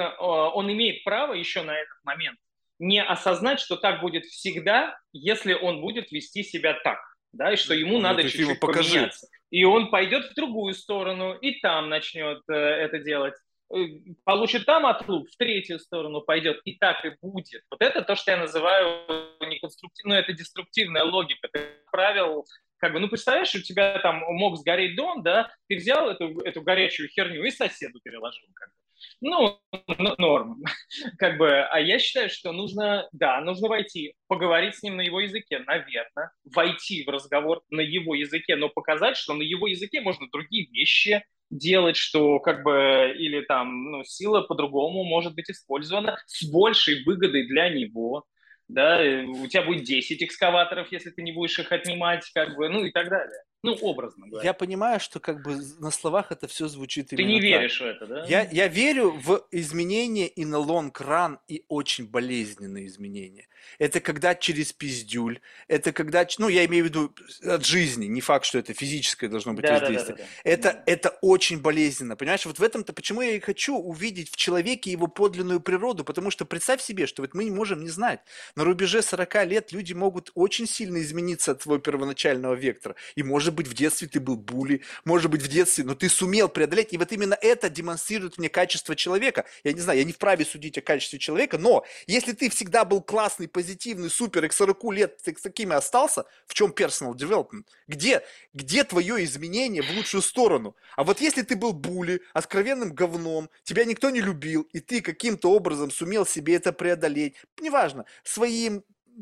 он имеет право еще на этот момент не осознать, что так будет всегда, если он будет вести себя так, да, и что ему Ну, надо то есть ты ему чуть-чуть покажи. поменяться. И он пойдет в другую сторону, и там начнет это делать. Э, Получит там отлуп, в третью сторону пойдет, и так и будет. Вот это то, что я называю неконструктивной, ну, это деструктивная логика. Ты правил как бы, ну, представляешь, у тебя там мог сгореть дом, да, ты взял эту горячую херню и соседу переложил, как бы. Ну, норм, как бы, а я считаю, что нужно, да, нужно войти, поговорить с ним на его языке, наверное, войти в разговор на его языке, но показать, что на его языке можно другие вещи делать, что как бы, или там, ну, сила по-другому может быть использована с большей выгодой для него, да, у тебя будет 10 экскаваторов, если ты не будешь их отнимать, как бы, ну и так далее. Ну, образно говоря. Я понимаю, что как бы на словах это все звучит Ты не именно так. веришь в это, да? Я верю в изменения и на лонг-ран, и очень болезненные изменения. Это когда через пиздюль, это когда, ну, я имею в виду от жизни, не факт, что это физическое должно быть Да, да, да, да, воздействие. да. Это очень болезненно, понимаешь? Вот в этом-то, почему я и хочу увидеть в человеке его подлинную природу, потому что представь себе, что вот мы не можем не знать. На рубеже 40 лет люди могут очень сильно измениться от своего первоначального вектора. И, может быть, в детстве ты был були, может быть, в детстве, но ты сумел преодолеть. И вот именно это демонстрирует мне качество человека. Я не знаю, я не вправе судить о качестве человека, но если ты всегда был классный, позитивный, супер, и к 40 лет ты с такими остался, в чем personal development? Где твое изменение в лучшую сторону? А вот если ты был були, откровенным говном, тебя никто не любил, и ты каким-то образом сумел себе это преодолеть, неважно, своим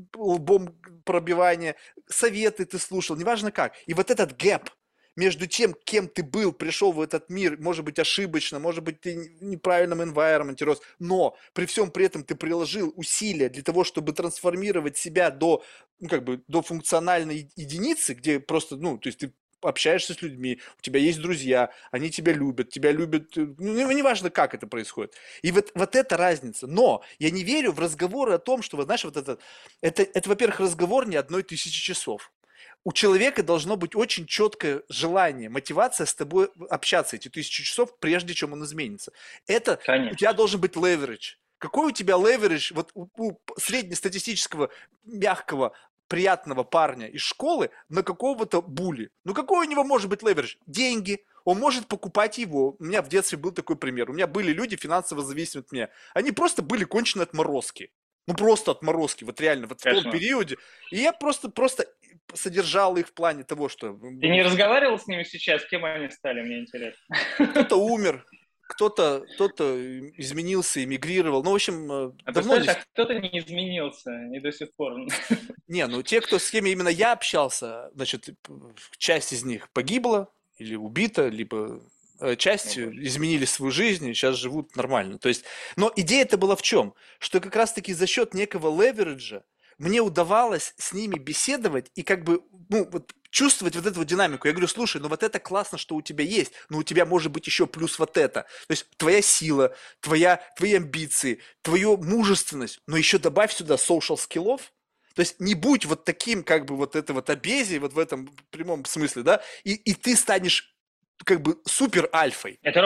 лбом пробивания, советы ты слушал, неважно как. И вот этот гэп между тем, кем ты был, пришел в этот мир, может быть, ошибочно, может быть, ты в неправильном environment рос, но при всем при этом ты приложил усилия для того, чтобы трансформировать себя до, ну, как бы, до функциональной единицы, где просто, ну, то есть ты общаешься с людьми, у тебя есть друзья, они тебя любят, ну, неважно, как это происходит. И вот эта разница. Но я не верю в разговоры о том, что, вот, знаешь, вот это, во-первых, разговор не 1000 часов. У человека должно быть очень четкое желание, мотивация с тобой общаться эти 1000 часов, прежде чем он изменится. Это у Конечно. тебя должен быть leverage. Какой у тебя leverage вот у среднестатистического мягкого приятного парня из школы на какого-то були? Ну какой у него может быть leverage? Деньги. Он может покупать его. У меня в детстве был такой пример. У меня были люди финансово зависимые от меня. Они просто были конченые отморозки. Ну просто отморозки, вот реально, вот в том Кошмар. периоде. И я просто содержал их в плане того, что Ты не разговаривал с ними сейчас? Кем они стали, мне интересно. кто-то умер, кто-то изменился, эмигрировал. Ну, в общем, А давно не... представляешь, а кто-то не изменился и до сих пор. Не, ну те, кто с кем именно я общался, значит, часть из них погибла или убита, либо О, часть боже. изменили свою жизнь и сейчас живут нормально. То есть, но идея это была в чем? Что как раз-таки за счет некого левериджа мне удавалось с ними беседовать и как бы, ну, вот чувствовать вот эту вот динамику. Я говорю, слушай, ну вот это классно, что у тебя есть, но у тебя может быть еще плюс вот это. То есть твоя сила, твои амбиции, твою мужественность, но еще добавь сюда social скиллов, то есть не будь вот таким, как бы вот это вот обези, вот в этом прямом смысле, да, и ты станешь как бы супер альфой. Это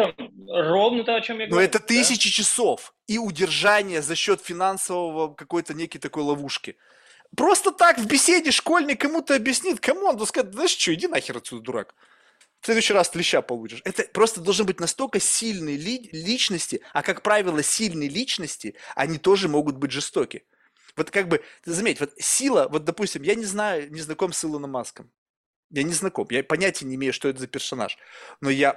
ровно то, о чем я Но говорю, это да? 1000 часов и удержание за счет финансового какой-то некой такой ловушки. Просто так в беседе школьник кому-то объяснит, кому он скажет, знаешь что, иди нахер отсюда, дурак. В следующий раз леща получишь. Это просто должны быть настолько сильные личности, а как правило, сильные личности, они тоже могут быть жестоки. Вот как бы, заметь, вот сила, вот допустим, я не знаю, не знаком с Илоном Маском. Я не знаком, я понятия не имею, что это за персонаж. Но я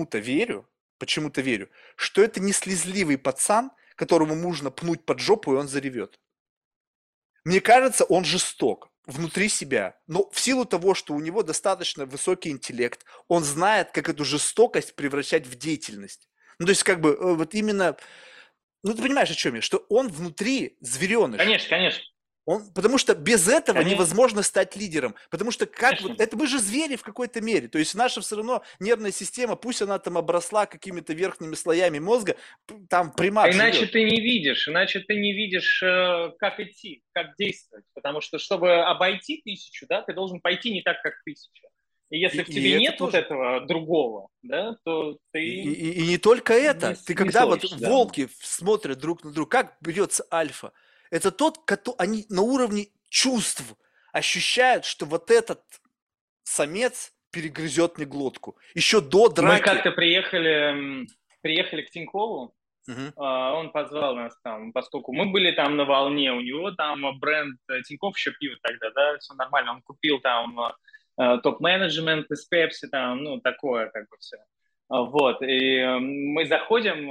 почему-то верю, что это не слезливый пацан, которому нужно пнуть под жопу, и он заревет. Мне кажется, он жесток внутри себя, но в силу того, что у него достаточно высокий интеллект, он знает, как эту жестокость превращать в деятельность. Ну, то есть, как бы, вот именно, ну, ты понимаешь, о чем я, что он внутри звереныш. Конечно, конечно, Потому что без этого конечно, невозможно стать лидером. Потому что как вот, конечно. это мы же звери в какой-то мере. То есть наша все равно нервная система, пусть она там обросла какими-то верхними слоями мозга, там А примат иначе живет. ты не видишь, как идти, как действовать. Потому что, чтобы обойти тысячу, да, ты должен пойти не так, как тысяча. И И, если в и тебе это нет вот тоже. этого другого, да, то ты И не только не, это. Ты не когда вот сложишься, да. волки смотрят друг на друга, как берется альфа? Это тот, они на уровне чувств ощущают, что вот этот самец перегрызет мне глотку. Еще до Мы драки. как-то приехали к Тинькову, Мгм. он позвал нас там, поскольку мы были там на волне, у него там бренд Тинькофф еще пьют тогда, да, все нормально, он купил там топ-менеджмент из Пепси, там, ну, такое как бы все. Вот, и мы заходим,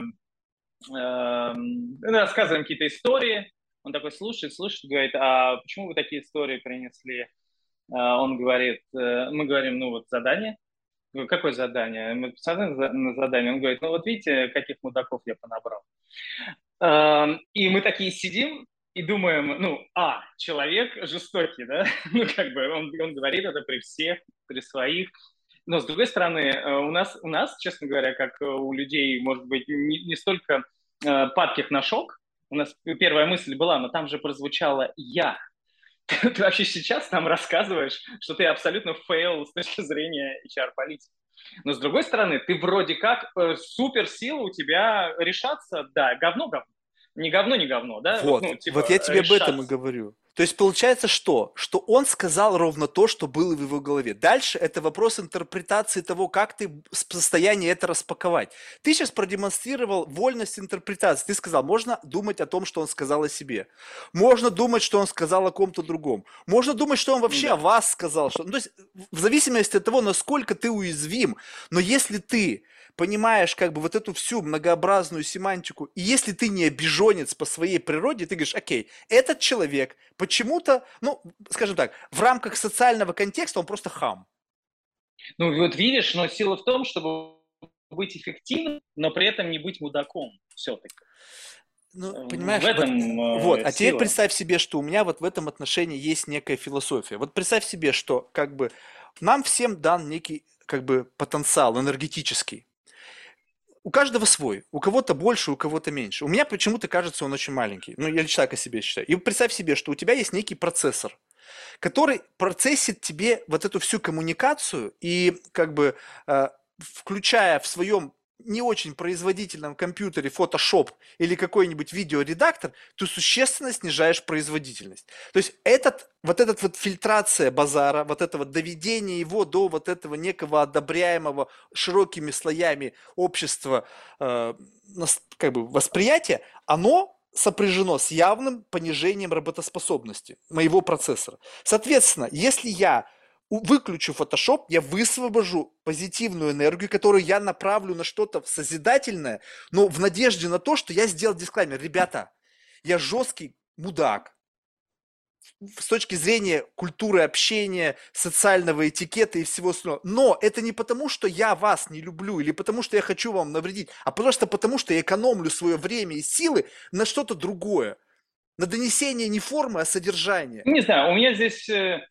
рассказываем какие-то истории, он такой слушает, говорит, а почему вы такие истории принесли? Он говорит, мы говорим, ну вот задание. Говорю, какое задание? Мы посмотрели на задание. Он говорит, ну вот видите, каких мудаков я понабрал. И мы такие сидим и думаем, ну, человек жестокий, да? Ну, как бы он говорит это при всех, при своих. Но, с другой стороны, у нас, честно говоря, как у людей, может быть, не столько падких на шок, у нас первая мысль была, но там же прозвучало «я». Ты вообще сейчас нам рассказываешь, что ты абсолютно фейл с точки зрения HR-политики. Но с другой стороны, ты вроде как суперсила у тебя решаться, да, говно. Не говно, да, вот, ну, Вот типа, я тебе об этом и решаться. говорю. То есть получается что? Что он сказал ровно то, что было в его голове. Дальше это вопрос интерпретации того, как ты в состоянии это распаковать. Ты сейчас продемонстрировал вольность интерпретации. Ты сказал, можно думать о том, что он сказал о себе. Можно думать, что он сказал о ком-то другом. Можно думать, что он вообще о Да. вас сказал. Что... Ну, то есть в зависимости от того, насколько ты уязвим. Но если ты понимаешь как бы вот эту всю многообразную семантику, и если ты не обиженец по своей природе, ты говоришь, окей, этот человек почему-то, ну, скажем так, в рамках социального контекста он просто хам. Ну, вот видишь, но сила в том, чтобы быть эффективным, но при этом не быть мудаком все-таки. Ну, В понимаешь, вот, этом вот, а теперь сила. представь себе, что у меня вот в этом отношении есть некая философия. Вот представь себе, что как бы нам всем дан некий как бы потенциал энергетический. У каждого свой. У кого-то больше, у кого-то меньше. У меня почему-то кажется, он очень маленький. Ну, я лично так о себе считаю. И представь себе, что у тебя есть некий процессор, который процессит тебе вот эту всю коммуникацию и как бы включая в своем не очень производительном компьютере Photoshop или какой-нибудь видеоредактор, ты существенно снижаешь производительность. То есть этот вот фильтрация базара, вот это вот доведение его до вот этого некого одобряемого широкими слоями общества как бы восприятия, оно сопряжено с явным понижением работоспособности моего процессора. Соответственно, если я выключу Photoshop, я высвобожу позитивную энергию, которую я направлю на что-то созидательное, но в надежде на то, что я сделал дисклаймер. Ребята, я жесткий мудак. С точки зрения культуры общения, социального этикета и всего остального. Но это не потому, что я вас не люблю или потому, что я хочу вам навредить, а просто потому, что я экономлю свое время и силы на что-то другое. На донесение не формы, а содержания. Не знаю, у меня здесь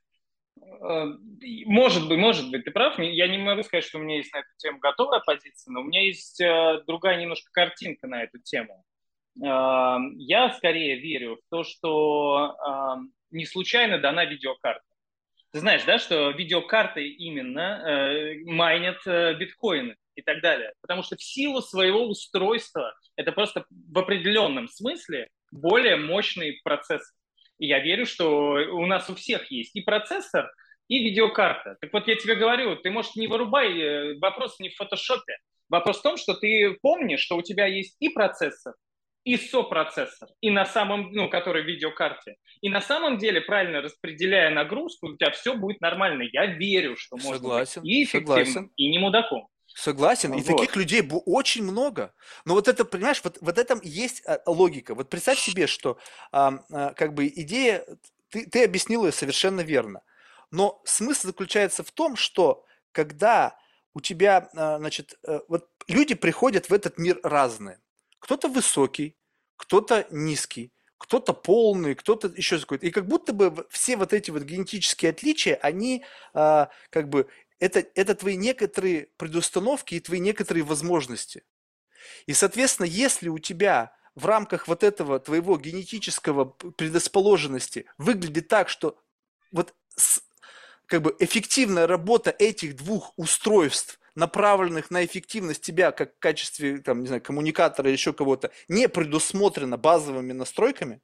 может быть, ты прав. Я не могу сказать, что у меня есть на эту тему готовая позиция, но у меня есть другая немножко картинка на эту тему. Я скорее верю в то, что не случайно дана видеокарта. Ты знаешь, да, что видеокарты именно майнят биткоины и так далее. Потому что в силу своего устройства это просто в определенном смысле более мощный процессор. И я верю, что у нас у всех есть и процессор, и видеокарта. Так вот, я тебе говорю, ты, может, не вырубай, вопрос не в фотошопе. Вопрос в том, что ты помнишь, что у тебя есть и процессор, и сопроцессор, и на самом, ну, который в видеокарте. И на самом деле, правильно распределяя нагрузку, у тебя все будет нормально. Я верю, что можно быть Согласен, и согласен. эффективным, и не мудаком. Согласен, и Вот. таких людей очень много. Но вот это, понимаешь, вот этом есть логика. Вот представь себе, что как бы идея, ты объяснил ее совершенно верно. Но смысл заключается в том, что когда у тебя, значит, вот люди приходят в этот мир разные. Кто-то высокий, кто-то низкий, кто-то полный, кто-то еще какой-то. И как будто бы все вот эти вот генетические отличия, они как бы это твои некоторые предустановки и твои некоторые возможности. И, соответственно, если у тебя в рамках вот этого твоего генетического предрасположенности выглядит так, что вот как бы эффективная работа этих двух устройств, направленных на эффективность тебя как в качестве, там, не знаю, коммуникатора или еще кого-то, не предусмотрено базовыми настройками,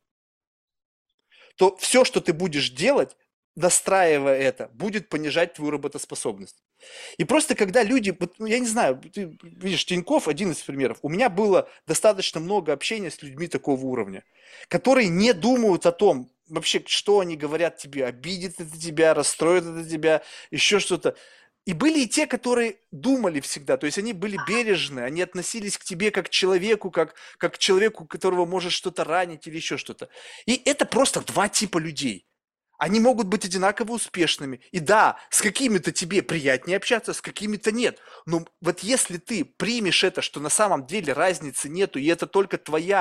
то все, что ты будешь делать, настраивая это, будет понижать твою работоспособность. И просто когда люди, вот, ну, я не знаю, ты видишь, Тинькофф один из примеров. У меня было достаточно много общения с людьми такого уровня, которые не думают о том, вообще, что они говорят тебе, обидит это тебя, расстроит это тебя, еще что-то. И были и те, которые думали всегда, то есть они были бережны, они относились к тебе как к человеку, как к человеку, которого может что-то ранить или еще что-то. И это просто два типа людей. Они могут быть одинаково успешными. И да, с какими-то тебе приятнее общаться, с какими-то нет. Но вот если ты примешь это, что на самом деле разницы нету, и это только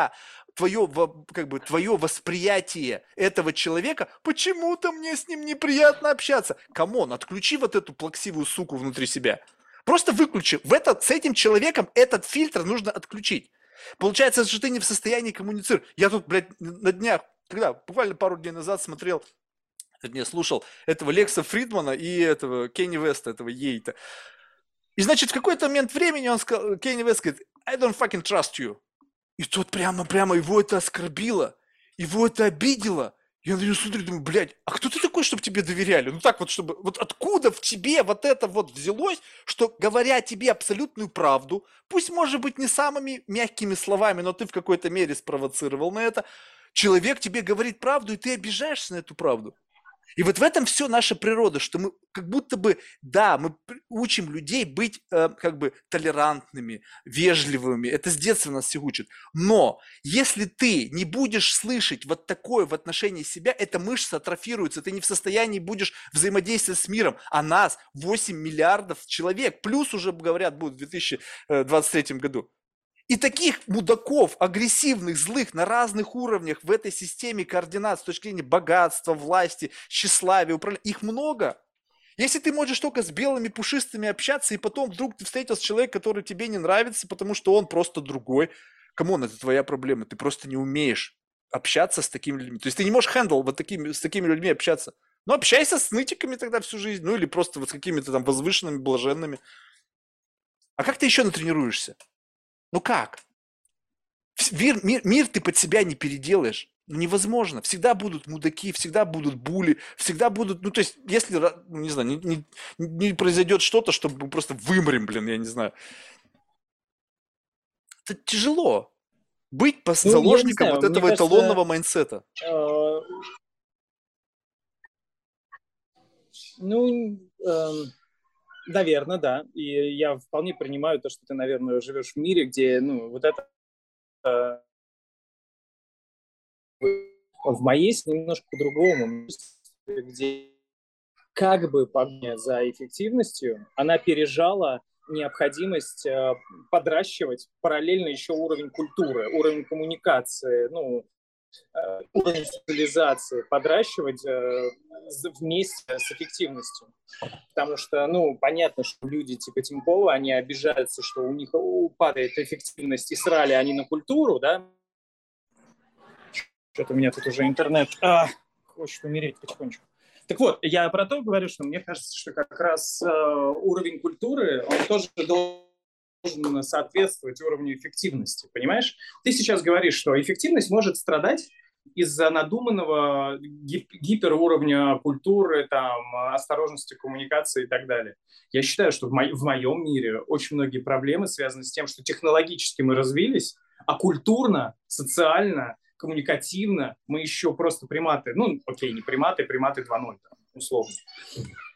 как бы, твое восприятие этого человека, почему-то мне с ним неприятно общаться. Камон, отключи вот эту плаксивую суку внутри себя. Просто выключи. С этим человеком этот фильтр нужно отключить. Получается, что ты не в состоянии коммуницировать. Я тут, блядь, на днях, когда буквально пару дней назад смотрел, не слушал этого Лекса Фридмана и этого Кенни Веста, этого Йейта. И, значит, в какой-то момент времени он сказал, Кенни Вест говорит, I don't fucking trust you. И тут прямо его это оскорбило, его это обидело. Я на него смотрю, думаю, блядь, а кто ты такой, чтобы тебе доверяли? Ну так вот, чтобы, вот откуда в тебе вот это вот взялось, что говоря тебе абсолютную правду, пусть, может быть, не самыми мягкими словами, но ты в какой-то мере спровоцировал на это, человек тебе говорит правду, и ты обижаешься на эту правду. И вот в этом все наша природа, что мы как будто бы, да, мы учим людей быть как бы толерантными, вежливыми. Это с детства нас все учат. Но если ты не будешь слышать вот такое в отношении себя, эта мышца атрофируется, ты не в состоянии будешь взаимодействовать с миром. А нас 8 миллиардов человек, плюс уже, говорят, будет в 2023 году. И таких мудаков, агрессивных, злых на разных уровнях в этой системе координат с точки зрения богатства, власти, тщеславия, управления, их много. Если ты можешь только с белыми пушистыми общаться, и потом вдруг ты встретился с человеком, который тебе не нравится, потому что он просто другой, камон, это твоя проблема, ты просто не умеешь общаться с такими людьми. То есть ты не можешь хендл с такими людьми общаться. Ну, общайся с нытиками тогда всю жизнь, ну или просто вот с какими-то там возвышенными, блаженными. А как ты еще натренируешься? Ну как? Мир ты под себя не переделаешь. Ну, невозможно. Всегда будут мудаки, всегда будут були, всегда будут... Ну, то есть, если, ну, не знаю, не произойдет что-то, чтобы мы просто вымрем, блин, я не знаю. Это тяжело. Быть Ну, я не заложником вот знаю, мне этого кажется, эталонного майндсета. э, ну, наверное, да. И я вполне принимаю то, что ты, наверное, живешь в мире, где, ну, вот это в моей немножко по-другому, где как бы погоня за эффективностью, она пережала необходимость подращивать параллельно еще уровень культуры, уровень коммуникации, ну, уровень цивилизации, подращивать вместе с эффективностью. Потому что, ну, понятно, что люди типа Тинькова, они обижаются, что у них падает эффективность и срали они на культуру, да. Что-то у меня тут уже интернет хочет умереть потихонечку. Так вот, я про то говорю, что мне кажется, что как раз уровень культуры, он тоже должен соответствовать уровню эффективности, понимаешь? Ты сейчас говоришь, что эффективность может страдать из-за надуманного гиперуровня культуры, там, осторожности коммуникации и так далее. Я считаю, что в моем мире очень многие проблемы связаны с тем, что технологически мы развились, а культурно, социально, коммуникативно мы еще просто приматы. Ну, окей, не приматы, приматы 2.0, там, условно.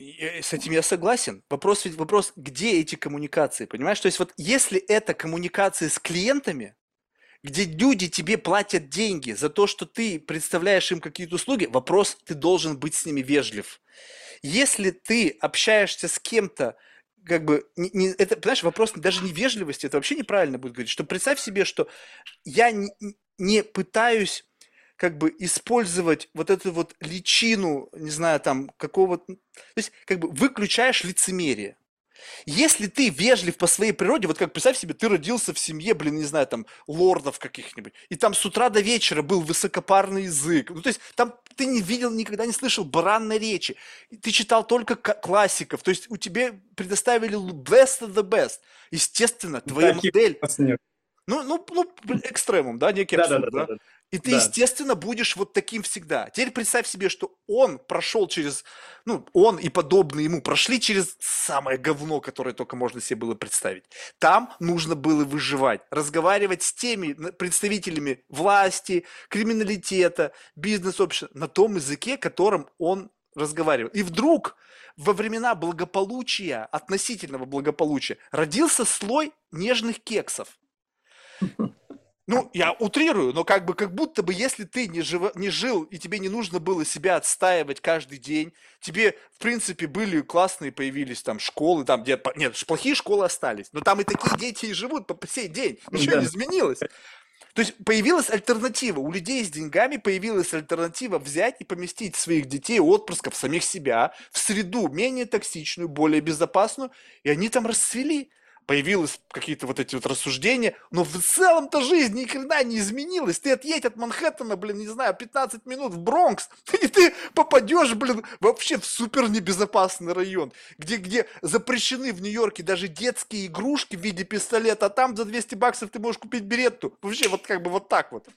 С этим я согласен. Вопрос, где эти коммуникации, понимаешь? То есть вот если это коммуникации с клиентами, где люди тебе платят деньги за то, что ты представляешь им какие-то услуги, вопрос, ты должен быть с ними вежлив. Если ты общаешься с кем-то, как бы, это, понимаешь, вопрос даже не вежливости, это вообще неправильно будет говорить, что представь себе, что я не пытаюсь как бы использовать вот эту вот личину, не знаю, там, какого-то, то есть, как бы, выключаешь лицемерие. Если ты вежлив по своей природе, вот как представь себе, ты родился в семье, блин, не знаю, там, лордов каких-нибудь, и там с утра до вечера был высокопарный язык, ну, то есть там ты не видел, никогда не слышал баранной речи, ты читал только классиков, то есть у тебя предоставили best of the best. Естественно, твоя Таких модель, у нас нет. экстремум, да, некий Да, да, абсурд, да, да, да? да. И ты, Да. естественно, будешь вот таким всегда. Теперь представь себе, что он прошел через, он и подобные ему прошли через самое говно, которое только можно себе было представить. Там нужно было выживать, разговаривать с теми представителями власти, криминалитета, бизнес-общества на том языке, которым он разговаривал. И вдруг во времена благополучия, относительного благополучия, родился слой нежных кексов. Я утрирую, но как будто бы, если ты не жил, и тебе не нужно было себя отстаивать каждый день, тебе, в принципе, были классные, появились там школы, там, где, нет, плохие школы остались, но там и такие дети и живут по сей день, ничего не изменилось. То есть появилась альтернатива, у людей с деньгами появилась альтернатива взять и поместить своих детей, отпрысков, самих себя в среду менее токсичную, более безопасную, и они там расцвели. Появились какие-то вот эти вот рассуждения, но в целом-то жизнь ни хрена не изменилась. Ты отъедь от Манхэттена, блин, не знаю, 15 минут в Бронкс, и ты попадешь, блин, вообще в супер небезопасный район, где запрещены в Нью-Йорке даже детские игрушки в виде пистолета, а там за $200 ты можешь купить беретту. Вообще вот как бы вот так вот.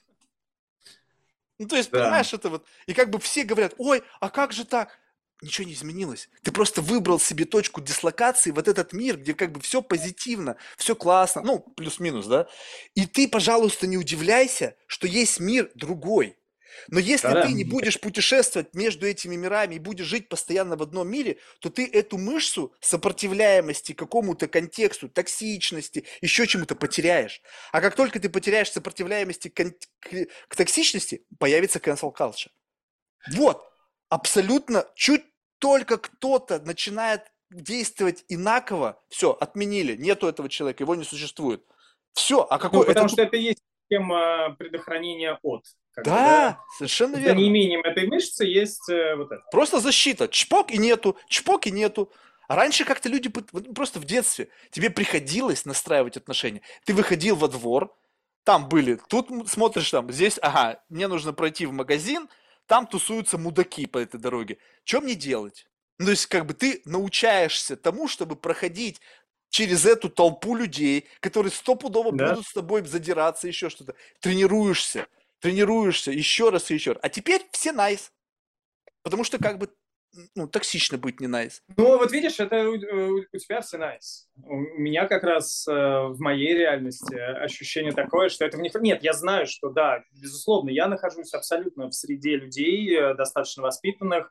То есть, Да. понимаешь, это вот, и как бы все говорят, ой, а как же так? Ничего не изменилось. Ты просто выбрал себе точку дислокации, вот этот мир, где как бы все позитивно, все классно, плюс-минус, да? И ты, пожалуйста, не удивляйся, что есть мир другой. Но если Да-да. ты не будешь путешествовать между этими мирами и будешь жить постоянно в одном мире, то ты эту мышцу сопротивляемости какому-то контексту, токсичности, еще чему-то потеряешь. А как только ты потеряешь сопротивляемости к токсичности, появится cancel culture. Вот, абсолютно, чуть только кто-то начинает действовать инаково, все, отменили, нету этого человека, его не существует. Все, а какой... Потому что это и есть система предохранения от. Да, совершенно За верно. неимением этой мышцы есть вот это. Просто защита. Чпок и нету, чпок и нету. А раньше как-то люди, просто в детстве, тебе приходилось настраивать отношения. Ты выходил во двор, там были, тут смотришь, там, здесь, ага, мне нужно пройти в магазин, там тусуются мудаки по этой дороге. Что мне делать? То есть, как бы ты научаешься тому, чтобы проходить через эту толпу людей, которые стопудово будут с тобой задираться, еще что-то. Тренируешься еще раз и еще раз. А теперь все nice. Потому что как бы, токсично быть не nice. Вот видишь, это у тебя все nice. У меня как раз в моей реальности ощущение такое, что это в них... Нет, я знаю, что да, безусловно, я нахожусь абсолютно в среде людей, достаточно воспитанных,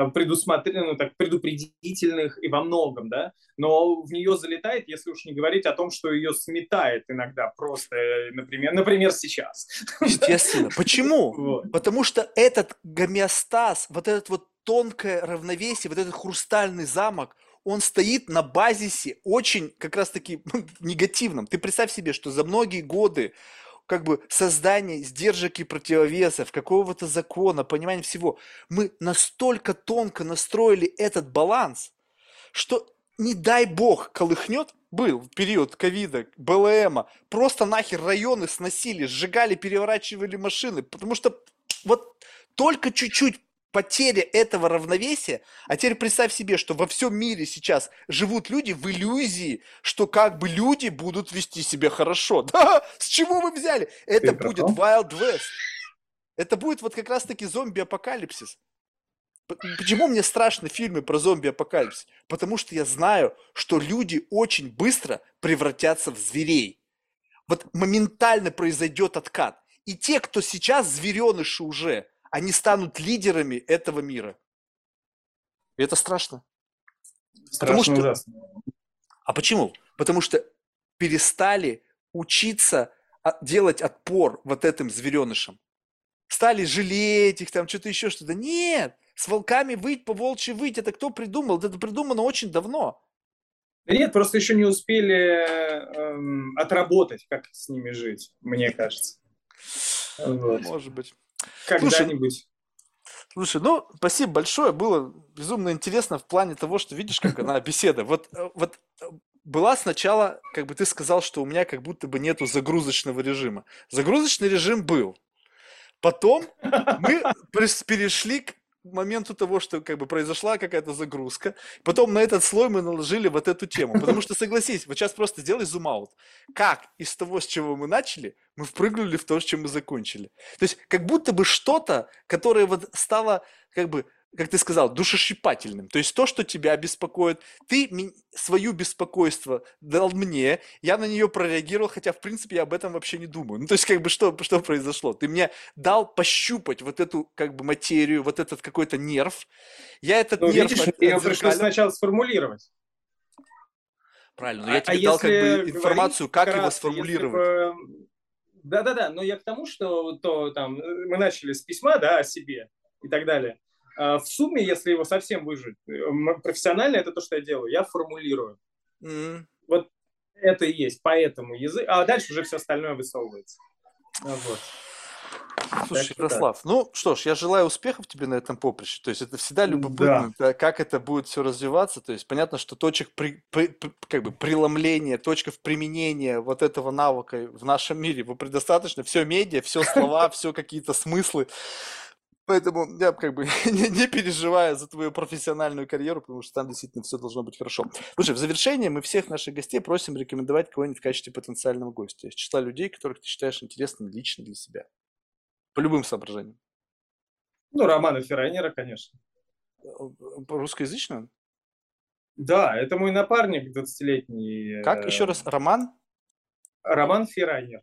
предупредительных и во многом, да, но в нее залетает, если уж не говорить о том, что ее сметает иногда просто, например, сейчас. Естественно. Почему? Вот. Потому что этот гомеостаз, вот этот вот тонкое равновесие, вот этот хрустальный замок, он стоит на базисе очень как раз-таки негативном. Ты представь себе, что за многие годы как бы создание сдержек и противовесов, какого-то закона, понимания всего, мы настолько тонко настроили этот баланс, что не дай бог колыхнет, был в период ковида, БЛМа, просто нахер районы сносили, сжигали, переворачивали машины, потому что вот только чуть-чуть потеря этого равновесия, а теперь представь себе, что во всем мире сейчас живут люди в иллюзии, что как бы люди будут вести себя хорошо. Да, с чего вы взяли? Это будет Wild West. Это будет вот как раз-таки зомби-апокалипсис. Почему мне страшны фильмы про зомби-апокалипсис? Потому что я знаю, что люди очень быстро превратятся в зверей. Вот моментально произойдет откат. И те, кто сейчас звереныши уже, они станут лидерами этого мира. И это страшно. Потому Страшно что... ужасно. А почему? Потому что перестали учиться делать отпор вот этим зверенышам. Стали жалеть их, там что-то еще что-то. Нет! С волками выть, по волчьи выть. Это кто придумал? Это придумано очень давно. Да нет, просто еще не успели отработать, как с ними жить, мне кажется. Вот. Может быть. Когда-нибудь. Слушай, ну, спасибо большое. Было безумно интересно в плане того, что видишь, как она беседа. Была сначала, как бы ты сказал, что у меня как будто бы нету загрузочного режима. Загрузочный режим был. Потом мы перешли к моменту того, что как бы произошла какая-то загрузка. Потом на этот слой мы наложили вот эту тему. Потому что, согласись, вот сейчас просто сделай зум-аут. Как из того, с чего мы начали, мы впрыгнули в то, с чем мы закончили. То есть как будто бы что-то, которое вот стало как бы, как ты сказал, душещипательным. То есть то, что тебя беспокоит, ты свою беспокойство дал мне, я на нее прореагировал, хотя в принципе я об этом вообще не думаю. Ну то есть как бы что произошло? Ты мне дал пощупать вот эту как бы материю, вот этот какой-то нерв. Я этот Ну, нерв видишь, ее пришлось отзеркалил. сначала сформулировать. Правильно, но я тебе дал как если бы информацию, как его вкратце, сформулировать. Да-да-да, но я к тому, что там, мы начали с письма, да, о себе и так далее. В сумме, если его совсем выжить, профессионально это то, что я делаю, я формулирую. Вот это и есть, поэтому язык, а дальше уже все остальное высовывается. Вот. Слушай, Ярослав, ну что ж, я желаю успехов тебе на этом поприще. То есть это всегда любопытно, да, как это будет все развиваться. То есть понятно, что точек как бы преломления, точек применения вот этого навыка в нашем мире его предостаточно. Все медиа, все слова, все какие-то смыслы. Поэтому я как бы не переживаю за твою профессиональную карьеру, потому что там действительно все должно быть хорошо. Слушай, в завершение мы всех наших гостей просим рекомендовать кого-нибудь в качестве потенциального гостя из числа людей, которых ты считаешь интересными лично для себя. По любым соображениям. Ну, Романа Феррайнера, конечно. Русскоязычно? Да, это мой напарник 20-летний. Как? Еще раз, Роман? Роман Феррайнер.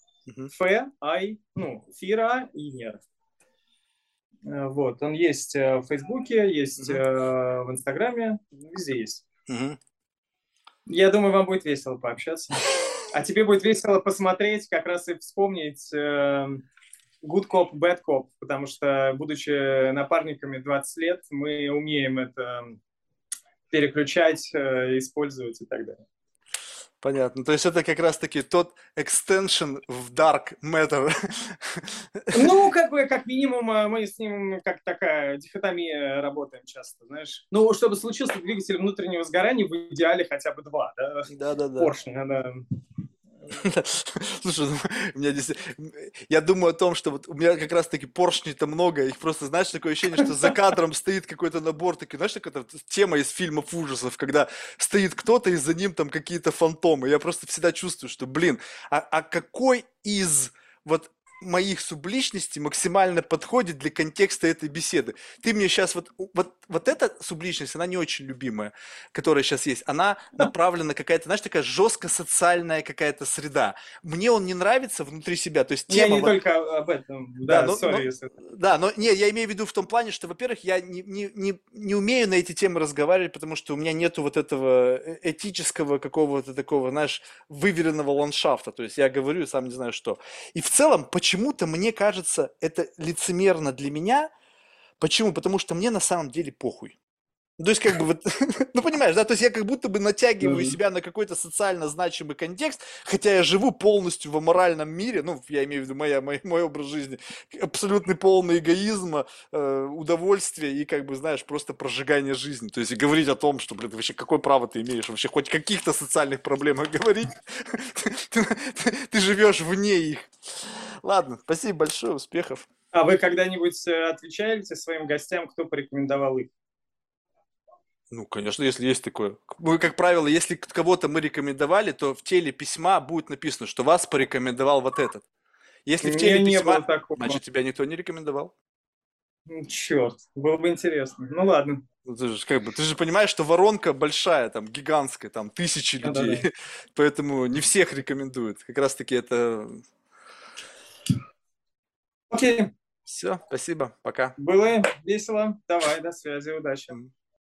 Угу. Фира и Нер. Вот, он есть в Фейсбуке, есть в Инстаграме, везде есть. Угу. Я думаю, вам будет весело пообщаться. А тебе будет весело посмотреть, как раз и вспомнить Good Cop, Bad Cop, потому что, будучи напарниками 20 лет, мы умеем это переключать, использовать и так далее. Понятно. То есть это как раз-таки тот экстеншн в Dark Matter. Ну, как минимум, мы с ним как такая дихотомия работаем часто, знаешь. Ну, чтобы случился двигатель внутреннего сгорания, в идеале хотя бы 2, да? Да-да-да. Поршня, да. Слушай, я думаю о том, что вот у меня как раз-таки поршней-то много, их просто, знаешь, такое ощущение, что за кадром стоит какой-то набор, такой, знаешь, такая тема из фильмов ужасов, когда стоит кто-то и за ним там какие-то фантомы. Я просто всегда чувствую, что, блин, а какой из вот моих субличностей максимально подходит для контекста этой беседы. Ты мне сейчас вот эта субличность, она не очень любимая, которая сейчас есть. Она направлена какая-то, знаешь, такая жестко социальная какая-то среда. Мне он не нравится внутри себя. То есть тема. Я не только об этом. Да, но не, я имею в виду в том плане, что, во-первых, я не умею на эти темы разговаривать, потому что у меня нету вот этого этического какого-то такого, знаешь, выверенного ландшафта. То есть я говорю, сам не знаю что. И в целом, почему-то мне кажется, это лицемерно для меня. Почему? Потому что мне на самом деле похуй. То есть, как бы, вот, ну, понимаешь, да, то есть я как будто бы натягиваю себя на какой-то социально значимый контекст, хотя я живу полностью в аморальном мире, ну, я имею в виду мой образ жизни, абсолютный полный эгоизма, удовольствия и, как бы, знаешь, просто прожигание жизни. То есть говорить о том, что, блин, вообще какое право ты имеешь вообще хоть о каких-то социальных проблемах говорить, ты живешь вне их. Ладно, спасибо большое, успехов. А вы когда-нибудь отвечаете своим гостям, кто порекомендовал их? Ну, конечно, если есть такое. Мы, как правило, если кого-то мы рекомендовали, то в теле письма будет написано, что вас порекомендовал вот этот. Если в теле письма, значит, тебя никто не рекомендовал. Черт, было бы интересно. Ну, ладно. Ты же понимаешь, что воронка большая, там, гигантская, там, тысячи людей. Да. Поэтому не всех рекомендуют. Как раз-таки это... Окей. Все, спасибо, пока. Было весело. Давай, до связи, удачи.